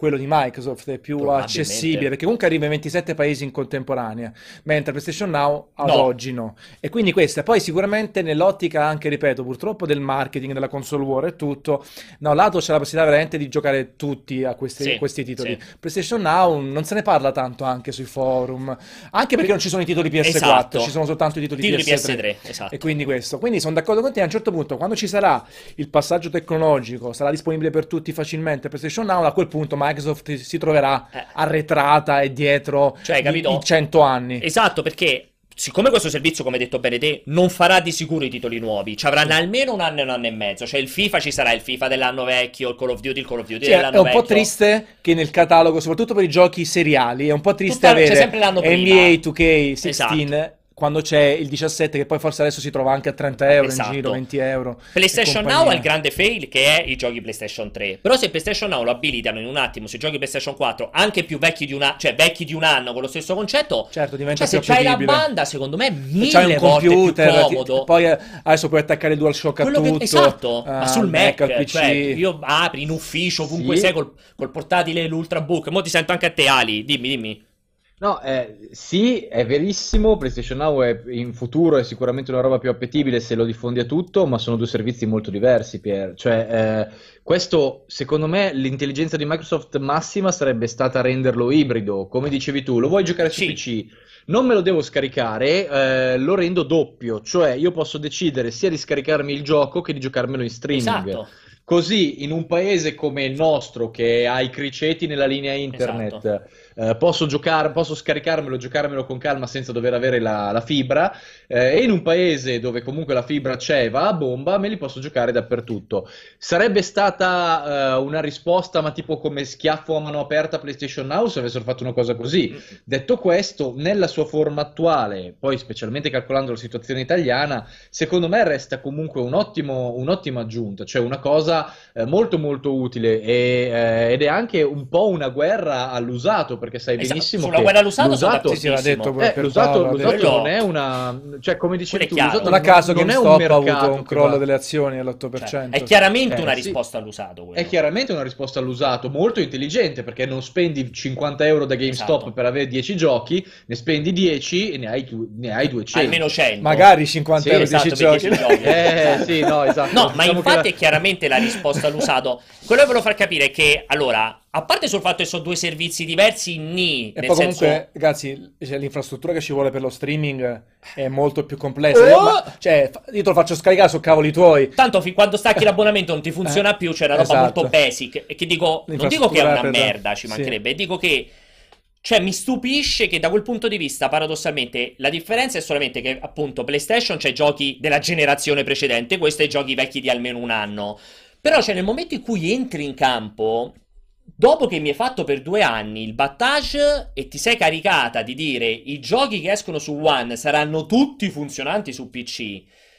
quello di Microsoft è più Probabilmente. accessibile, perché comunque arriva in ventisette paesi in contemporanea, mentre PlayStation Now ad No. oggi no. E quindi questa, poi sicuramente nell'ottica anche, ripeto, purtroppo del marketing, della console war e tutto, da un lato c'è la possibilità veramente di giocare tutti a questi, Sì, questi titoli. sì. PlayStation Now non se ne parla tanto anche sui forum, anche perché non ci sono i titoli P S quattro, Esatto. ci sono soltanto i titoli, Titoli P S tre. P S tre, esatto. E quindi questo. Quindi sono d'accordo con te, a un certo punto, quando ci sarà il passaggio tecnologico, sarà disponibile per tutti facilmente PlayStation Now, a quel punto Microsoft si troverà Eh. arretrata e dietro Cioè, i- capito? i cento anni. Esatto, perché siccome questo servizio, come hai detto bene te, non farà di sicuro i titoli nuovi, ci avranno almeno un anno e un anno e mezzo. Cioè il FIFA ci sarà il FIFA dell'anno vecchio, il Call of Duty, il Call of Duty Sì, è dell'anno un po' vecchio. triste che nel catalogo, soprattutto per i giochi seriali, è un po' triste Tutt'anno- c'è avere sempre l'anno N B prima. A due K dodici Esatto. quando c'è il diciassette, che poi forse adesso si trova anche a trenta euro Esatto. in giro, venti euro. PlayStation e Now compagnia. ha il grande fail che è i giochi PlayStation tre. Però se PlayStation Now lo abilitano in un attimo sui giochi PlayStation quattro, anche più vecchi di un anno, cioè vecchi di un anno con lo stesso concetto, Certo, diventa cioè più se c'hai la appetibile. banda, secondo me è Se mille c'hai un volte computer, più ti- comodo. poi eh, adesso puoi attaccare il DualShock a Quello che- tutto, esatto, eh, ma sul al Mac, al P C. cioè io apri in ufficio, ovunque Sì. sei col, col portatile, l'Ultrabook. Mo ti sento anche a te, Ali, dimmi, dimmi. No, eh, sì, è verissimo, PlayStation Now è, in futuro è sicuramente una roba più appetibile se lo diffondi a tutto, ma sono due servizi molto diversi, Pier. Cioè, eh, questo, secondo me, l'intelligenza di Microsoft massima sarebbe stata renderlo ibrido, come dicevi tu, lo vuoi giocare su Sì. P C? Non me lo devo scaricare, eh, lo rendo doppio, cioè io posso decidere sia di scaricarmi il gioco che di giocarmelo in streaming. Esatto. Così, in un paese come il nostro, che ha i criceti nella linea internet, Esatto. eh, posso giocare, posso scaricarmelo, giocarmelo con calma senza dover avere la, la fibra, eh, e in un paese dove comunque la fibra c'è, va a bomba, me li posso giocare dappertutto. Sarebbe stata eh, una risposta, ma tipo come schiaffo a mano aperta PlayStation Now se avessero fatto una cosa così. Detto questo, nella sua forma attuale, poi specialmente calcolando la situazione italiana, secondo me resta comunque un ottimo, un'ottima aggiunta, cioè una cosa eh, molto molto utile e, eh, ed è anche un po' una guerra all'usato, perché sai Esatto, benissimo sulla che guerra all'usato sono l'usato, Sì, sì, l'ha detto d'accordissimo. pure eh, per l'usato, Paolo, ha l'usato detto. Quello- non è una, cioè come dicevi tu, Quello è chiaro. l'usato Non a caso non è un GameStop ha avuto mercato un che crollo va- delle azioni all'otto per cento. Cioè, è chiaramente Eh, una sì. risposta all'usato quello. È chiaramente una risposta all'usato molto intelligente, perché non spendi cinquanta euro da GameStop Esatto. per avere dieci giochi, ne spendi dieci e ne hai, tu- ne hai duecento. Almeno cento. Magari cinquanta Sì, euro esatto, dieci per giochi. dieci giochi. Eh sì, no, esatto. No, ma Diciamo che infatti la- è chiaramente la risposta all'usato. Quello che volevo far capire è che, allora, a parte sul fatto che sono due servizi diversi, ni, E nel poi senso... comunque, ragazzi, cioè, l'infrastruttura che ci vuole per lo streaming è molto più complessa. Oh! Io, ma- cioè, fa- io te lo faccio scaricare su cavoli tuoi. Tanto fin quando stacchi l'abbonamento non ti funziona Eh, più, c'è una roba esatto. molto basic. E che dico, non dico che è L'infrastruttura una per- merda, ci sì. mancherebbe, dico che... Cioè, mi stupisce che da quel punto di vista, paradossalmente, la differenza è solamente che, appunto, PlayStation c'è giochi della generazione precedente, questo è giochi vecchi di almeno un anno. Però, cioè, nel momento in cui entri in campo, dopo che mi hai fatto per due anni il battage e ti sei caricata di dire i giochi che escono su One saranno tutti funzionanti su P C,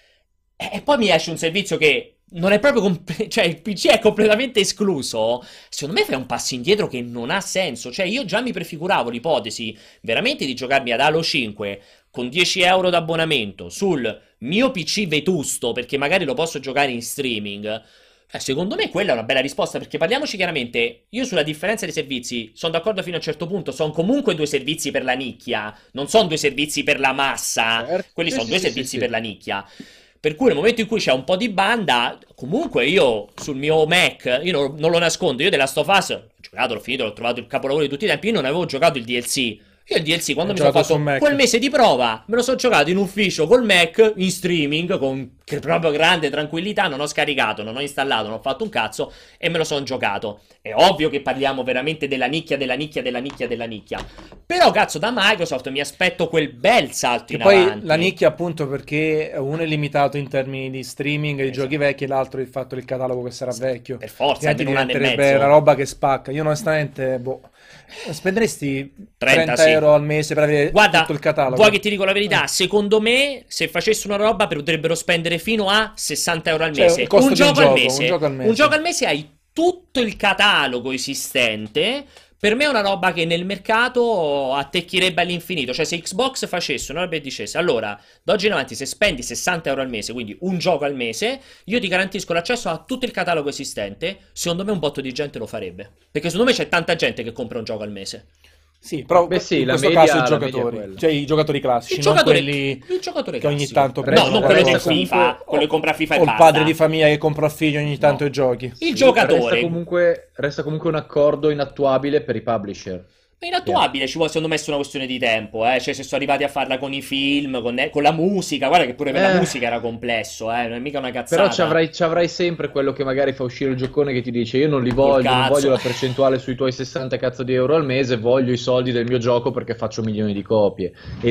e poi mi esce un servizio che non è proprio comple- cioè il P C è completamente escluso, secondo me fai un passo indietro che non ha senso. Cioè io già mi prefiguravo l'ipotesi veramente di giocarmi ad Halo cinque con dieci euro d'abbonamento sul mio P C vetusto, perché magari lo posso giocare in streaming. Cioè, secondo me quella è una bella risposta, perché parliamoci chiaramente, io sulla differenza dei servizi sono d'accordo fino a un certo punto, sono comunque due servizi per la nicchia, non sono due servizi per la massa, Certo. quelli Sì, sono sì, due sì, servizi sì, sì. per la nicchia. Per cui nel momento in cui c'è un po' di banda, comunque io sul mio Mac, io non, non lo nascondo, io The Last of Us ho giocato, l'ho finito, l'ho trovato il capolavoro di tutti i tempi, io non avevo giocato il D L C. Io il D L C quando Ho mi sono giocato fatto su Mac. quel mese di prova, me lo sono giocato in ufficio col Mac, in streaming, con che proprio grande tranquillità, non ho scaricato, non ho installato, non ho fatto un cazzo e me lo sono giocato. È ovvio che parliamo veramente della nicchia, della nicchia, della nicchia, della nicchia. Però cazzo da Microsoft mi aspetto quel bel salto E in poi avanti. la nicchia appunto perché uno è limitato in termini di streaming di Esatto. giochi vecchi e l'altro il fatto del catalogo che sarà vecchio. Per forza, Altrimenti almeno un anno e diventerebbe mezzo. una roba che spacca. Io onestamente, boh, spenderesti trenta, trenta sì. euro al mese per avere Guarda, tutto il catalogo? vuoi che ti dico la verità? Eh. Secondo me, se facessero una roba, potrebbero spendere fino a sessanta euro al Cioè, mese. il costo un, di un gioco al gioco, mese. un gioco al mese. Un gioco al mese hai tutto il catalogo esistente. Per me è una roba che nel mercato attecchirebbe all'infinito. Cioè, se Xbox facesse una roba e dicesse: allora, da oggi in avanti, se spendi sessanta euro al mese, quindi un gioco al mese, io ti garantisco l'accesso a tutto il catalogo esistente, secondo me un botto di gente lo farebbe. Perché secondo me c'è tanta gente che compra un gioco al mese. Sì, però Beh, sì, in la questo media- caso i la media è giocatori, quella. cioè i giocatori classici, Il non giocatore, quelli il giocatore che ogni classico. tanto No, prendono non quello di qualcosa. FIFA, quello che compra FIFA e o il basta. padre di famiglia che compra al figlio ogni tanto No. i giochi. Il Resta giocatore. comunque, resta comunque un accordo inattuabile per i publisher. È inattuabile, ci vuole secondo me è una questione di tempo, eh. Cioè, se sono arrivati a farla con i film, con, con la musica, guarda che pure per la Eh. musica era complesso, eh. Non è mica una cazzata. Però ci avrai, ci avrai sempre quello che magari fa uscire il giocone che ti dice: io non li voglio, non cazzo. voglio la percentuale sui tuoi sessanta cazzo di euro al mese, voglio i soldi del mio gioco perché faccio milioni di copie. E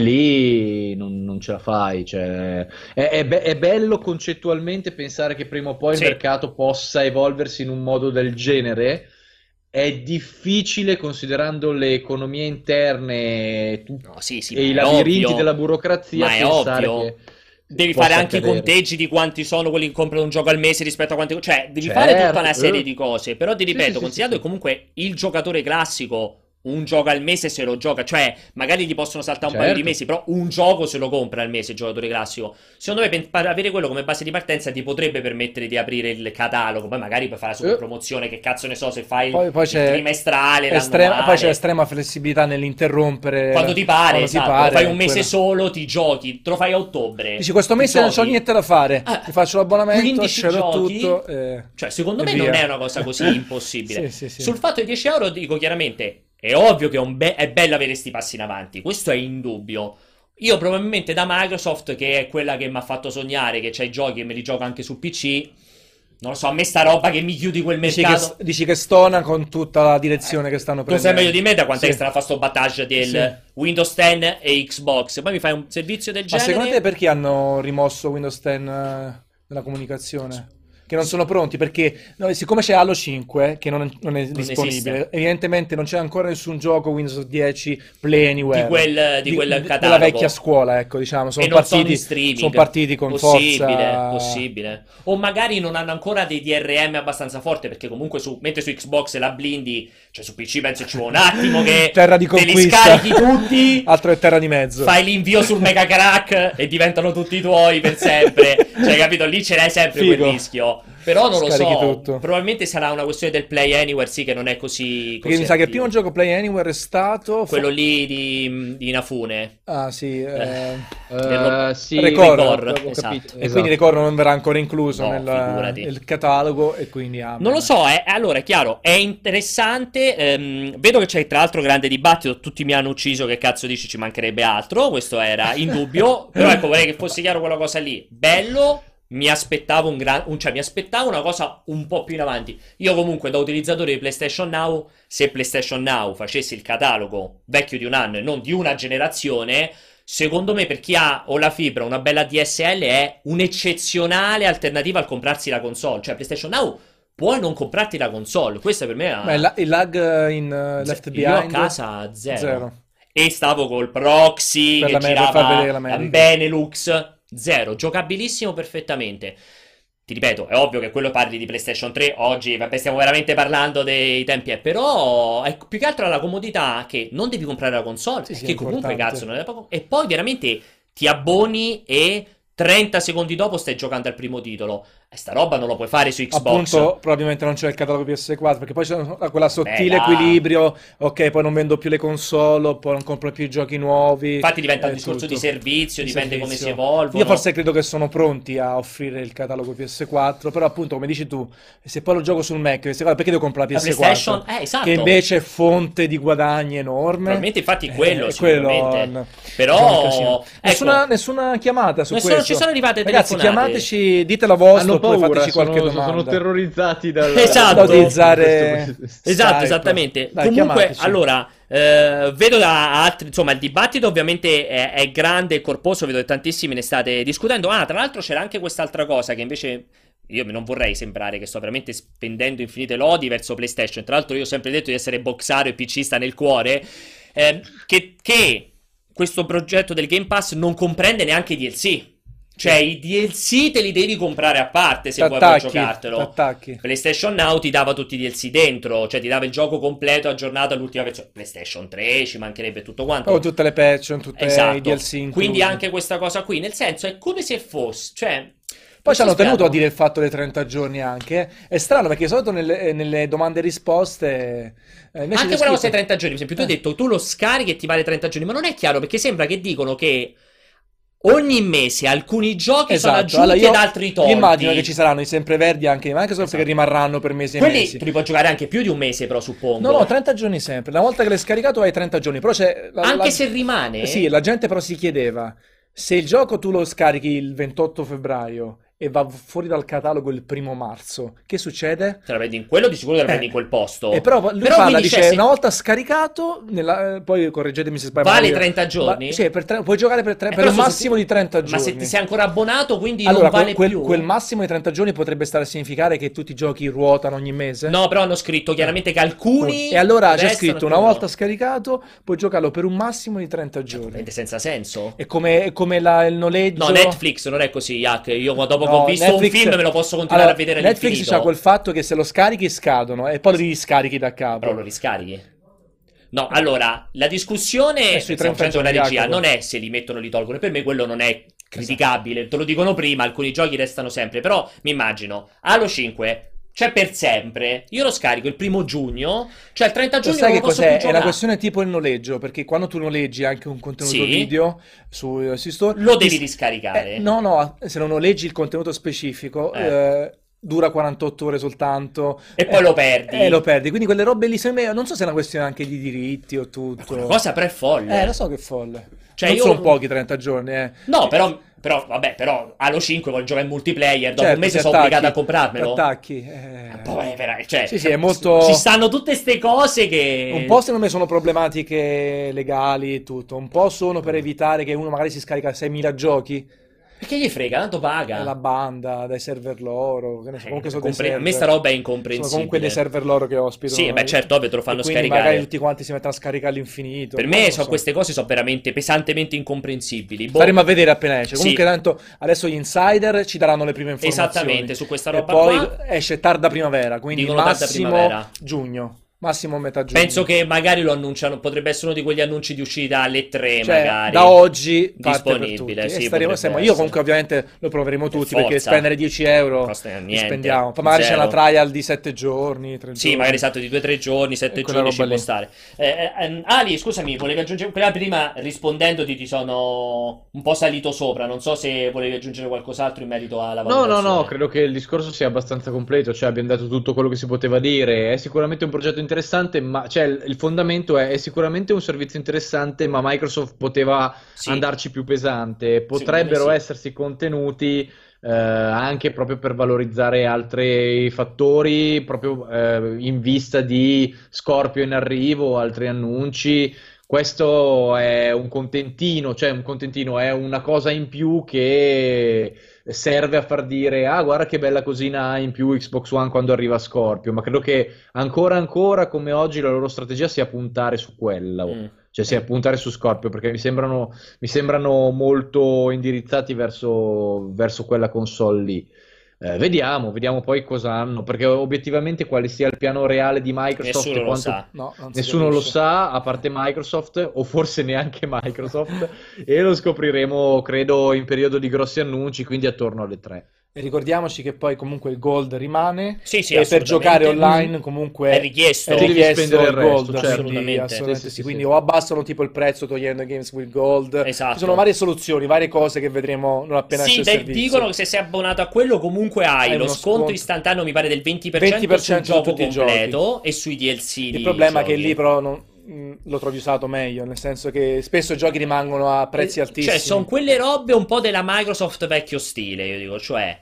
lì non, non ce la fai. Cioè, è, è be- è bello concettualmente pensare che prima o poi Sì. il mercato possa evolversi in un modo del genere. È difficile considerando le economie interne tu- No, sì, sì, e ma i è labirinti ovvio. della burocrazia, Ma è pensare ovvio. che Devi possa fare anche i accadere. conteggi di quanti sono quelli che comprano un gioco al mese rispetto a quanti. Cioè, devi Certo, fare tutta una serie eh. di cose. Però ti Sì, ripeto, sì, sì, considerando sì, che comunque il giocatore classico un gioco al mese se lo gioca. Cioè, magari gli possono saltare un paio di Certo. mesi, però un gioco se lo compra al mese il giocatore classico. Secondo me, per per avere quello come base di partenza ti potrebbe permettere di aprire il catalogo. Poi magari puoi fare la super Eh. promozione. Che cazzo ne so, se fai il, Poi, poi il c'è trimestrale, estrema, l'annuale. poi c'è estrema flessibilità nell'interrompere Quando ti pare, quando ti esatto, pare, lo fai un mese quello. solo, ti giochi, te lo fai a ottobre. Dici questo ti mese non c'ho giochi. niente da fare, Ah, ti faccio l'abbonamento, quindici scelgo giochi? tutto e... Cioè, secondo e me via. non è una cosa così impossibile. Sì, sì, sì. Sul fatto dei dieci euro dico chiaramente, è ovvio che è, un be- è bello avere sti passi in avanti, questo è indubbio. Io probabilmente da Microsoft, che è quella che mi ha fatto sognare, che c'ha i giochi e me li gioco anche su P C, non lo so, a me sta roba che mi chiudi quel Dici che, mercato. dici che stona con tutta la direzione che stanno Tu sai prendendo. meglio di me da quant'è Sì. che sta a fare sto battage del Sì. Windows dieci e Xbox. Poi mi fai un servizio del Ma genere. secondo te perché hanno rimosso Windows dieci eh, nella comunicazione? Che non sono pronti perché no, siccome c'è Halo cinque che non è, non è disponibile, esiste. evidentemente non c'è ancora nessun gioco Windows dieci Play Anywhere Di quel- di quel catalogo. della vecchia scuola, ecco, diciamo, sono E non sono partiti, in streaming. sono partiti con possibile, forza. possibile. O magari non hanno ancora dei D R M abbastanza forti, perché comunque su, mentre su Xbox la blindi, cioè su P C penso ci vuole un attimo che Terra di te li conquista. scarichi tutti, Altro è terra di mezzo. fai l'invio sul Mega Crack e diventano tutti tuoi per sempre. Cioè, capito? Lì ce l'hai sempre Figo. quel rischio. Però non lo Scarichi so, tutto. probabilmente sarà una questione del Play Anywhere, sì, che non è così, Perché così mi sa che il attivo. primo gioco Play Anywhere è stato Quello lì di, di Inafune. Ah, sì, eh, Del- Eh, sì, Record, Record, ho esatto. capito. E Esatto. quindi Record non verrà ancora incluso No, nel, figurati. nel catalogo e quindi ah, Non lo so, eh, allora è chiaro, è interessante, ehm, vedo che c'è tra l'altro grande dibattito, tutti mi hanno ucciso, che cazzo dici, ci mancherebbe altro, questo era indubbio, però ecco vorrei che fosse chiaro quella cosa lì, bello, mi aspettavo un gran, un- cioè mi aspettavo una cosa un po' più in avanti, io comunque da utilizzatore di PlayStation Now, se PlayStation Now facesse il catalogo vecchio di un anno e non di una generazione, secondo me per chi ha o la fibra o una bella D S L è un'eccezionale alternativa al comprarsi la console, cioè PlayStation Now puoi non comprarti la console, questa per me è Beh, la- il lag eh, in eh, Left io a Behind casa zero. zero. E stavo col proxy Per che la me- per far girava vedere a l'America. Benelux, zero, giocabilissimo perfettamente. Ti ripeto, è ovvio che quello parli di PlayStation tre, oggi vabbè, stiamo veramente parlando dei tempi, eh, però è più che altro la comodità che non devi comprare la console, Sì, sì, che è comunque importante. cazzo non è poco, e poi veramente ti abboni e trenta secondi dopo stai giocando al primo titolo. E sta roba non lo puoi fare su Xbox. Appunto, probabilmente non c'è il catalogo P S quattro, perché poi c'è quella sottile dai. equilibrio, ok, poi non vendo più le console, poi non compro più i giochi nuovi. Infatti diventa un eh, discorso tutto. di servizio, Di dipende come si servizio. evolvono. Io forse credo che sono pronti a offrire il catalogo P S quattro, però appunto, come dici tu, se poi lo gioco sul Mac, P S quattro, perché devo comprare la La P S quattro? PlayStation, eh, esatto. Che invece è fonte di guadagni enorme. Probabilmente infatti quello, Eh, sicuramente. no. Però, Sono un casino. ecco, nessuna, nessuna chiamata su non sono- questo. ci sono arrivate Ragazzi, telefonate. chiamateci, dite la vostra, Hanno oppure paura, fateci qualche sono, domanda. sono terrorizzati dal, Esatto. Da utilizzare questo- Esatto, Skype. esattamente. Dai, Comunque, chiamateci. allora, eh, vedo da altri, insomma, il dibattito ovviamente è, è grande e corposo, vedo che tantissimi ne state discutendo. Ah, tra l'altro c'era anche quest'altra cosa che invece io non vorrei sembrare che sto veramente spendendo infinite lodi verso PlayStation. Tra l'altro io ho sempre detto di essere boxaro e PCista nel cuore, eh, che, che questo progetto del Game Pass non comprende neanche i D L C. Cioè, i D L C te li devi comprare a parte se vuoi T'attacchi, giocartelo. t'attacchi. PlayStation Now ti dava tutti i D L C dentro, cioè ti dava il gioco completo aggiornato all'ultima versione. PlayStation tre ci mancherebbe tutto quanto. O tutte le patch, tutte Esatto. i D L C inclusi. Quindi anche questa cosa qui, nel senso, è come se fosse, cioè... Poi ci hanno spiego. tenuto a dire il fatto dei trenta giorni anche. È strano perché di solito nelle, nelle domande e risposte... eh, invece Anche c'è quella cosa scritto- dei trenta giorni, per esempio, tu hai Eh. detto tu lo scarichi e ti vale trenta giorni, ma non è chiaro perché sembra che dicono che ogni mese alcuni giochi sono Esatto, aggiunti allora io ed altri tolti. immagino che ci saranno i sempreverdi anche di Microsoft Esatto. che rimarranno per mesi e Quelli mesi. tu li puoi giocare anche più di un mese, però suppongo. No, no, trenta giorni sempre. Una volta che l'hai scaricato hai trenta giorni. Però c'è... la- Anche la- se rimane. Sì, la gente però si chiedeva se il gioco tu lo scarichi il ventotto febbraio e va fuori dal catalogo il primo marzo, che succede? Te la prendi in quello, di sicuro te la Eh, prendi in quel posto. E però lui Però parla, quindi, dice, cioè, se- una volta scaricato, nella- eh, poi correggetemi se sbaglio. Vale magari- trenta giorni? Va- sì, per tre- puoi giocare per, tre- Eh, per però un se- massimo di trenta Ma giorni. se ti sei ancora abbonato, quindi Allora, non vale quel, più. quel massimo di trenta giorni potrebbe stare a significare che tutti i giochi ruotano ogni mese? No, però hanno scritto chiaramente che alcuni. E allora c'è restano scritto, più una no. volta scaricato, puoi giocarlo per un massimo di trenta giorni. Veramente senza senso. È come, è come la- il noleggio... No, Netflix non è così, Jack. Io dopo che No, ho visto Netflix- un film me lo posso continuare Allora, a vedere Netflix all'infinito. c'ha quel fatto che se lo scarichi scadono e poi lo riscarichi da capo. Però lo riscarichi. No, allora, la discussione, È sui stiamo trenta facendo una giorni, regia, Jacopo. non è se li mettono o li tolgono, per me quello non è criticabile, te lo dicono prima, alcuni giochi restano sempre, però mi immagino, Halo cinque c'è per sempre, io lo scarico il primo giugno, cioè il trenta Lo giugno sai non che lo posso cos'è? più È una giocare. questione tipo il noleggio, perché quando tu noleggi anche un contenuto Sì. video su eh, sui store, Lo ti- devi riscaricare. eh, no, no, se non noleggi il contenuto specifico, Eh. eh, dura quarantotto ore soltanto. E poi Eh, lo perdi. Eh, lo perdi. Quindi quelle robe lì, secondo me, non so se è una questione anche di diritti o tutto. Quella cosa però è folle. Eh, lo so che è folle. Cioè, non io- sono pochi trenta giorni, eh. No, però, però, vabbè, però Halo cinque voglio giocare in multiplayer, dopo Certo, un mese ti sono attacchi, obbligato a comprarmelo. ti attacchi. eh. Poi, è vera- cioè, Sì, sì, è molto- Ci stanno tutte queste cose che... Un po' secondo me sono problematiche legali e tutto, un po' sono per evitare che uno magari si scarica seimila giochi, Perché gli frega, tanto paga. la banda, dai server loro, che ne so, Eh, comunque sono dei compre- a me server. sta roba è Sono incomprensibile. comunque dei server loro che ospitano. Sì, beh, certo, ovvio, te lo fanno e quindi scaricare. magari tutti quanti si mettono a scaricare all'infinito. Per non me lo so, so. queste cose sono veramente pesantemente incomprensibili. Boh. Staremo a vedere appena esce. Sì. Comunque tanto adesso gli insider ci daranno le prime informazioni. Esattamente, su questa E roba poi qua. esce tarda primavera, quindi Dicono tarda massimo primavera. giugno. Massimo metà giugno. Penso che magari lo annunciano, potrebbe essere uno di quegli annunci di uscita alle tre, Cioè, magari. da oggi parte per disponibile, tutti. sì, E staremo, potrebbe stiamo- io essere. comunque ovviamente lo proveremo tutti forza. perché spendere dieci euro Costa li niente, spendiamo. Poi magari c'è zero. una trial di sette giorni, tre Sì, giorni. magari esatto, di due o tre giorni, sette E quella giorni ci roba può lì. stare. Eh, eh, ehm, Ali, scusami, volevi aggiungere... Prima, prima rispondendoti ti sono un po' salito sopra, non so se volevi aggiungere qualcos'altro in merito alla No, no, valutazione. no, credo che il discorso sia abbastanza completo, cioè abbiamo detto tutto quello che si poteva dire, è sicuramente un progetto interessante, ma cioè, il il fondamento è, è sicuramente un servizio interessante, ma Microsoft poteva Sì. andarci più pesante, Secondo potrebbero me sì. essersi contenuti eh, anche proprio per valorizzare altri fattori, proprio eh, in vista di Scorpio in arrivo, altri annunci. Questo è un contentino, cioè un contentino, è una cosa in più che serve a far dire, ah, guarda che bella cosina ha in più Xbox One quando arriva Scorpio, ma credo che ancora ancora come oggi la loro strategia sia puntare su quella, Mm. cioè sia puntare su Scorpio, perché mi sembrano, mi sembrano molto indirizzati verso, verso quella console lì. Eh, vediamo, vediamo poi cosa hanno, perché obiettivamente quale sia il piano reale di Microsoft Nessuno e lo quanto... sa. No, non si Nessuno lo capisce. sa, a parte Microsoft, o forse neanche Microsoft, e lo scopriremo, credo, in periodo di grossi annunci, quindi attorno alle tre. E ricordiamoci che poi comunque il gold rimane Sì, sì, e per assolutamente. giocare online comunque È richiesto. è Devi richiesto spendere il il resto, gold, certo. quindi Assolutamente. assolutamente Sì, sì, sì. sì, Quindi sì. o abbassano tipo il prezzo togliendo Games with Gold. Esatto. Ci sono varie soluzioni, varie cose che vedremo non appena Sì, esce il dai, servizio. dicono che se sei abbonato a quello comunque hai, Hai lo uno sconto, sconto. istantaneo mi pare del venti per cento, venti per cento sul su gioco tutti i giochi. completo e sui D L C Il di problema è che giochi. lì però non- mh, lo trovi usato meglio, nel senso che spesso i giochi rimangono a prezzi altissimi. Cioè, sono quelle robe un po' della Microsoft vecchio stile, io dico, cioè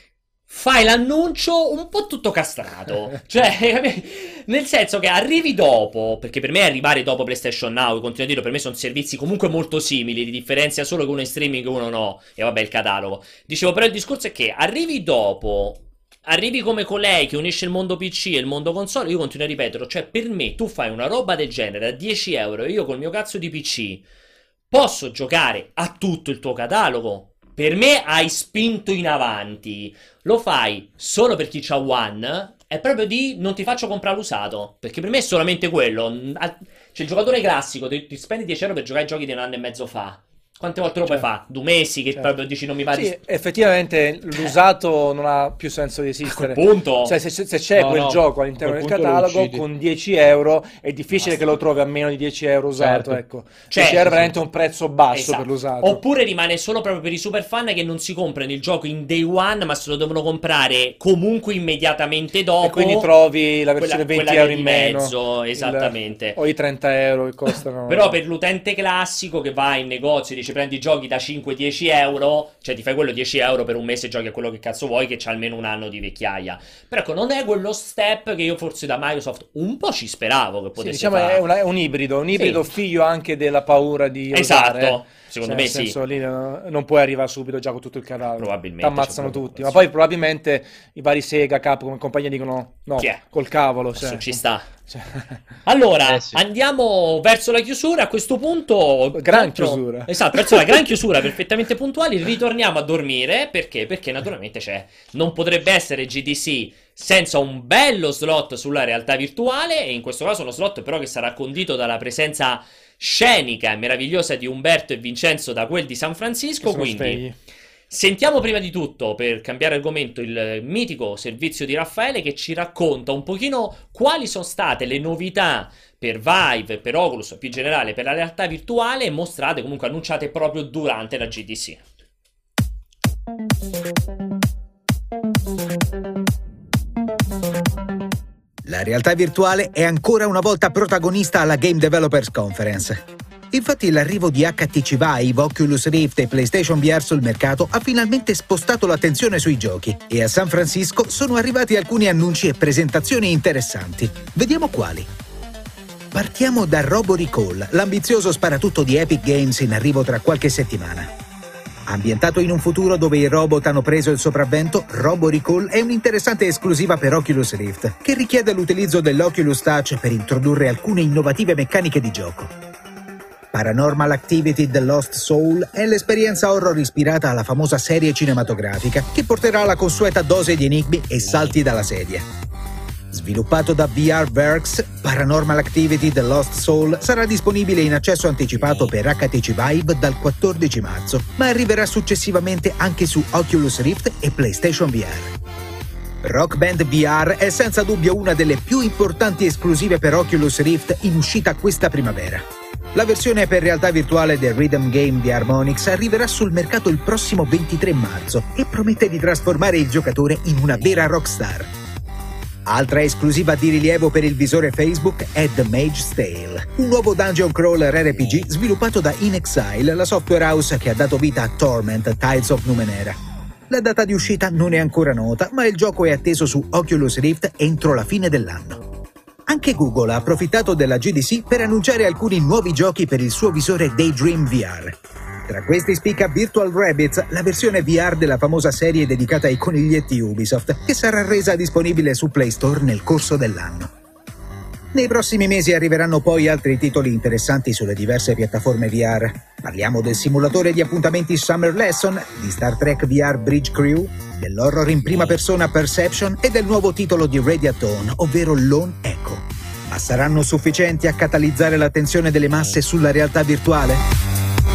fai l'annuncio un po' tutto castrato. Cioè, nel senso che arrivi dopo, perché per me arrivare dopo PlayStation Now, continuo a dirlo, per me sono servizi comunque molto simili, di differenza solo che uno è in streaming e uno no, e vabbè il catalogo. Dicevo, però il discorso è che arrivi dopo, arrivi come colei che unisce il mondo P C e il mondo console, io continuo a ripeterlo, cioè per me tu fai una roba del genere a dieci euro e io col mio cazzo di P C posso giocare a tutto il tuo catalogo. per me hai spinto in avanti. Lo fai solo per chi c'ha One, è proprio di non ti faccio comprare l'usato, perché per me è solamente quello. C'è il giocatore classico, ti, ti spendi dieci euro per giocare ai giochi di un anno e mezzo fa. Quante volte lo puoi Certo. fare? Due mesi che Certo. proprio dici non mi pare. Sì, effettivamente l'usato non ha più senso di esistere. Punto. Cioè, se, se c'è No, quel no, gioco a all'interno quel del punto lo catalogo uccidi. con dieci euro è difficile che lo trovi a meno di dieci euro usato. Certo. Ecco. Cioè, dieci euro è veramente un prezzo basso Esatto. per l'usato. Oppure rimane solo proprio per i super fan che non si comprano il gioco in day one, ma se lo devono comprare comunque immediatamente dopo. E quindi trovi la versione quella- venti quella euro in di meno. mezzo, Il- esattamente. o i trenta euro che costano. Però per l'utente classico che va in negozio e dice prendi giochi da cinque dieci euro, cioè ti fai quello dieci euro per un mese e giochi a quello che cazzo vuoi, che c'ha almeno un anno di vecchiaia. Però ecco, non è quello step che io forse da Microsoft un po' ci speravo che Sì, potesse diciamo fare. è, una- è un ibrido, un ibrido Sì. figlio anche della paura di Esatto, osare. secondo Cioè, me nel sì. senso, lì no- non puoi arrivare subito già con tutto il catalogo. Probabilmente T'ammazzano c'è proprio tutti. questo. Ma poi probabilmente i vari Sega, Capcom e compagnia dicono no, Chi è? col cavolo. Adesso Cioè, ci sta. cioè, Allora, Eh sì. andiamo verso la chiusura. A questo punto, Gran tra l'altro- chiusura. Esatto, verso la gran chiusura, perfettamente puntuali. Ritorniamo a dormire. Perché? Perché naturalmente c'è. Non potrebbe essere G D C senza un bello slot sulla realtà virtuale. E in questo caso uno slot, però, che sarà condito dalla presenza scenica e meravigliosa di Umberto e Vincenzo da quel di San Francisco. sono Quindi. svegli. Sentiamo prima di tutto, per cambiare argomento, il mitico servizio di Raffaele che ci racconta un pochino quali sono state le novità per Vive, per Oculus, più in generale per la realtà virtuale, mostrate, comunque annunciate proprio durante la G D C. La realtà virtuale è ancora una volta protagonista alla Game Developers Conference. Infatti l'arrivo di H T C Vive, Oculus Rift e PlayStation V R sul mercato ha finalmente spostato l'attenzione sui giochi e a San Francisco sono arrivati alcuni annunci e presentazioni interessanti. Vediamo quali. Partiamo da Robo Recall, l'ambizioso sparatutto di Epic Games in arrivo tra qualche settimana. Ambientato in un futuro dove i robot hanno preso il sopravvento, Robo Recall è un'interessante esclusiva per Oculus Rift, che richiede l'utilizzo dell'Oculus Touch per introdurre alcune innovative meccaniche di gioco. Paranormal Activity: The Lost Soul è l'esperienza horror ispirata alla famosa serie cinematografica che porterà la consueta dose di enigmi e salti dalla sedia. Sviluppato da V R Works, Paranormal Activity: The Lost Soul sarà disponibile in accesso anticipato per H T C Vive dal quattordici marzo, ma arriverà successivamente anche su Oculus Rift e PlayStation V R. Rock Band V R è senza dubbio una delle più importanti esclusive per Oculus Rift in uscita questa primavera. La versione per realtà virtuale del rhythm game di Harmonix arriverà sul mercato il prossimo ventitré marzo e promette di trasformare il giocatore in una vera rockstar. Altra esclusiva di rilievo per il visore Facebook è The Mage's Tale, un nuovo dungeon crawler R P G sviluppato da In Exile, la software house che ha dato vita a Torment: Tides of Numenera. La data di uscita non è ancora nota, ma il gioco è atteso su Oculus Rift entro la fine dell'anno. Anche Google ha approfittato della G D C per annunciare alcuni nuovi giochi per il suo visore Daydream V R. Tra questi spicca Virtual Rabbids, la versione V R della famosa serie dedicata ai coniglietti Ubisoft, che sarà resa disponibile su Play Store nel corso dell'anno. Nei prossimi mesi arriveranno poi altri titoli interessanti sulle diverse piattaforme V R. Parliamo del simulatore di appuntamenti Summer Lesson, di Star Trek V R Bridge Crew, dell'horror in prima persona Perception e del nuovo titolo di Radiaton, ovvero Lone Echo. Ma saranno sufficienti a catalizzare l'attenzione delle masse sulla realtà virtuale?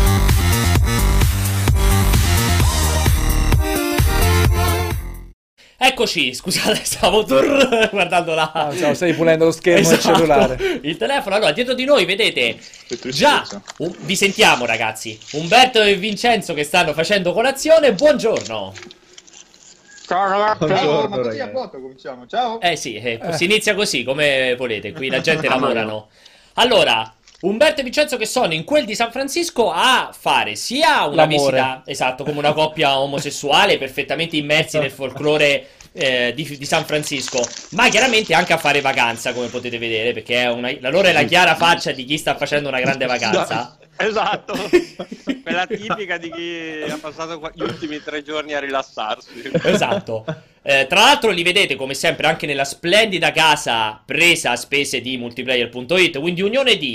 Eccoci, scusate, stavo tur- guardando la... Ah, stavo- stai pulendo lo schermo del Esatto, cellulare. il telefono. Allora, dietro di noi vedete Che già, tristezza. un- vi sentiamo ragazzi, Umberto e Vincenzo che stanno facendo colazione. Buongiorno. Ciao ragazzi. Buongiorno, ma così a ragazzi. poco cominciamo. Ciao. Eh sì, eh, si inizia così come volete, qui la gente lavorano. Allora, Umberto e Vincenzo che sono in quel di San Francisco a fare sia una L'amore. visita, esatto, come una coppia omosessuale, perfettamente immersi nel folklore eh, di, di San Francisco, ma chiaramente anche a fare vacanza, come potete vedere, perché è una, la loro è la chiara faccia di chi sta facendo una grande vacanza. Esatto, quella tipica di chi ha passato qua- gli ultimi tre giorni a rilassarsi. Esatto. Eh, tra l'altro li vedete come sempre anche nella splendida casa presa a spese di multiplayer punto it, quindi unione di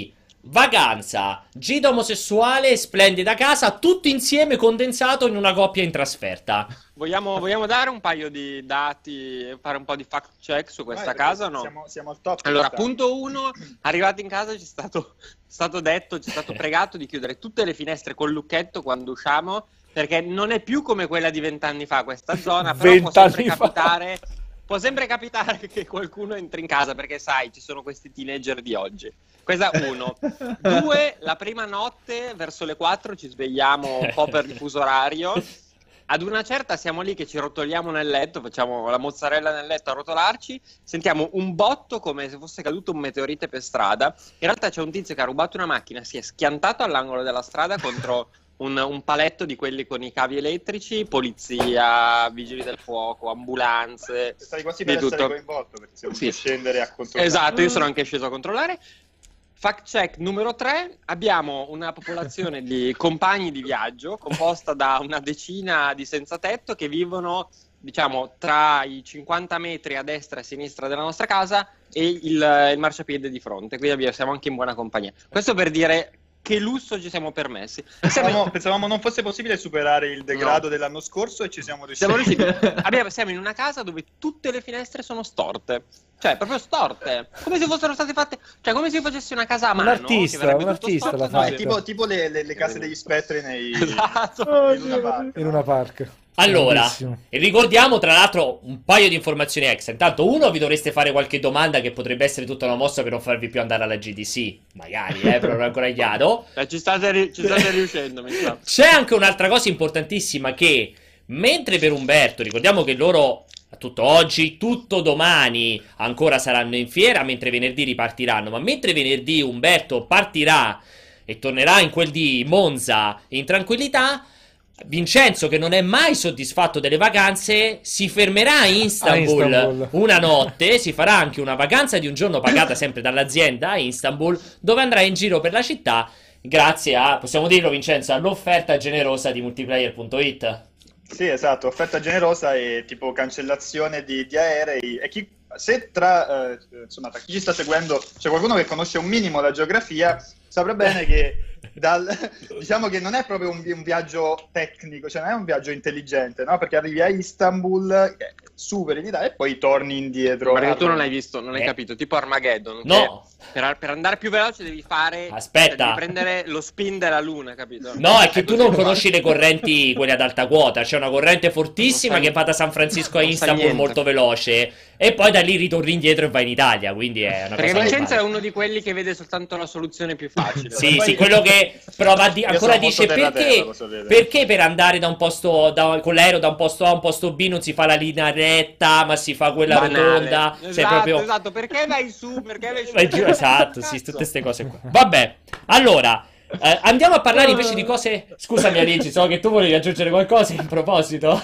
vacanza, gita omosessuale, splendida casa, tutto insieme condensato in una coppia in trasferta. Vogliamo, vogliamo dare un paio di dati, fare un po' di fact check su questa Vai, casa o no? Siamo, siamo al top. Allora, quest'anno. punto uno, arrivati in casa ci è stato, stato detto, ci è stato pregato di chiudere tutte le finestre col lucchetto quando usciamo, perché non è più come quella di vent'anni fa questa zona, però può sempre Vent'anni fa. capitare, può sempre capitare che qualcuno entri in casa, perché sai, ci sono questi teenager di oggi. Questa uno. Due, la prima notte, verso le quattro, ci svegliamo un po' per il fuso orario. Ad una certa siamo lì che ci rotoliamo nel letto, facciamo la mozzarella nel letto a rotolarci, sentiamo un botto come se fosse caduto un meteorite per strada. In realtà c'è un tizio che ha rubato una macchina, si è schiantato all'angolo della strada contro un, un paletto di quelli con i cavi elettrici, polizia, vigili del fuoco, ambulanze, Stai quasi di per essere tutto. coinvolto perché sei Sì. voluto scendere a controllare. Esatto, io sono anche sceso a controllare. Fact check numero tre, abbiamo una popolazione di compagni di viaggio composta da una decina di senza tetto che vivono, diciamo, tra i cinquanta metri a destra e a sinistra della nostra casa e il, il marciapiede di fronte, quindi siamo anche in buona compagnia. Questo per dire che lusso ci siamo permessi. Pensavamo, pensavamo non fosse possibile superare il degrado dell'anno scorso e ci siamo riusciti. Siamo riusciti. Abbiamo- siamo in una casa dove tutte le finestre sono storte. Cioè, proprio storte. Come se fossero state fatte. Cioè, come se io facessi una casa a Un mano. artista, che verrebbe un tutto artista storto. l'ha No, è fatto. tipo, tipo le, le- le case degli spettri nei... Esatto. in una barca. In una park. Allora, Bellissimo. e ricordiamo tra l'altro un paio di informazioni extra. Intanto, uno, vi dovreste fare qualche domanda che potrebbe essere tutta una mossa per non farvi più andare alla G D C. Magari, eh, però non è ancora chiaro. Eh, ci, state ri- ci state riuscendo, mi sa. C'è anche un'altra cosa importantissima che, mentre per Umberto, ricordiamo che loro tutto oggi, tutto domani ancora saranno in fiera, mentre venerdì ripartiranno, ma mentre venerdì Umberto partirà e tornerà in quel di Monza in tranquillità, Vincenzo, che non è mai soddisfatto delle vacanze, si fermerà a Istanbul, A Istanbul. una notte, si farà anche una vacanza di un giorno pagata sempre dall'azienda a Istanbul, dove andrà in giro per la città grazie a, possiamo dirlo Vincenzo, all'offerta generosa di multiplayer punto it. Sì, esatto, offerta generosa e tipo cancellazione di, di aerei. E chi, se tra, eh, insomma, tra chi ci sta seguendo c'è qualcuno che conosce un minimo la geografia, saprà bene che dal, diciamo che non è proprio un, vi- un viaggio tecnico, cioè non è un viaggio intelligente, no? Perché arrivi a Istanbul, eh, superi l'Italia e poi torni indietro. Perché tu non hai visto, non hai Eh. capito, tipo Armageddon. No. che Per, per andare più veloce devi fare. Aspetta. Cioè, devi prendere lo spin della luna, capito? No, è che tu così non qua. conosci le correnti, quelle ad alta quota. C'è una corrente fortissima Non sai- che va da San Francisco a non sai Istanbul niente. molto veloce. E poi da lì ritorni indietro e vai in Italia. Quindi è una Perché cosa Vincenzo è normale. uno di quelli che vede soltanto la soluzione più facile. Sì, Poi- sì, quello che prova a di- Io ancora sono dice molto terra perché, terra, lo sapete. perché per andare da un posto da- con l'aereo da un posto A a un posto B non si fa la linea retta, ma si fa quella Banale. rotonda. Esatto, Cioè, proprio esatto, perché vai su? Perché vai su? vai giù, esatto, sì, Cazzo. tutte queste cose qua. Vabbè, allora, eh, andiamo a parlare invece di cose. Scusami, Aligi, so che tu volevi aggiungere qualcosa in proposito.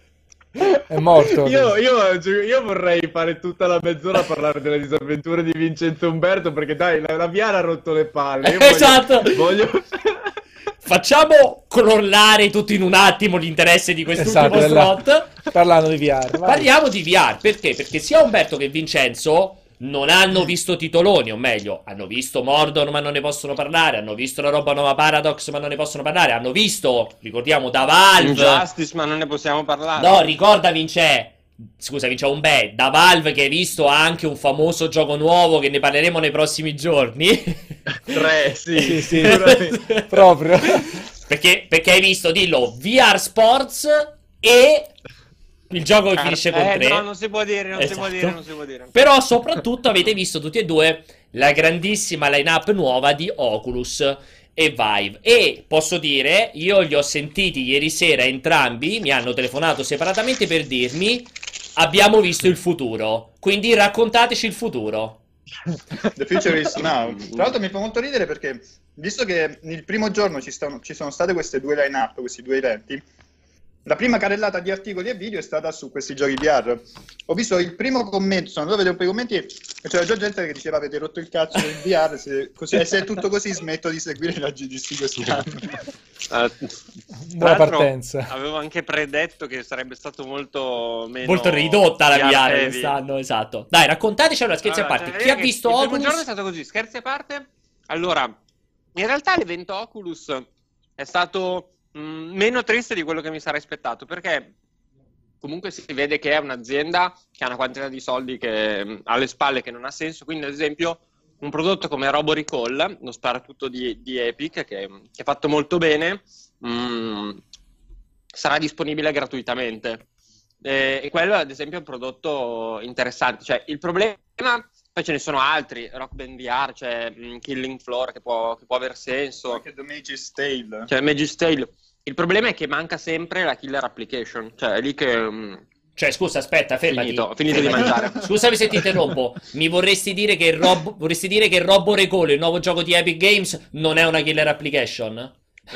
È morto. Io, io, io vorrei fare tutta la mezz'ora a parlare delle disavventure di Vincenzo Umberto perché dai, la, la Viara ha rotto le palle. Io voglio- Esatto. voglio... Facciamo crollare tutto in un attimo l'interesse di quest'ultimo Esatto, della- slot. Parlando di V R. vai. Parliamo di V R, perché? Perché sia Umberto che Vincenzo non hanno visto titoloni, o meglio, hanno visto Mordor ma non ne possono parlare, hanno visto la roba nuova Paradox ma non ne possono parlare, hanno visto, ricordiamo, da Valve... Injustice, ma non ne possiamo parlare. No, ricorda Vince, scusa Vince, un beh, da Valve che hai visto anche un famoso gioco nuovo che ne parleremo nei prossimi giorni. Tre, sì. Sì, sì, sicuramente. proprio. perché, perché hai visto, dillo, V R Sports e il gioco che Eh, finisce con tre. No, non si può dire, non si può Esatto. dire, non si può dire. Però soprattutto avete visto tutti e due la grandissima line-up nuova di Oculus e Vive. E posso dire, io li ho sentiti ieri sera entrambi, mi hanno telefonato separatamente per dirmi abbiamo visto il futuro. Quindi raccontateci il futuro. The future is now. Tra l'altro mi fa molto ridere perché, visto che il primo giorno ci, stanno- ci sono state queste due line-up, questi due eventi, la prima carrellata di articoli e video è stata su questi giochi V R. Ho visto il primo commento, sono andato a vedere un po' i commenti e c'era già gente che diceva avete rotto il cazzo del V R, se, così, e se è tutto così smetto di seguire la G D C quest'anno. Eh, tra Buona l'altro, partenza. Avevo anche predetto che sarebbe stato molto meno Molto ridotta la V V R heavy. quest'anno, esatto. Dai, raccontateci allora, scherzi Allora, a parte. cioè, Chi ha che visto il Oculus? primo giorno è stato così, scherzi a parte. Allora, in realtà l'evento Oculus è stato mh, meno triste di quello che mi sarei aspettato, perché comunque si vede che è un'azienda che ha una quantità di soldi che mh, alle spalle che non ha senso. Quindi, ad esempio, un prodotto come Robo Recall, lo sparatutto di, di Epic, che, che è fatto molto bene, mh, sarà disponibile gratuitamente. E, e quello, ad esempio, è un prodotto interessante. Cioè, il problema, poi ce ne sono altri, Rock Band V R, c'è cioè, Killing Floor che può, che può aver senso. Anche The Mage's Tale. Cioè, Mage's Tale. Il problema è che manca sempre la killer application, cioè è lì che... Mh, Cioè, scusa, aspetta, fermati. Finito, finito fermati. di mangiare. Scusami se ti interrompo. Mi vorresti dire che il Rob... vorresti dire che Robo Recall, il nuovo gioco di Epic Games, non è una killer application?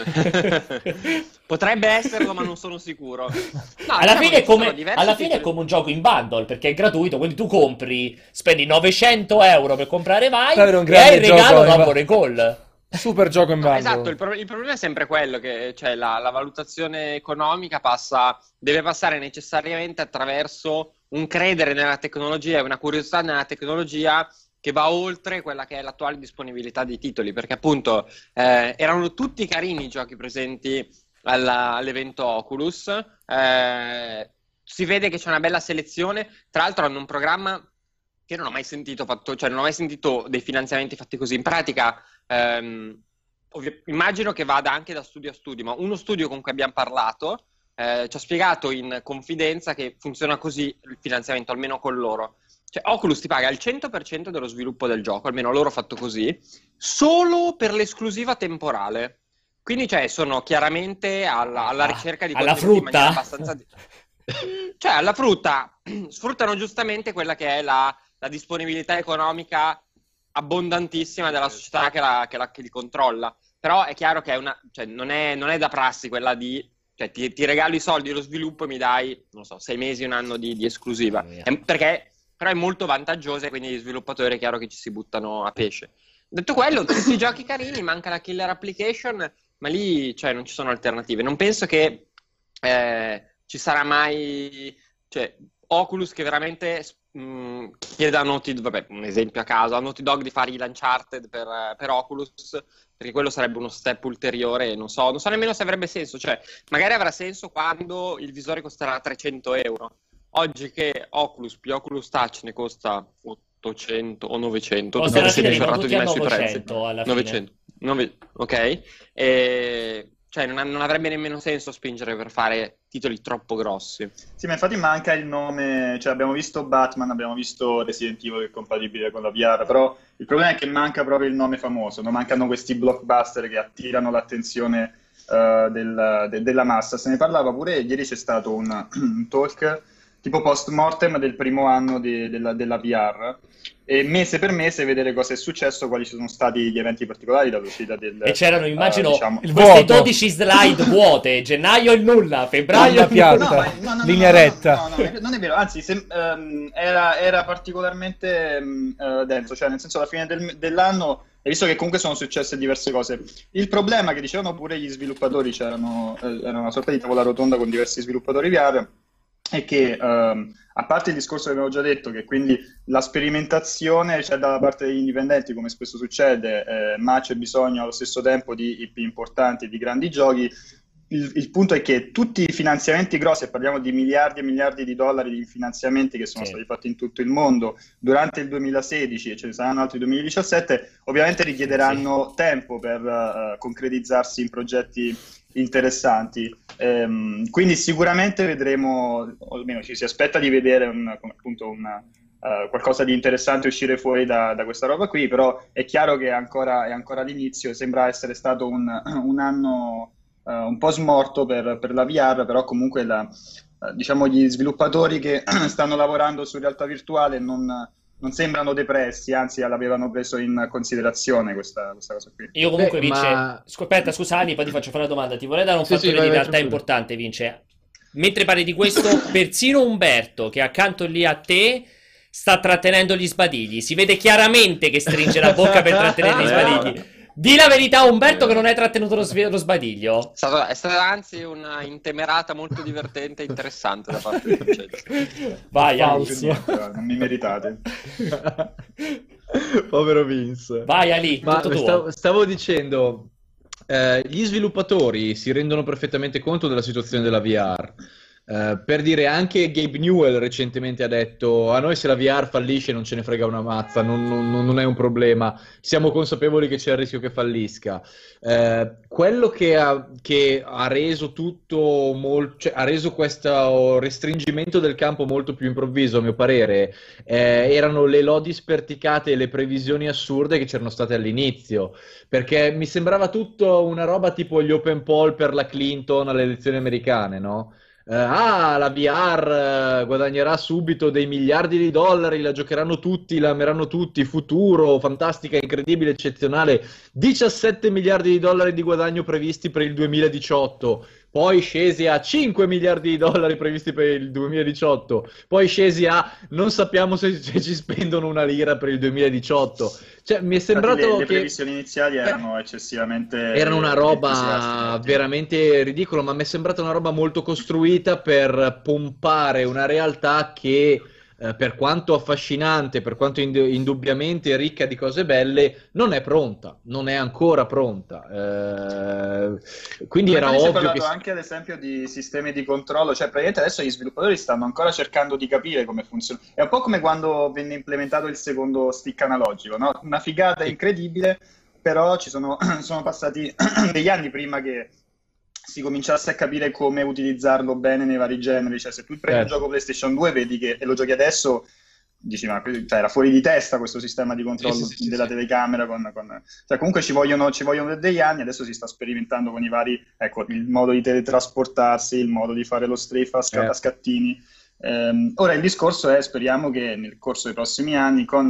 Potrebbe esserlo, ma non sono sicuro. No, alla diciamo fine, è come, alla fine titoli... è come un gioco in bundle, perché è gratuito, quindi tu compri, spendi novecento euro per comprare Vai e hai il regalo Robo Recall. Super gioco in bundle. No, esatto, il, pro- il problema è sempre quello che cioè, la, la valutazione economica passa, deve passare necessariamente attraverso un credere nella tecnologia e una curiosità nella tecnologia che va oltre quella che è l'attuale disponibilità di titoli, perché appunto eh, erano tutti carini i giochi presenti alla, all'evento Oculus, eh, si vede che c'è una bella selezione, tra l'altro hanno un programma che non ho mai sentito fatto, cioè non ho mai sentito dei finanziamenti fatti così. In pratica ehm, ovvio, immagino che vada anche da studio a studio, ma uno studio con cui abbiamo parlato eh, ci ha spiegato in confidenza che funziona così il finanziamento, almeno con loro. Cioè Oculus ti paga il cento per cento dello sviluppo del gioco, almeno loro fatto così, solo per l'esclusiva temporale. Quindi cioè sono chiaramente alla, alla ricerca di alla frutta? Abbastanza... cioè alla frutta, sfruttano giustamente quella che è la, la disponibilità economica abbondantissima della società che, la, che, la, che li controlla. Però è chiaro che è una, cioè, non, è, non è da prassi quella di... Cioè ti, ti regalo i soldi dello sviluppo e mi dai, non so, sei mesi, un anno di, di esclusiva. È, perché... però è molto vantaggiosa e quindi gli sviluppatori è chiaro che ci si buttano a pesce. Detto quello, tutti i giochi carini, manca la killer application, ma lì cioè, non ci sono alternative. Non penso che eh, ci sarà mai cioè, Oculus che veramente mh, chieda a Naughty Dog, vabbè, un esempio a caso, a Naughty Dog di fare l'Uncharted per, per Oculus, perché quello sarebbe uno step ulteriore e non so, non so nemmeno se avrebbe senso. Cioè, magari avrà senso quando il visore costerà trecento euro. Oggi che Oculus più Oculus Touch ne costa ottocento o novecento, costa alla fine di di me sui prezzi. Alla novecento. nove... Ok, e... cioè non, non avrebbe nemmeno senso spingere per fare titoli troppo grossi. Sì, ma infatti manca il nome, cioè abbiamo visto Batman, abbiamo visto Resident Evil che è compatibile con la V R, però il problema è che manca proprio il nome famoso, non mancano questi blockbuster che attirano l'attenzione uh, del, de, della massa. Se ne parlava pure ieri, c'è stato un, un talk tipo post-mortem del primo anno de, della, della V R, e mese per mese vedere cosa è successo, quali sono stati gli eventi particolari dall'uscita del... E c'erano, immagino, uh, diciamo, il queste dodici slide vuote, gennaio il nulla, febbraio il piatta, no, no, no, linea no, retta. No, no, no, non è vero, anzi se, um, era, era particolarmente um, uh, denso, cioè nel senso alla fine del, dell'anno, hai visto che comunque sono successe diverse cose. Il problema che dicevano pure gli sviluppatori, c'erano eh, era una sorta di tavola rotonda con diversi sviluppatori V R, è che um, a parte il discorso che abbiamo già detto, che quindi la sperimentazione c'è dalla parte degli indipendenti, come spesso succede, eh, ma c'è bisogno allo stesso tempo di I P importanti, di grandi giochi. Il, il punto è che tutti i finanziamenti grossi, e parliamo di miliardi e miliardi di dollari di finanziamenti che sono sì. stati fatti in tutto il mondo durante il duemilasedici, e ce ne saranno altri duemiladiciassette, ovviamente richiederanno sì. tempo per uh, concretizzarsi in progetti interessanti, ehm, quindi sicuramente vedremo, o almeno ci si aspetta di vedere un, appunto una, uh, qualcosa di interessante uscire fuori da, da questa roba qui, però è chiaro che è ancora, è ancora all'inizio, sembra essere stato un, un anno uh, un po' smorto per, per la V R, però comunque la, uh, diciamo gli sviluppatori che stanno lavorando su realtà virtuale non... non sembrano depressi, anzi l'avevano preso in considerazione questa, questa cosa qui. Io comunque, Beh, Vince, ma... aspetta, scusami, poi ti faccio fare una domanda. Ti vorrei dare un sì, fattore sì, vai, di vai, realtà tranquillo. importante, Vince. Mentre parli di questo, persino Umberto, che è accanto lì a te, sta trattenendo gli sbadigli. Si vede chiaramente che stringe la bocca per trattenere gli sbadigli. Di la verità, Umberto, che non hai trattenuto lo, sve- lo sbadiglio. È stata, è stata anzi una intemerata molto divertente e interessante da parte di Vincenzo. Vai, Ali. Più niente, non mi meritate. Povero Vince. Vai, Ali, Ma tutto tuo. stavo, stavo dicendo, eh, gli sviluppatori si rendono perfettamente conto della situazione della V R. Eh, per dire, anche Gabe Newell recentemente ha detto: a noi se la V R fallisce non ce ne frega una mazza, non, non- non è un problema, siamo consapevoli che c'è il rischio che fallisca. Eh, quello che ha, che ha reso tutto mol- cioè, ha reso questo restringimento del campo molto più improvviso, a mio parere, eh, erano le lodi sperticate e le previsioni assurde che c'erano state all'inizio, perché mi sembrava tutto una roba tipo gli open poll per la Clinton alle elezioni americane, no? Eh, ah, la V R eh, guadagnerà subito dei miliardi di dollari, la giocheranno tutti, la ameranno tutti, futuro, fantastica, incredibile, eccezionale. diciassette miliardi di dollari di guadagno previsti per il duemiladiciotto, poi scesi a cinque miliardi di dollari previsti per il duemiladiciotto, poi scesi a non sappiamo se, se ci spendono una lira per il duemiladiciotto. Cioè, mi è sembrato Infatti le, le che previsioni iniziali erano eccessivamente erano una roba entusiaste. veramente ridicola, ma mi è sembrata una roba molto costruita per pompare una realtà che, eh, per quanto affascinante, per quanto ind- indubbiamente ricca di cose belle, non è pronta, non è ancora pronta. Eh, quindi Ma era poi si è ovvio parlato che... anche ad esempio di sistemi di controllo, cioè praticamente adesso gli sviluppatori stanno ancora cercando di capire come funziona. È un po' come quando venne implementato il secondo stick analogico, no? Una figata incredibile, però ci sono, sono passati degli anni prima che si cominciasse a capire come utilizzarlo bene nei vari generi. Cioè, se tu prendi un Certo. gioco PlayStation due, vedi che, e lo giochi adesso, dici, ma cioè, era fuori di testa questo sistema di controllo Sì, sì, sì, della sì. telecamera. Con, con- Cioè, comunque ci vogliono, ci vogliono degli anni, adesso si sta sperimentando con i vari, ecco, il modo di teletrasportarsi, il modo di fare lo strafe a, sca- a Certo. scattini. Ehm, ora il discorso è, speriamo che nel corso dei prossimi anni, con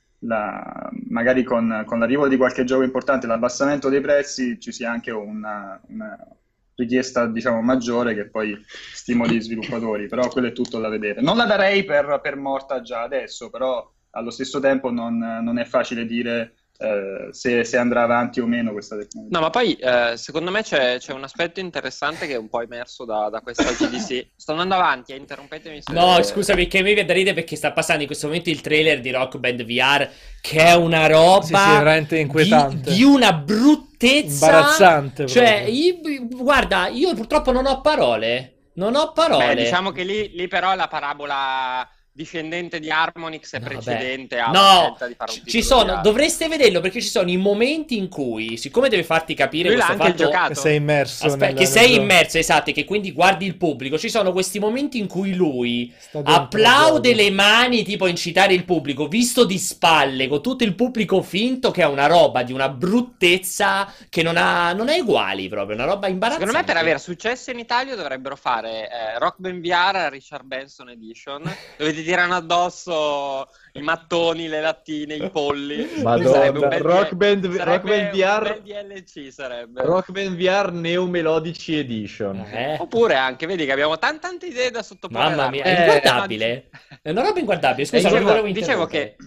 la, magari con, con l'arrivo di qualche gioco importante, l'abbassamento dei prezzi, ci sia anche una, una richiesta, diciamo, maggiore che poi stimoli gli sviluppatori, però quello è tutto da vedere. Non la darei per, per morta già adesso, però allo stesso tempo non, non è facile dire eh, se, se andrà avanti o meno questa tecnologia. No, ma poi eh, secondo me c'è, c'è un aspetto interessante che è un po' emerso da, da questa G D C. Sto andando avanti, eh, interrompetemi se... No, scusa, perché mi viene da ridere perché sta passando in questo momento il trailer di Rock Band V R, che è una roba Sì, sì, è veramente inquietante. di, di una bruttezza. Imbarazzante Cioè, proprio. io- guarda, io purtroppo non ho parole. Non ho parole. Beh, diciamo che lì, lì però la parabola discendente di Harmonix è No, precedente vabbè. alla No, scelta di fare un ci- titolo ci sono, di dovreste vederlo perché ci sono i momenti in cui, siccome deve farti capire Lui l'ha questo anche fatto giocato. Che sei immerso Aspe- nel- che sei nel gioco. immerso, esatto, e che quindi guardi il pubblico, ci sono questi momenti in cui lui Sta dentro applaude il gioco. le mani tipo a incitare il pubblico, visto di spalle, con tutto il pubblico finto, che è una roba di una bruttezza che non ha, non ha uguali proprio, una roba imbarazzante. Secondo me per avere successo in Italia dovrebbero fare eh, Rock Band V R Richard Benson Edition, dove ti tirano addosso i mattoni, le lattine, i polli. Madonna, Sarebbe un bel Rock D- Band- sarebbe Rock Band V R un bel D L C sarebbe. Rock Band V R Neo Melodici Edition. Eh, Oppure anche, vedi che abbiamo tante, tante idee da sottoporre. mamma all'arma. mia, è Eh, inguardabile. È una roba inguardabile. Scusa, Eh, non dicevo- volevo dicevo interrompere.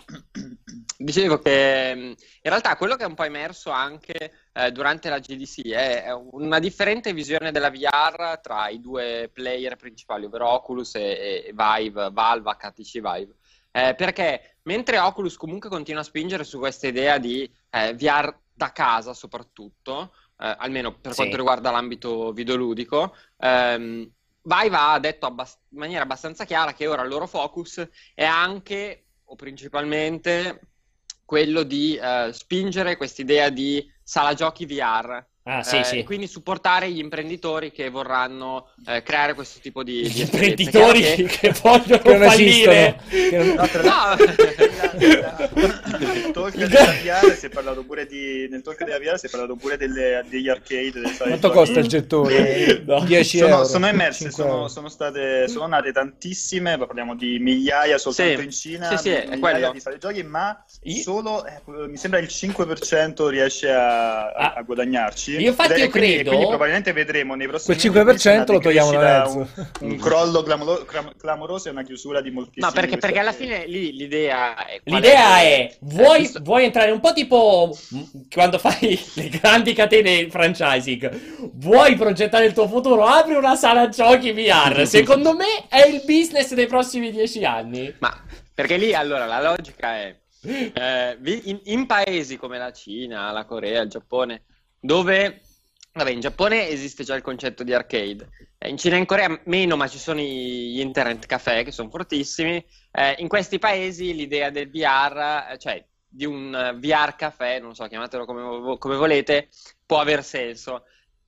Dicevo che mh, in realtà quello che è un po' emerso anche eh, durante la G D C è, è una differente visione della V R tra i due player principali, ovvero Oculus e, e Vive, Valve, H T C Vive. Eh, perché mentre Oculus comunque continua a spingere su questa idea di eh, V R da casa soprattutto, eh, almeno per Sì. quanto riguarda l'ambito videoludico, ehm, Vive ha detto abbast- in maniera abbastanza chiara che ora il loro focus è anche o principalmente quello di eh, spingere quest'idea di sala giochi V R. Ah, sì, Eh, sì. e quindi supportare gli imprenditori che vorranno eh, creare questo tipo di, Gli di esperienze. imprenditori Chiaro che, che- vogliono Che non fallire. esistono. Che non- No, tra l'altro, nel talk della V R si è parlato pure di nel talk della V R si è parlato pure delle, degli arcade, delle sale Quanto giochi. costa il gettone? No. dieci Sono, euro. sono emerse, cinque sono, euro. sono state sono nate tantissime, parliamo di migliaia soltanto Sì, in Cina, sì, sì, è migliaia quello. di sale giochi, ma Io- solo eh, mi sembra il cinque per cento riesce a, a- Ah. a guadagnarci. Io infatti io E quindi, credo- quindi probabilmente vedremo nei prossimi Quel cinque per cento lo anni una togliamo da decrescita, mezzo. un, un crollo clamoro- clam- clamoroso e una chiusura di moltissimi No, perché, di questi perché alla attori. fine lì l'idea è... qual L'idea Che- è, vuoi, visto- vuoi entrare un po' tipo mh, quando fai le grandi catene franchising, vuoi progettare il tuo futuro, apri una sala giochi V R, secondo me è il business dei prossimi dieci anni. Ma perché lì allora la logica è eh, vi- in, in paesi come la Cina, la Corea, il Giappone, dove vabbè, in Giappone esiste già il concetto di arcade, Eh, in Cina e in Corea meno, ma ci sono i- gli internet caffè che sono fortissimi. Eh, in questi paesi l'idea del V R, eh, cioè di un eh, V R caffè, non so, chiamatelo come, vo- come volete, può aver senso.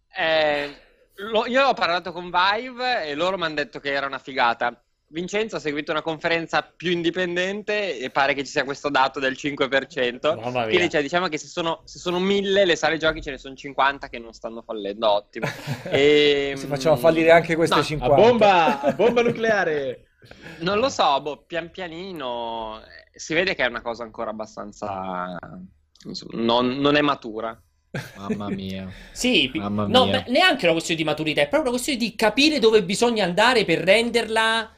Eh, lo- io ho parlato con Vive e loro mi hanno detto che era una figata. Vincenzo ha seguito una conferenza più indipendente e pare che ci sia questo dato del cinque per cento. Mamma mia. Quindi cioè, diciamo che se sono, se sono mille le sale giochi ce ne sono cinquanta che non stanno fallendo, ottimo. E, Se facciamo fallire anche queste no, A cinquanta. bomba, a bomba nucleare. non lo so, boh, pian pianino eh, si vede che è una cosa ancora abbastanza... insomma, non, non è matura. Mamma mia. Sì, pi- Mamma no, mia. beh, neanche una questione di maturità, è proprio una questione di capire dove bisogna andare per renderla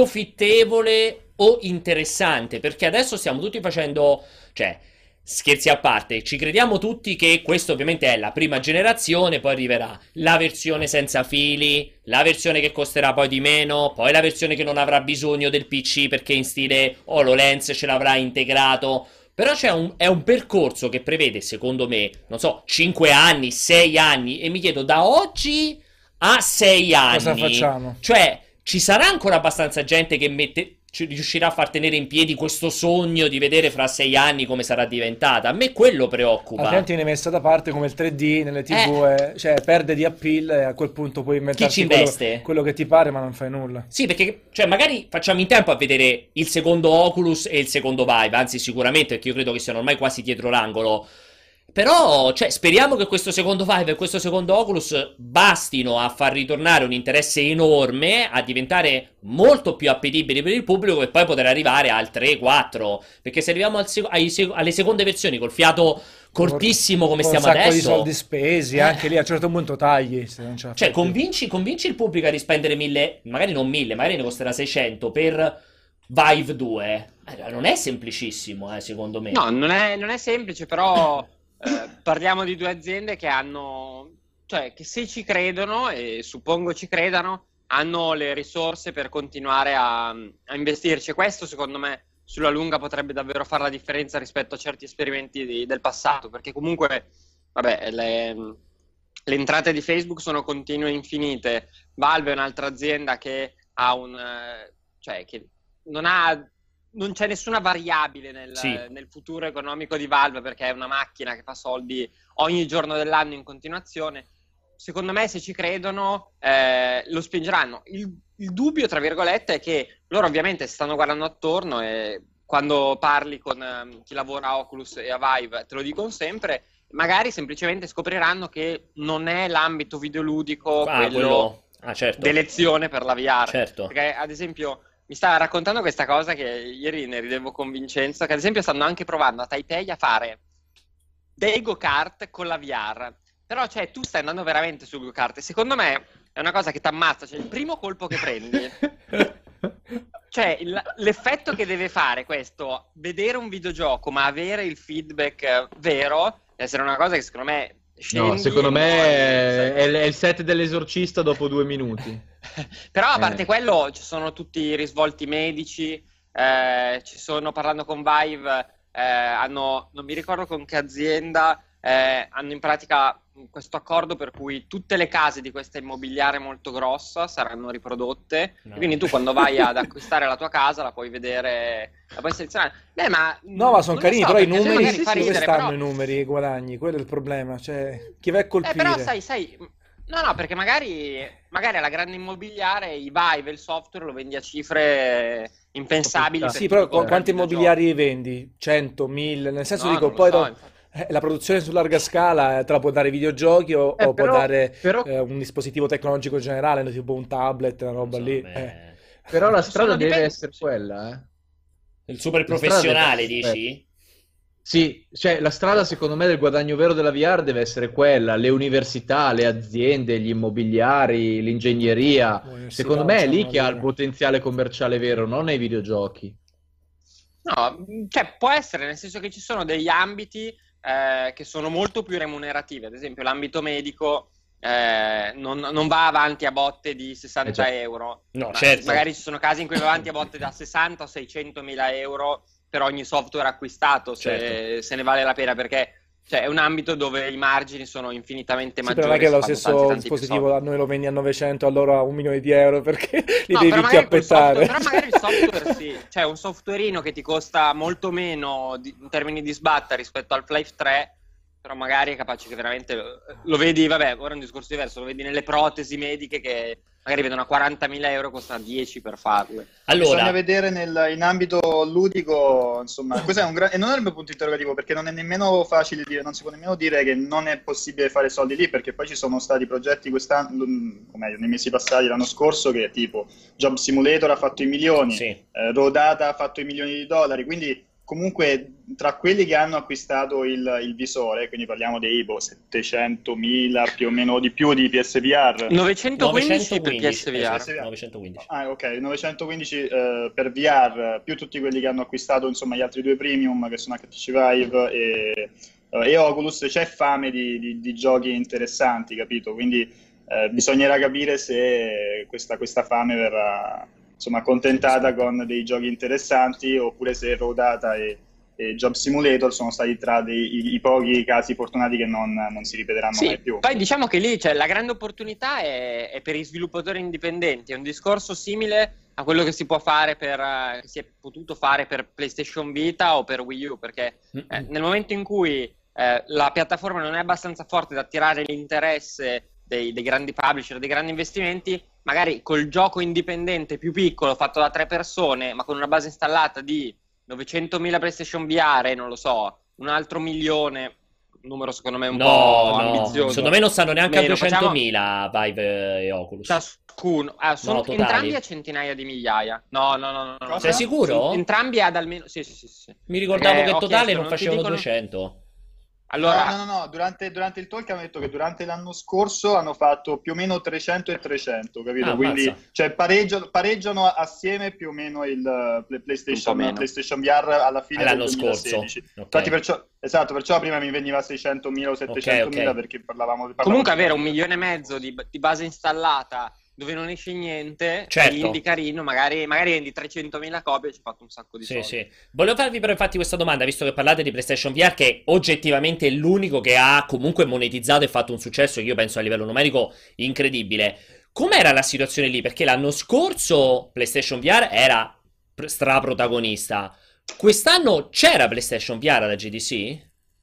profittevole o interessante, perché adesso stiamo tutti facendo, cioè, scherzi a parte, ci crediamo tutti che questo ovviamente è la prima generazione, poi arriverà la versione senza fili, la versione che costerà poi di meno, poi la versione che non avrà bisogno del P C perché in stile HoloLens ce l'avrà integrato. Però c'è un, è un percorso che prevede, secondo me, non so, cinque anni, sei anni, e mi chiedo da oggi a sei anni. Cosa facciamo? Cioè, ci sarà ancora abbastanza gente che mette, ci riuscirà a far tenere in piedi questo sogno di vedere fra sei anni come sarà diventata? A me quello preoccupa. Altrimenti viene messa da parte come il tre D nelle tivù, e- cioè perde di appeal e a quel punto puoi inventarti ci quello, investe? quello che ti pare, ma non fai nulla. Sì, perché cioè, magari facciamo in tempo a vedere il secondo Oculus e il secondo Vive, anzi sicuramente, perché io credo che siano ormai quasi dietro l'angolo. Però, cioè, speriamo che questo secondo Vive e questo secondo Oculus bastino a far ritornare un interesse enorme, a diventare molto più appetibili per il pubblico e poi poter arrivare al tre quattro. Perché se arriviamo al sec- ai sec- alle seconde versioni col fiato cortissimo come Con stiamo un sacco adesso... di soldi spesi, Eh. anche lì a un certo punto tagli. Se non ce la Cioè, fai più. convinci, convinci il pubblico a rispendere mille, magari non mille, magari ne costerà seicento per Vive due. Eh, non è semplicissimo, eh, secondo me. No, non è, non è semplice, però eh, parliamo di due aziende che hanno, cioè che se ci credono, e suppongo ci credano, hanno le risorse per continuare a, a investirci. E questo, secondo me, sulla lunga potrebbe davvero fare la differenza rispetto a certi esperimenti di- del passato, perché comunque, vabbè, le, le entrate di Facebook sono continue e infinite. Valve è un'altra azienda che ha un, eh, cioè che non ha, non c'è nessuna variabile nel, Sì. nel futuro economico di Valve, perché è una macchina che fa soldi ogni giorno dell'anno in continuazione. Secondo me, se ci credono, eh, lo spingeranno. Il, il dubbio, tra virgolette, è che loro ovviamente si stanno guardando attorno e quando parli con ehm, chi lavora a Oculus e a Vive, te lo dicono sempre, magari semplicemente scopriranno che non è l'ambito videoludico Ah, quello, quello... Ah, certo. d'elezione per la V R. Certo. Perché, ad esempio, mi stava raccontando questa cosa che ieri ne ridevo con Vincenzo, che ad esempio stanno anche provando a Taipei a fare dei go-kart con la V R. Però, cioè, tu stai andando veramente sul go-kart e secondo me è una cosa che ti ammazza. Cioè, il primo colpo che prendi, cioè, il- l'effetto che deve fare questo, vedere un videogioco ma avere il feedback eh, vero, deve essere una cosa che secondo me scendi No, secondo e me muori, è, sai. è il set dell'esorcista dopo due minuti. Però a parte Eh. quello ci sono tutti i risvolti medici, eh, ci sono, parlando con Vive, eh, hanno, non mi ricordo con che azienda, eh, hanno in pratica questo accordo per cui tutte le case di questa immobiliare molto grossa saranno riprodotte, No. e quindi tu quando vai ad acquistare la tua casa la puoi vedere, la puoi selezionare. Beh, ma No, ma sono non lo carini, so, però i perché se numeri, magari fa dove ridere, stanno però- i numeri, i guadagni? Quello è il problema, cioè chi va a Eh, colpire? però sai, sai, no, no, perché magari, magari alla grande immobiliare i Vive, il software lo vendi a cifre impensabili. per Sì, chi però compra qu- quanti il videogioco. immobiliari vendi? cento, mille? Nel senso No, dico, non lo poi so, do- infatti. eh, la produzione su larga scala eh, te la può dare i videogiochi o, Eh, o può però- dare però- eh, un dispositivo tecnologico generale, no, tipo un tablet, una roba lì. Insomma, eh. eh, Però la Ci strada sono deve dipende- essere quella, eh. Il super La strada professionale, deve essere- dici? Sì, cioè la strada secondo me del guadagno vero della V R deve essere quella, le università, le aziende, gli immobiliari, l'ingegneria. L'università Secondo non me è sanno lì che ha il dire. potenziale commerciale vero, non nei videogiochi. No, cioè può essere, nel senso che ci sono degli ambiti eh, che sono molto più remunerativi, ad esempio l'ambito medico eh, non, non va avanti a botte di Eh sessanta già. euro, No, ma certo. magari ci sono casi in cui va avanti a botte da sessanta o seicento mila euro per ogni software acquistato, se, Certo. se ne vale la pena, perché cioè, è un ambito dove i margini sono infinitamente Sì, però maggiori. non è che si lo fanno stesso tanti, tanti dispositivo soldi. a noi lo vendi a novecento, allora a un milione di euro perché li No, devi però magari quel software, chiappettare. però magari il software sì, cioè un softwareino che ti costa molto meno di- in termini di sbatta rispetto al Half-Life tre, però magari è capace che veramente lo, lo vedi, vabbè, ora è un discorso diverso, lo vedi nelle protesi mediche che magari vedono a quarantamila euro, costano dieci per farle. Bisogna Allora, vedere nel, in ambito ludico, insomma, questo è un gran, e non è il mio punto interrogativo, perché non è nemmeno facile dire, non si può nemmeno dire che non è possibile fare soldi lì, perché poi ci sono stati progetti quest'anno, o meglio, nei mesi passati, l'anno scorso, che tipo Job Simulator ha fatto i milioni, sì. eh, Rodata ha fatto i milioni di dollari, quindi comunque tra quelli che hanno acquistato il, il visore, quindi parliamo dei boh, settecentomila più o meno di più di P S V R. novecentoquindici per P S V R. P S V R. novecentoquindici. Ah, ok, novecentoquindici eh, per V R, più tutti quelli che hanno acquistato, insomma, gli altri due premium, che sono H T C Vive e, eh, e Oculus. C'è fame di, di, di giochi interessanti, capito? Quindi eh, bisognerà capire se questa, questa fame verrà, insomma, accontentata con dei giochi interessanti, oppure se Rodata e, e Job Simulator sono stati tra dei, i, i pochi casi fortunati che non, non si ripeteranno Sì, mai più. poi diciamo che lì cioè, la grande opportunità è, è per i sviluppatori indipendenti, è un discorso simile a quello che si può fare per, eh, che si è potuto fare per PlayStation Vita o per Wii U, perché eh, nel momento in cui eh, la piattaforma non è abbastanza forte da attirare l'interesse dei, dei grandi publisher, dei grandi investimenti, magari col gioco indipendente più piccolo, fatto da tre persone, ma con una base installata di novecentomila PlayStation V R, non lo so, un altro milione, un numero secondo me un No, po' no, ambizioso. secondo me non stanno neanche Meno, a duecentomila Vive e Oculus. Ciascuno, ah, sono No, totali. entrambi a centinaia di migliaia. No, no, no, no, no. Cosa? Sei sicuro? Sono entrambi ad almeno. Sì, sì, sì, sì. Mi ricordavo Perché che ho totale chiesto, non non ti facevano dicono- duecento. Allora, No, no, no, no, durante, durante il talk hanno detto che durante l'anno scorso hanno fatto più o meno trecento e trecento, capito? Ah, Quindi ammazza. cioè, pareggiano, pareggiano assieme più o meno il uh, Play- PlayStation, Un po' meno. PlayStation V R alla fine All'anno del scorso. duemilasedici. Ok. Infatti perciò, esatto, perciò prima mi veniva seicentomila o settecentomila ok. perché parlavamo, parlavamo comunque di- avere un milione e mezzo di, di base installata dove non esce niente, Certo. è indie carino, magari, magari vendi trecentomila copie e ci hai fatto un sacco di Sì, soldi. sì. Volevo farvi però infatti questa domanda, visto che parlate di PlayStation V R, che oggettivamente è l'unico che ha comunque monetizzato e fatto un successo che io penso a livello numerico incredibile. Com'era la situazione lì? Perché l'anno scorso PlayStation V R era pr- straprotagonista. Quest'anno c'era PlayStation V R alla G D C?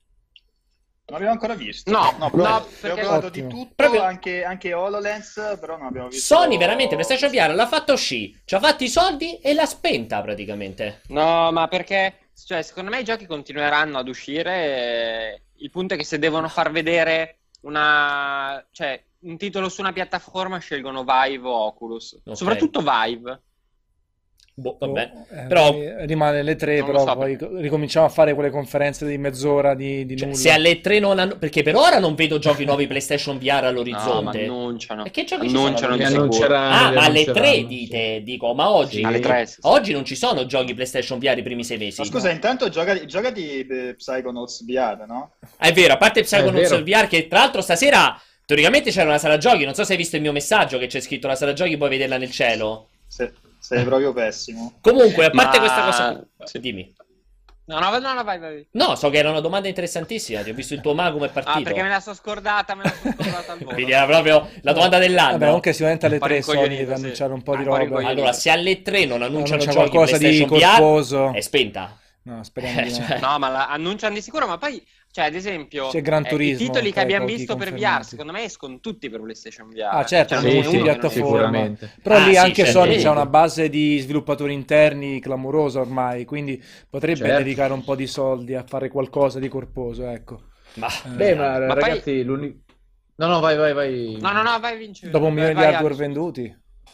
Non abbiamo ancora visto. No, no, no, abbiamo perché- provato Ottimo. di tutto, Proprio- anche, anche HoloLens, però non abbiamo visto... Sony veramente PlayStation V R l'ha fatto uscire, ci ha fatto i soldi e l'ha spenta praticamente. No, ma perché, cioè, secondo me i giochi continueranno ad uscire. eh, Il punto è che se devono far vedere una, cioè, un titolo su una piattaforma, scelgono Vive o Oculus. Ok. Soprattutto Vive. Boh, vabbè. Eh, Però ri- rimane le tre, Non lo però so, poi ricominciamo a fare quelle conferenze di mezz'ora di, di cioè, nulla. se alle tre non hanno... Perché per ora non vedo giochi nuovi PlayStation V R No, ma all'orizzonte. annunciano. E che giochi ci Annunciano sono? di Li sicuro. annunceranno, Ah, li ma alle annunceranno, tre sì. dite, dico, ma oggi... Sì. Alle tre, sì, sì. Oggi non ci sono giochi PlayStation V R i primi sei mesi. Ma scusa, intanto giocati, giocati eh, Psychonauts V R, no? Ah, è vero, a parte Psychonauts vero. V R, che tra l'altro stasera teoricamente c'era una sala giochi. Non so se hai visto il mio messaggio che c'è scritto la sala giochi, puoi vederla nel cielo. Se- sei proprio pessimo. Comunque, a parte Ma- questa cosa... sì. Dimmi. No, no, no, no, vai, vai. No, so che era una domanda interessantissima. Ti ho visto il tuo mago come è Ah, partito. perché me la sono scordata, me la sono scordata al volo. Quindi era proprio la domanda dell'anno. Vabbè, comunque sicuramente alle Un po' tre Sony rincoglionito, deve sì. annunciare un po' di Un po' roba. rincoglionito. Allora, se alle tre non annunciano Annuncia giochi qualcosa di PlayStation V R, corposo. è spenta. No, speriamo di no. Cioè, No, ma la annunciano di sicuro, ma poi, cioè, ad esempio, C'è Gran eh, Turismo, i titoli che tra i abbiamo pochi visto per V R, confermati. secondo me escono tutti per PlayStation V R. Ah, certo, Cioè, hanno non ce n'è uno che non multipiattaforma. Sicuramente. Però Ah, lì sì, anche certo. Sony Sì. c'ha una base di sviluppatori interni clamorosa ormai, quindi potrebbe Certo. dedicare un po' di soldi a fare qualcosa di corposo, ecco. ma... Beh, ma, Ma poi- ragazzi, l'unico... No, no, vai, vai, vai. No, no, no, vai, Vinci. Dopo un Vai, milione di vai, hardware Alex. venduti.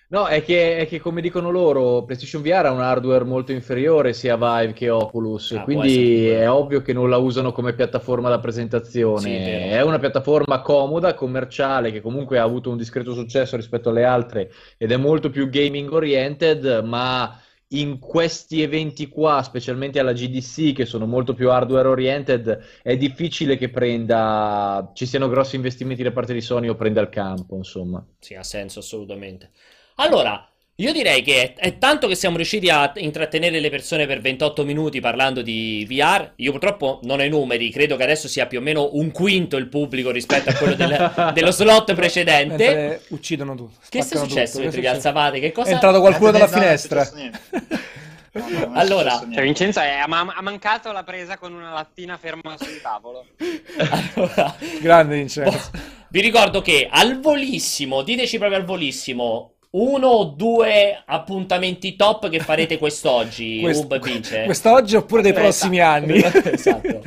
No, è che, è che come dicono loro, PlayStation V R ha un hardware molto inferiore sia Vive che Oculus, Ah, può quindi essere. è ovvio che non la usano come piattaforma da presentazione. Sì, è vero. È una piattaforma comoda, commerciale, che comunque ha avuto un discreto successo rispetto alle altre ed è molto più gaming oriented, ma in questi eventi qua, specialmente alla G D C, che sono molto più hardware oriented, è difficile che prenda, ci siano grossi investimenti da parte di Sony o prenda il campo, insomma. Sì, ha senso assolutamente. Allora, io direi che è, è tanto che siamo riusciti a intrattenere le persone per ventotto minuti parlando di V R. Io purtroppo non ho i numeri, credo che adesso sia più o meno un quinto il pubblico rispetto a quello del- dello slot precedente. Mentre uccidono tutto. Che è spaccano successo tutto. mentre Che vi è successo? alzavate? Che cosa? È entrato qualcuno Eh, dalla no, non è finestra. successo niente. No, no, non è Allora, successo Cioè, niente. Vincenzo è- ha, ha mancato la presa con una lattina ferma sul tavolo. Allora, Grande Vincenzo. boh, vi ricordo che al volissimo, diteci proprio al volissimo, uno o due appuntamenti top che farete quest'oggi, Quest- Ub vince. Quest'oggi oppure dei Aspetta. prossimi anni. Esatto.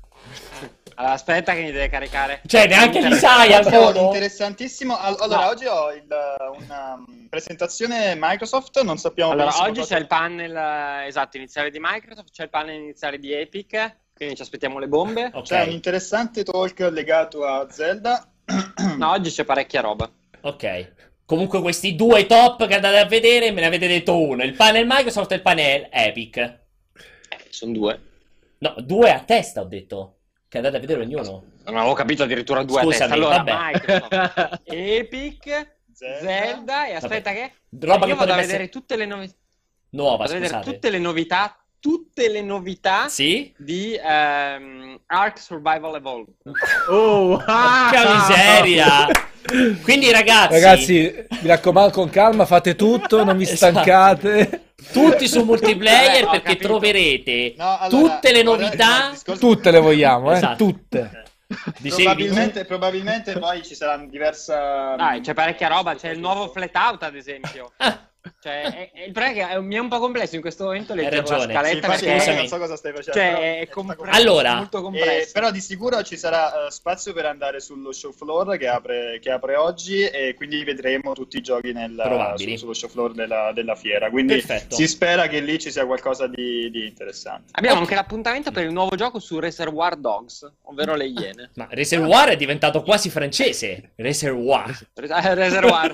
Allora, aspetta che mi deve caricare. Cioè, neanche li sai al Oggi ho volo? interessantissimo. All- Allora, No. oggi ho il- una um, presentazione Microsoft. Non sappiamo Allora, benissimo oggi cosa- c'è il panel eh, esatto iniziale di Microsoft, c'è il panel iniziale di Epic, quindi ci aspettiamo le bombe. Ok, C'è un interessante talk legato a Zelda. No, oggi c'è parecchia roba. ok. Comunque questi due top che andate a vedere, me ne avete detto uno, il panel Microsoft e il panel Epic. Eh, sono due. No, due a testa ho detto, che andate a vedere ognuno. Non avevo capito addirittura due Scusami, a testa. Allora, vabbè. Microsoft, Epic, Zelda. Zelda e aspetta che... Roba io che vado a potrebbe vedere essere tutte le novità. nuova, Vado a vedere scusate. tutte le novità, tutte le novità Sì? di ehm, Ark Survival Evolved. Oh, Porca miseria! Quindi ragazzi, Ragazzi, mi raccomando, con calma, fate tutto, non vi Esatto. stancate. tutti su multiplayer Eh, ho perché capito. troverete No, allora, tutte le guarda- novità. il discorso- Tutte le vogliamo, eh? Esatto. Tutte. Dicevi- Probabilmente, probabilmente poi ci sarà diversa. Dai, c'è parecchia roba, c'è il nuovo Flat Out ad esempio. Ah, Cioè, è- è- il problema è che è- mi è un po' complesso in questo momento Hai leggere la ragione. Sì, scaletta infatti, perché scusami. non so cosa stai facendo. cioè, però è è compre- Allora, molto Eh, complesso. però di sicuro ci sarà eh, spazio per andare sullo show floor che apre, che apre oggi e quindi vedremo tutti i giochi nel, Probabili. su- sullo show floor della, della fiera. Quindi Perfetto. si spera che lì ci sia qualcosa di, di interessante. Abbiamo Ok. anche l'appuntamento per il nuovo gioco su Reservoir Dogs, ovvero le iene. ma Reservoir è diventato quasi francese. Reservoir. Res- eh, Reservoir.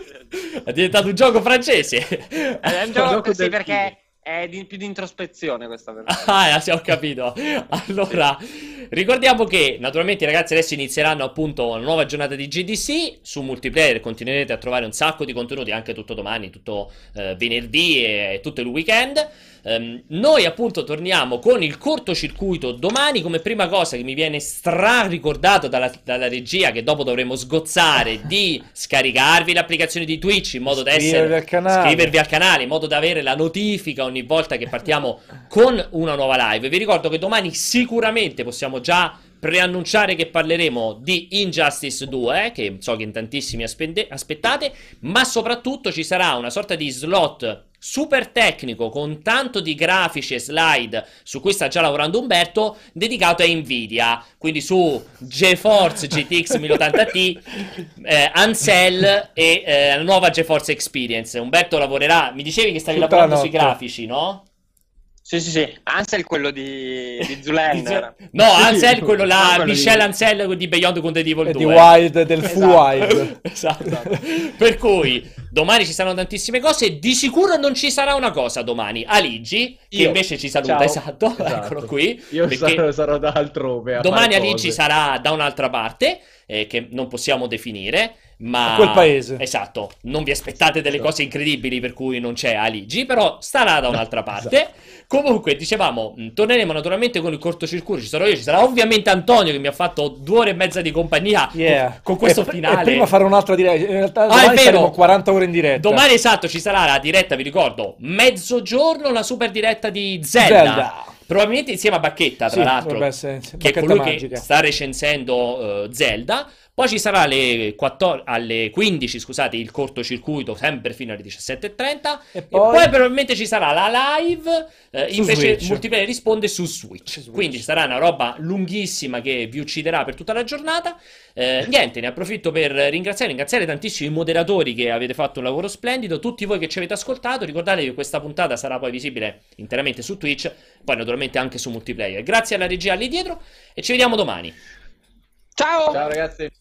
È diventato un gioco francese. È un gioco, Gioco sì, del perché è di, più di introspezione questa versione. Ah, sì, ho capito. Allora, ricordiamo che naturalmente ragazzi adesso inizieranno appunto una nuova giornata di G D C. Su multiplayer continuerete a trovare un sacco di contenuti anche tutto domani, tutto eh, venerdì e tutto il weekend. Ehm, noi appunto torniamo con il cortocircuito domani come prima cosa che mi viene stra ricordato dalla, dalla regia, che dopo dovremo sgozzare, di scaricarvi l'applicazione di Twitch in modo da Iscrivervi essere al canale. iscrivervi al canale in modo da avere la notifica ogni volta che partiamo con una nuova live. Vi ricordo che domani sicuramente possiamo già preannunciare che parleremo di Injustice due, eh, che so che in tantissimi aspende- aspettate, ma soprattutto ci sarà una sorta di slot super tecnico con tanto di grafici e slide su cui sta già lavorando Umberto, dedicato a Nvidia, quindi su GeForce G T X mille ottanta Ti, eh, Ansel e eh, la nuova GeForce Experience. Umberto lavorerà, mi dicevi che stavi Tutta la lavorando sui notte. grafici, no? Sì, sì, sì. Ansel quello di, di Zoolander. No, Sì, Ansel, quello no, là, quello Michel di- Ansel di Beyond Good and Evil E due. di Wild, del full Esatto. Wild. Esatto. Per cui domani ci saranno tantissime cose. Di sicuro non ci sarà una cosa domani. Aligi, che Io. invece ci saluta, Ciao. esatto, Esatto. eccolo qui. Io perché sarò, sarò da altrove a domani fare Aligi cose. sarà da un'altra parte, eh, che non possiamo definire. Ma A quel paese. Esatto, non vi aspettate delle Esatto. cose incredibili per cui non c'è Aligi, però starà da un'altra parte. Comunque, dicevamo, mh, torneremo naturalmente con il cortocircuito. Ci sarò io, ci sarà ovviamente Antonio che mi ha fatto due ore e mezza di compagnia Yeah. con, con questo e, pr- finale. E prima fare un'altra diretta. In realtà Ah, è domani vero. saremo quaranta ore in diretta. Domani esatto ci sarà la diretta, vi ricordo, mezzogiorno la super diretta di Zelda. Zelda. Probabilmente insieme a Bacchetta, tra Sì, l'altro, dovrebbe essere che è Bacchetta colui magica. che sta recensendo eh, Zelda. Poi ci sarà alle, quattordici, alle quindici, scusate, il cortocircuito, sempre fino alle diciassette e trenta. E E poi, poi- e poi probabilmente ci sarà la live, eh, Su invece Switch. multiplayer risponde su Switch. Su Switch. Quindi ci sarà una roba lunghissima che vi ucciderà per tutta la giornata. Eh, niente, ne approfitto per ringraziare, ringraziare tantissimi moderatori che avete fatto un lavoro splendido, tutti voi che ci avete ascoltato. Ricordate che questa puntata sarà poi visibile interamente su Twitch, poi naturalmente anche su multiplayer. Grazie alla regia lì dietro e ci vediamo domani. Ciao! Ciao ragazzi.